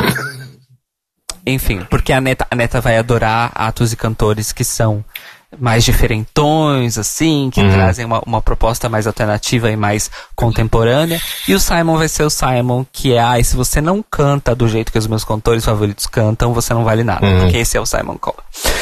Enfim, porque a Neta vai adorar atos e cantores que são mais diferentões, assim, que trazem uma proposta mais alternativa e mais contemporânea. E o Simon vai ser o Simon, que se você não canta do jeito que os meus cantores favoritos cantam, você não vale nada. Porque esse é o Simon Cowell.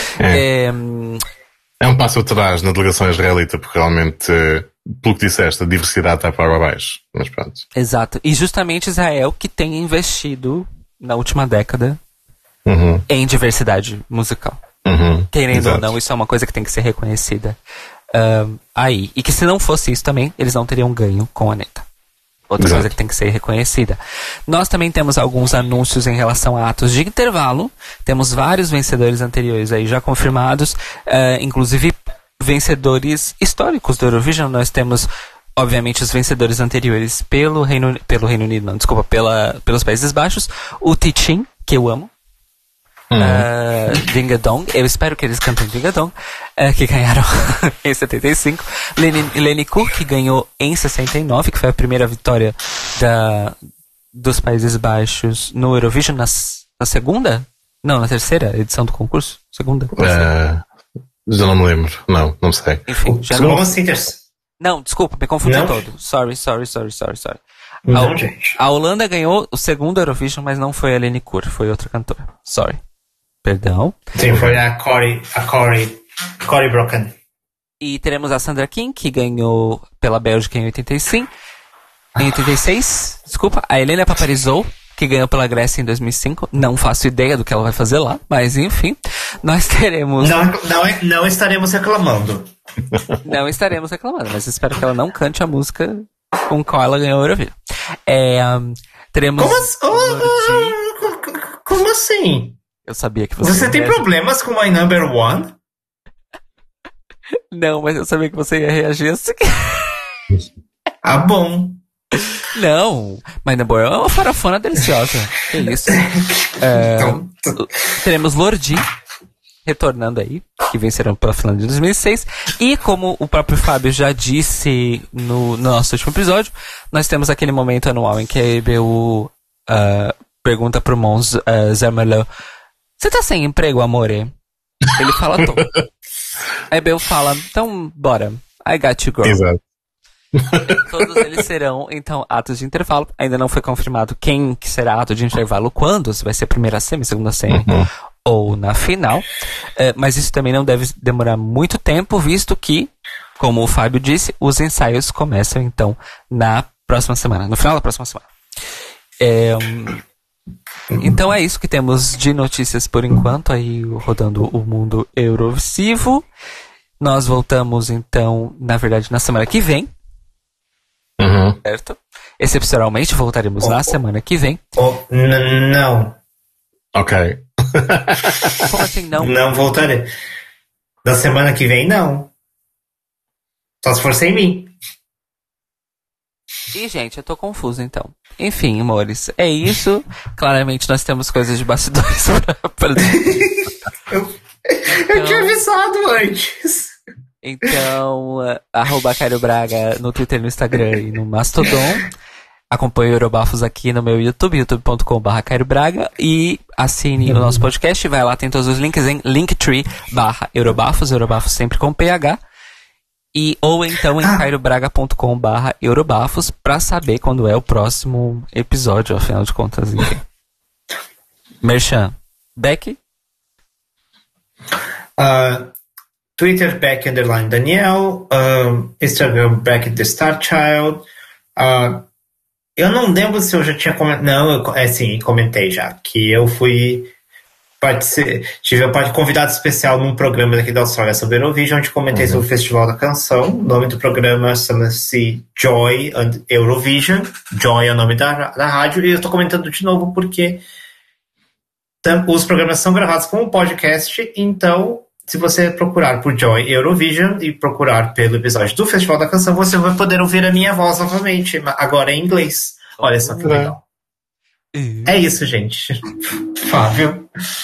É um passo atrás na delegação israelita, porque realmente, pelo que disseste, a diversidade está para baixo. Mas pronto. Exato. E justamente Israel que tem investido na última década em diversidade musical. Querendo ou não, isso é uma coisa que tem que ser reconhecida aí. E que se não fosse isso também, eles não teriam ganho com a Neta. Outra coisa que tem que ser reconhecida. Nós também temos alguns anúncios em relação a atos de intervalo. Temos vários vencedores anteriores aí já confirmados. Inclusive vencedores históricos do Eurovision. Nós temos, obviamente, os vencedores anteriores pelo Reino Unido, não, desculpa, pelos Países Baixos. O Tichin, que eu amo. Dingadong, eu espero que eles cantem Dingadong, que ganharam em 75. Leniku, que ganhou em 69, que foi a primeira vitória dos Países Baixos no Eurovision na segunda? Não, na terceira edição do concurso? Segunda? Já não me lembro. Não sei. Enfim, já Como assim? Não, desculpa, me confundi todo. Sorry. Não, gente. A Holanda ganhou o segundo Eurovision, mas não foi a Lenikur, foi outra cantora. Sorry. Perdão. Sim, foi a Cory Brocken. E teremos a Sandra King, que ganhou pela Bélgica em 85. Em 86, desculpa. A Helena Paparizou, que ganhou pela Grécia em 2005. Não faço ideia do que ela vai fazer lá, mas enfim. Nós teremos... Não estaremos reclamando. Não estaremos reclamando, mas espero que ela não cante a música com qual ela ganhou o Eurovision. Teremos... Como assim? Eu sabia que você tem problemas com My Number One? Não, mas eu sabia que você ia reagir assim. Bom. Não, My Number One é uma farofona deliciosa. Que isso. Teremos Lordi, retornando aí, que venceram pela Finlândia em 2006. E como o próprio Fábio já disse no nosso último episódio, nós temos aquele momento anual em que a EBU pergunta pro Mons Zermelo: você tá sem emprego, amore? Ele fala: tô. A EBU fala: então, bora. I got you, girl. Exato. Todos eles serão, então, atos de intervalo. Ainda não foi confirmado quem que será ato de intervalo, quando, se vai ser a primeira semi, segunda semi, ou na final. Mas isso também não deve demorar muito tempo, visto que, como o Fábio disse, os ensaios começam, então, na próxima semana, no final da próxima semana. Então é isso que temos de notícias por enquanto, aí rodando o mundo Eurovisivo. Nós voltamos, então, na verdade, na semana que vem. Certo? Excepcionalmente voltaremos na semana que vem. Não. Ok. Como assim não? Não voltarei. Da semana que vem, não. Só se for sem mim. Ih, gente, eu tô confuso então. Enfim, amores, é isso. Claramente nós temos coisas de bastidores pra Eu tinha avisado antes. Então, @Cairo Braga no Twitter, no Instagram e no Mastodon. Acompanhe o Eurobafos aqui no meu YouTube, youtube.com/Cairo Braga. E assine o nosso podcast. Vai lá, tem todos os links em linktree/Eurobafos. Eurobafos sempre com PH. Ou então em cairobraga.com/Eurobafos pra saber quando é o próximo episódio, afinal de contas. Enfim. Merchan. Becky? Twitter, Beck_Daniel. Instagram, Beck The Star Child. Eu não lembro se eu já tinha comentado. Não, comentei já. Que eu fui. Tive a convidado especial num programa daqui da Austrália sobre Eurovision, onde comentei sobre o Festival da Canção. O nome do programa chama-se Joy and Eurovision. Joy é o nome da rádio. E eu estou comentando de novo porque os programas são gravados como podcast. Então, se você procurar por Joy Eurovision e procurar pelo episódio do Festival da Canção, você vai poder ouvir a minha voz novamente, agora em inglês. Olha só que legal. É isso, gente. Fábio.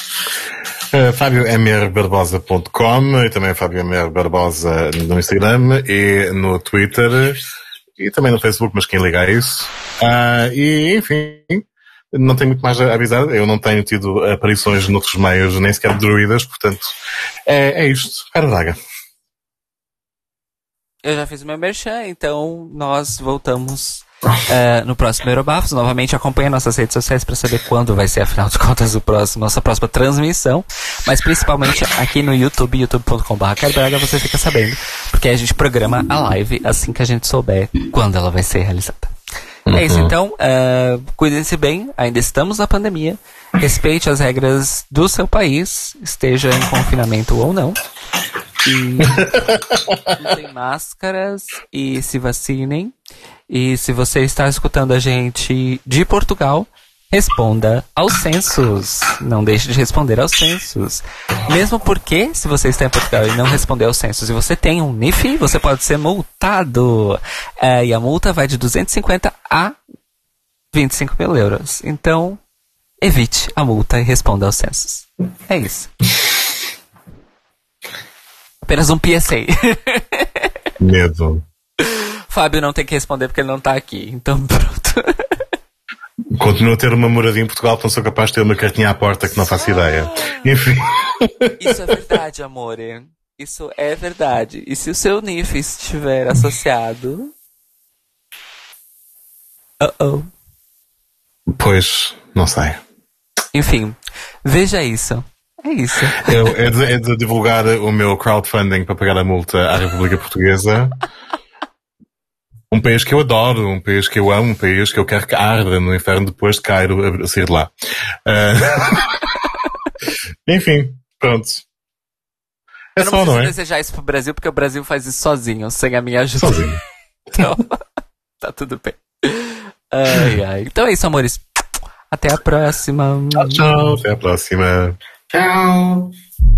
FábioMRBarbosa.com e também Fábio MR Barbosa no Instagram e no Twitter e também no Facebook, mas quem liga a isso. E, enfim, não tenho muito mais a avisar. Eu não tenho tido aparições noutros meios, nem sequer druidas, portanto, é isto. Cairo Braga. Eu já fiz o meu merchan, então nós voltamos no próximo Eurobafos. Novamente acompanhe nossas redes sociais para saber quando vai ser, afinal de contas, nossa próxima transmissão. Mas principalmente aqui no YouTube, youtube.com/Cairo você fica sabendo, porque a gente programa a live assim que a gente souber quando ela vai ser realizada. É isso, então, cuidem-se bem, ainda estamos na pandemia, respeite as regras do seu país, esteja em confinamento ou não, e usem máscaras e se vacinem, e se você está escutando a gente de Portugal, responda aos censos, não deixe de responder aos censos, mesmo porque se você está em Portugal e não responder aos censos e você tem um NIF, você pode ser multado, e a multa vai de 250 a 25 mil euros, então evite a multa e responda aos censos. É isso. Apenas um PSA. Medo. Fábio não tem que responder porque ele não tá aqui, então pronto. Continuo a ter uma moradia em Portugal, então sou capaz de ter uma cartinha à porta que não faço ideia. Enfim. Isso é verdade, amor. Isso é verdade. E se o seu NIF estiver associado... Pois, não sei. Enfim, veja isso. É isso. É de divulgar o meu crowdfunding para pagar a multa à República Portuguesa. Um país que eu adoro, um país que eu amo, um país que eu quero que arda no inferno depois de Cairo a sair de lá. Enfim, pronto. É eu só, não é? Eu não preciso desejar isso pro Brasil, porque o Brasil faz isso sozinho, sem a minha ajuda. Sozinho. Então, tá tudo bem. Então é isso, amores. Até a próxima. Tchau, tchau. Até a próxima. Tchau.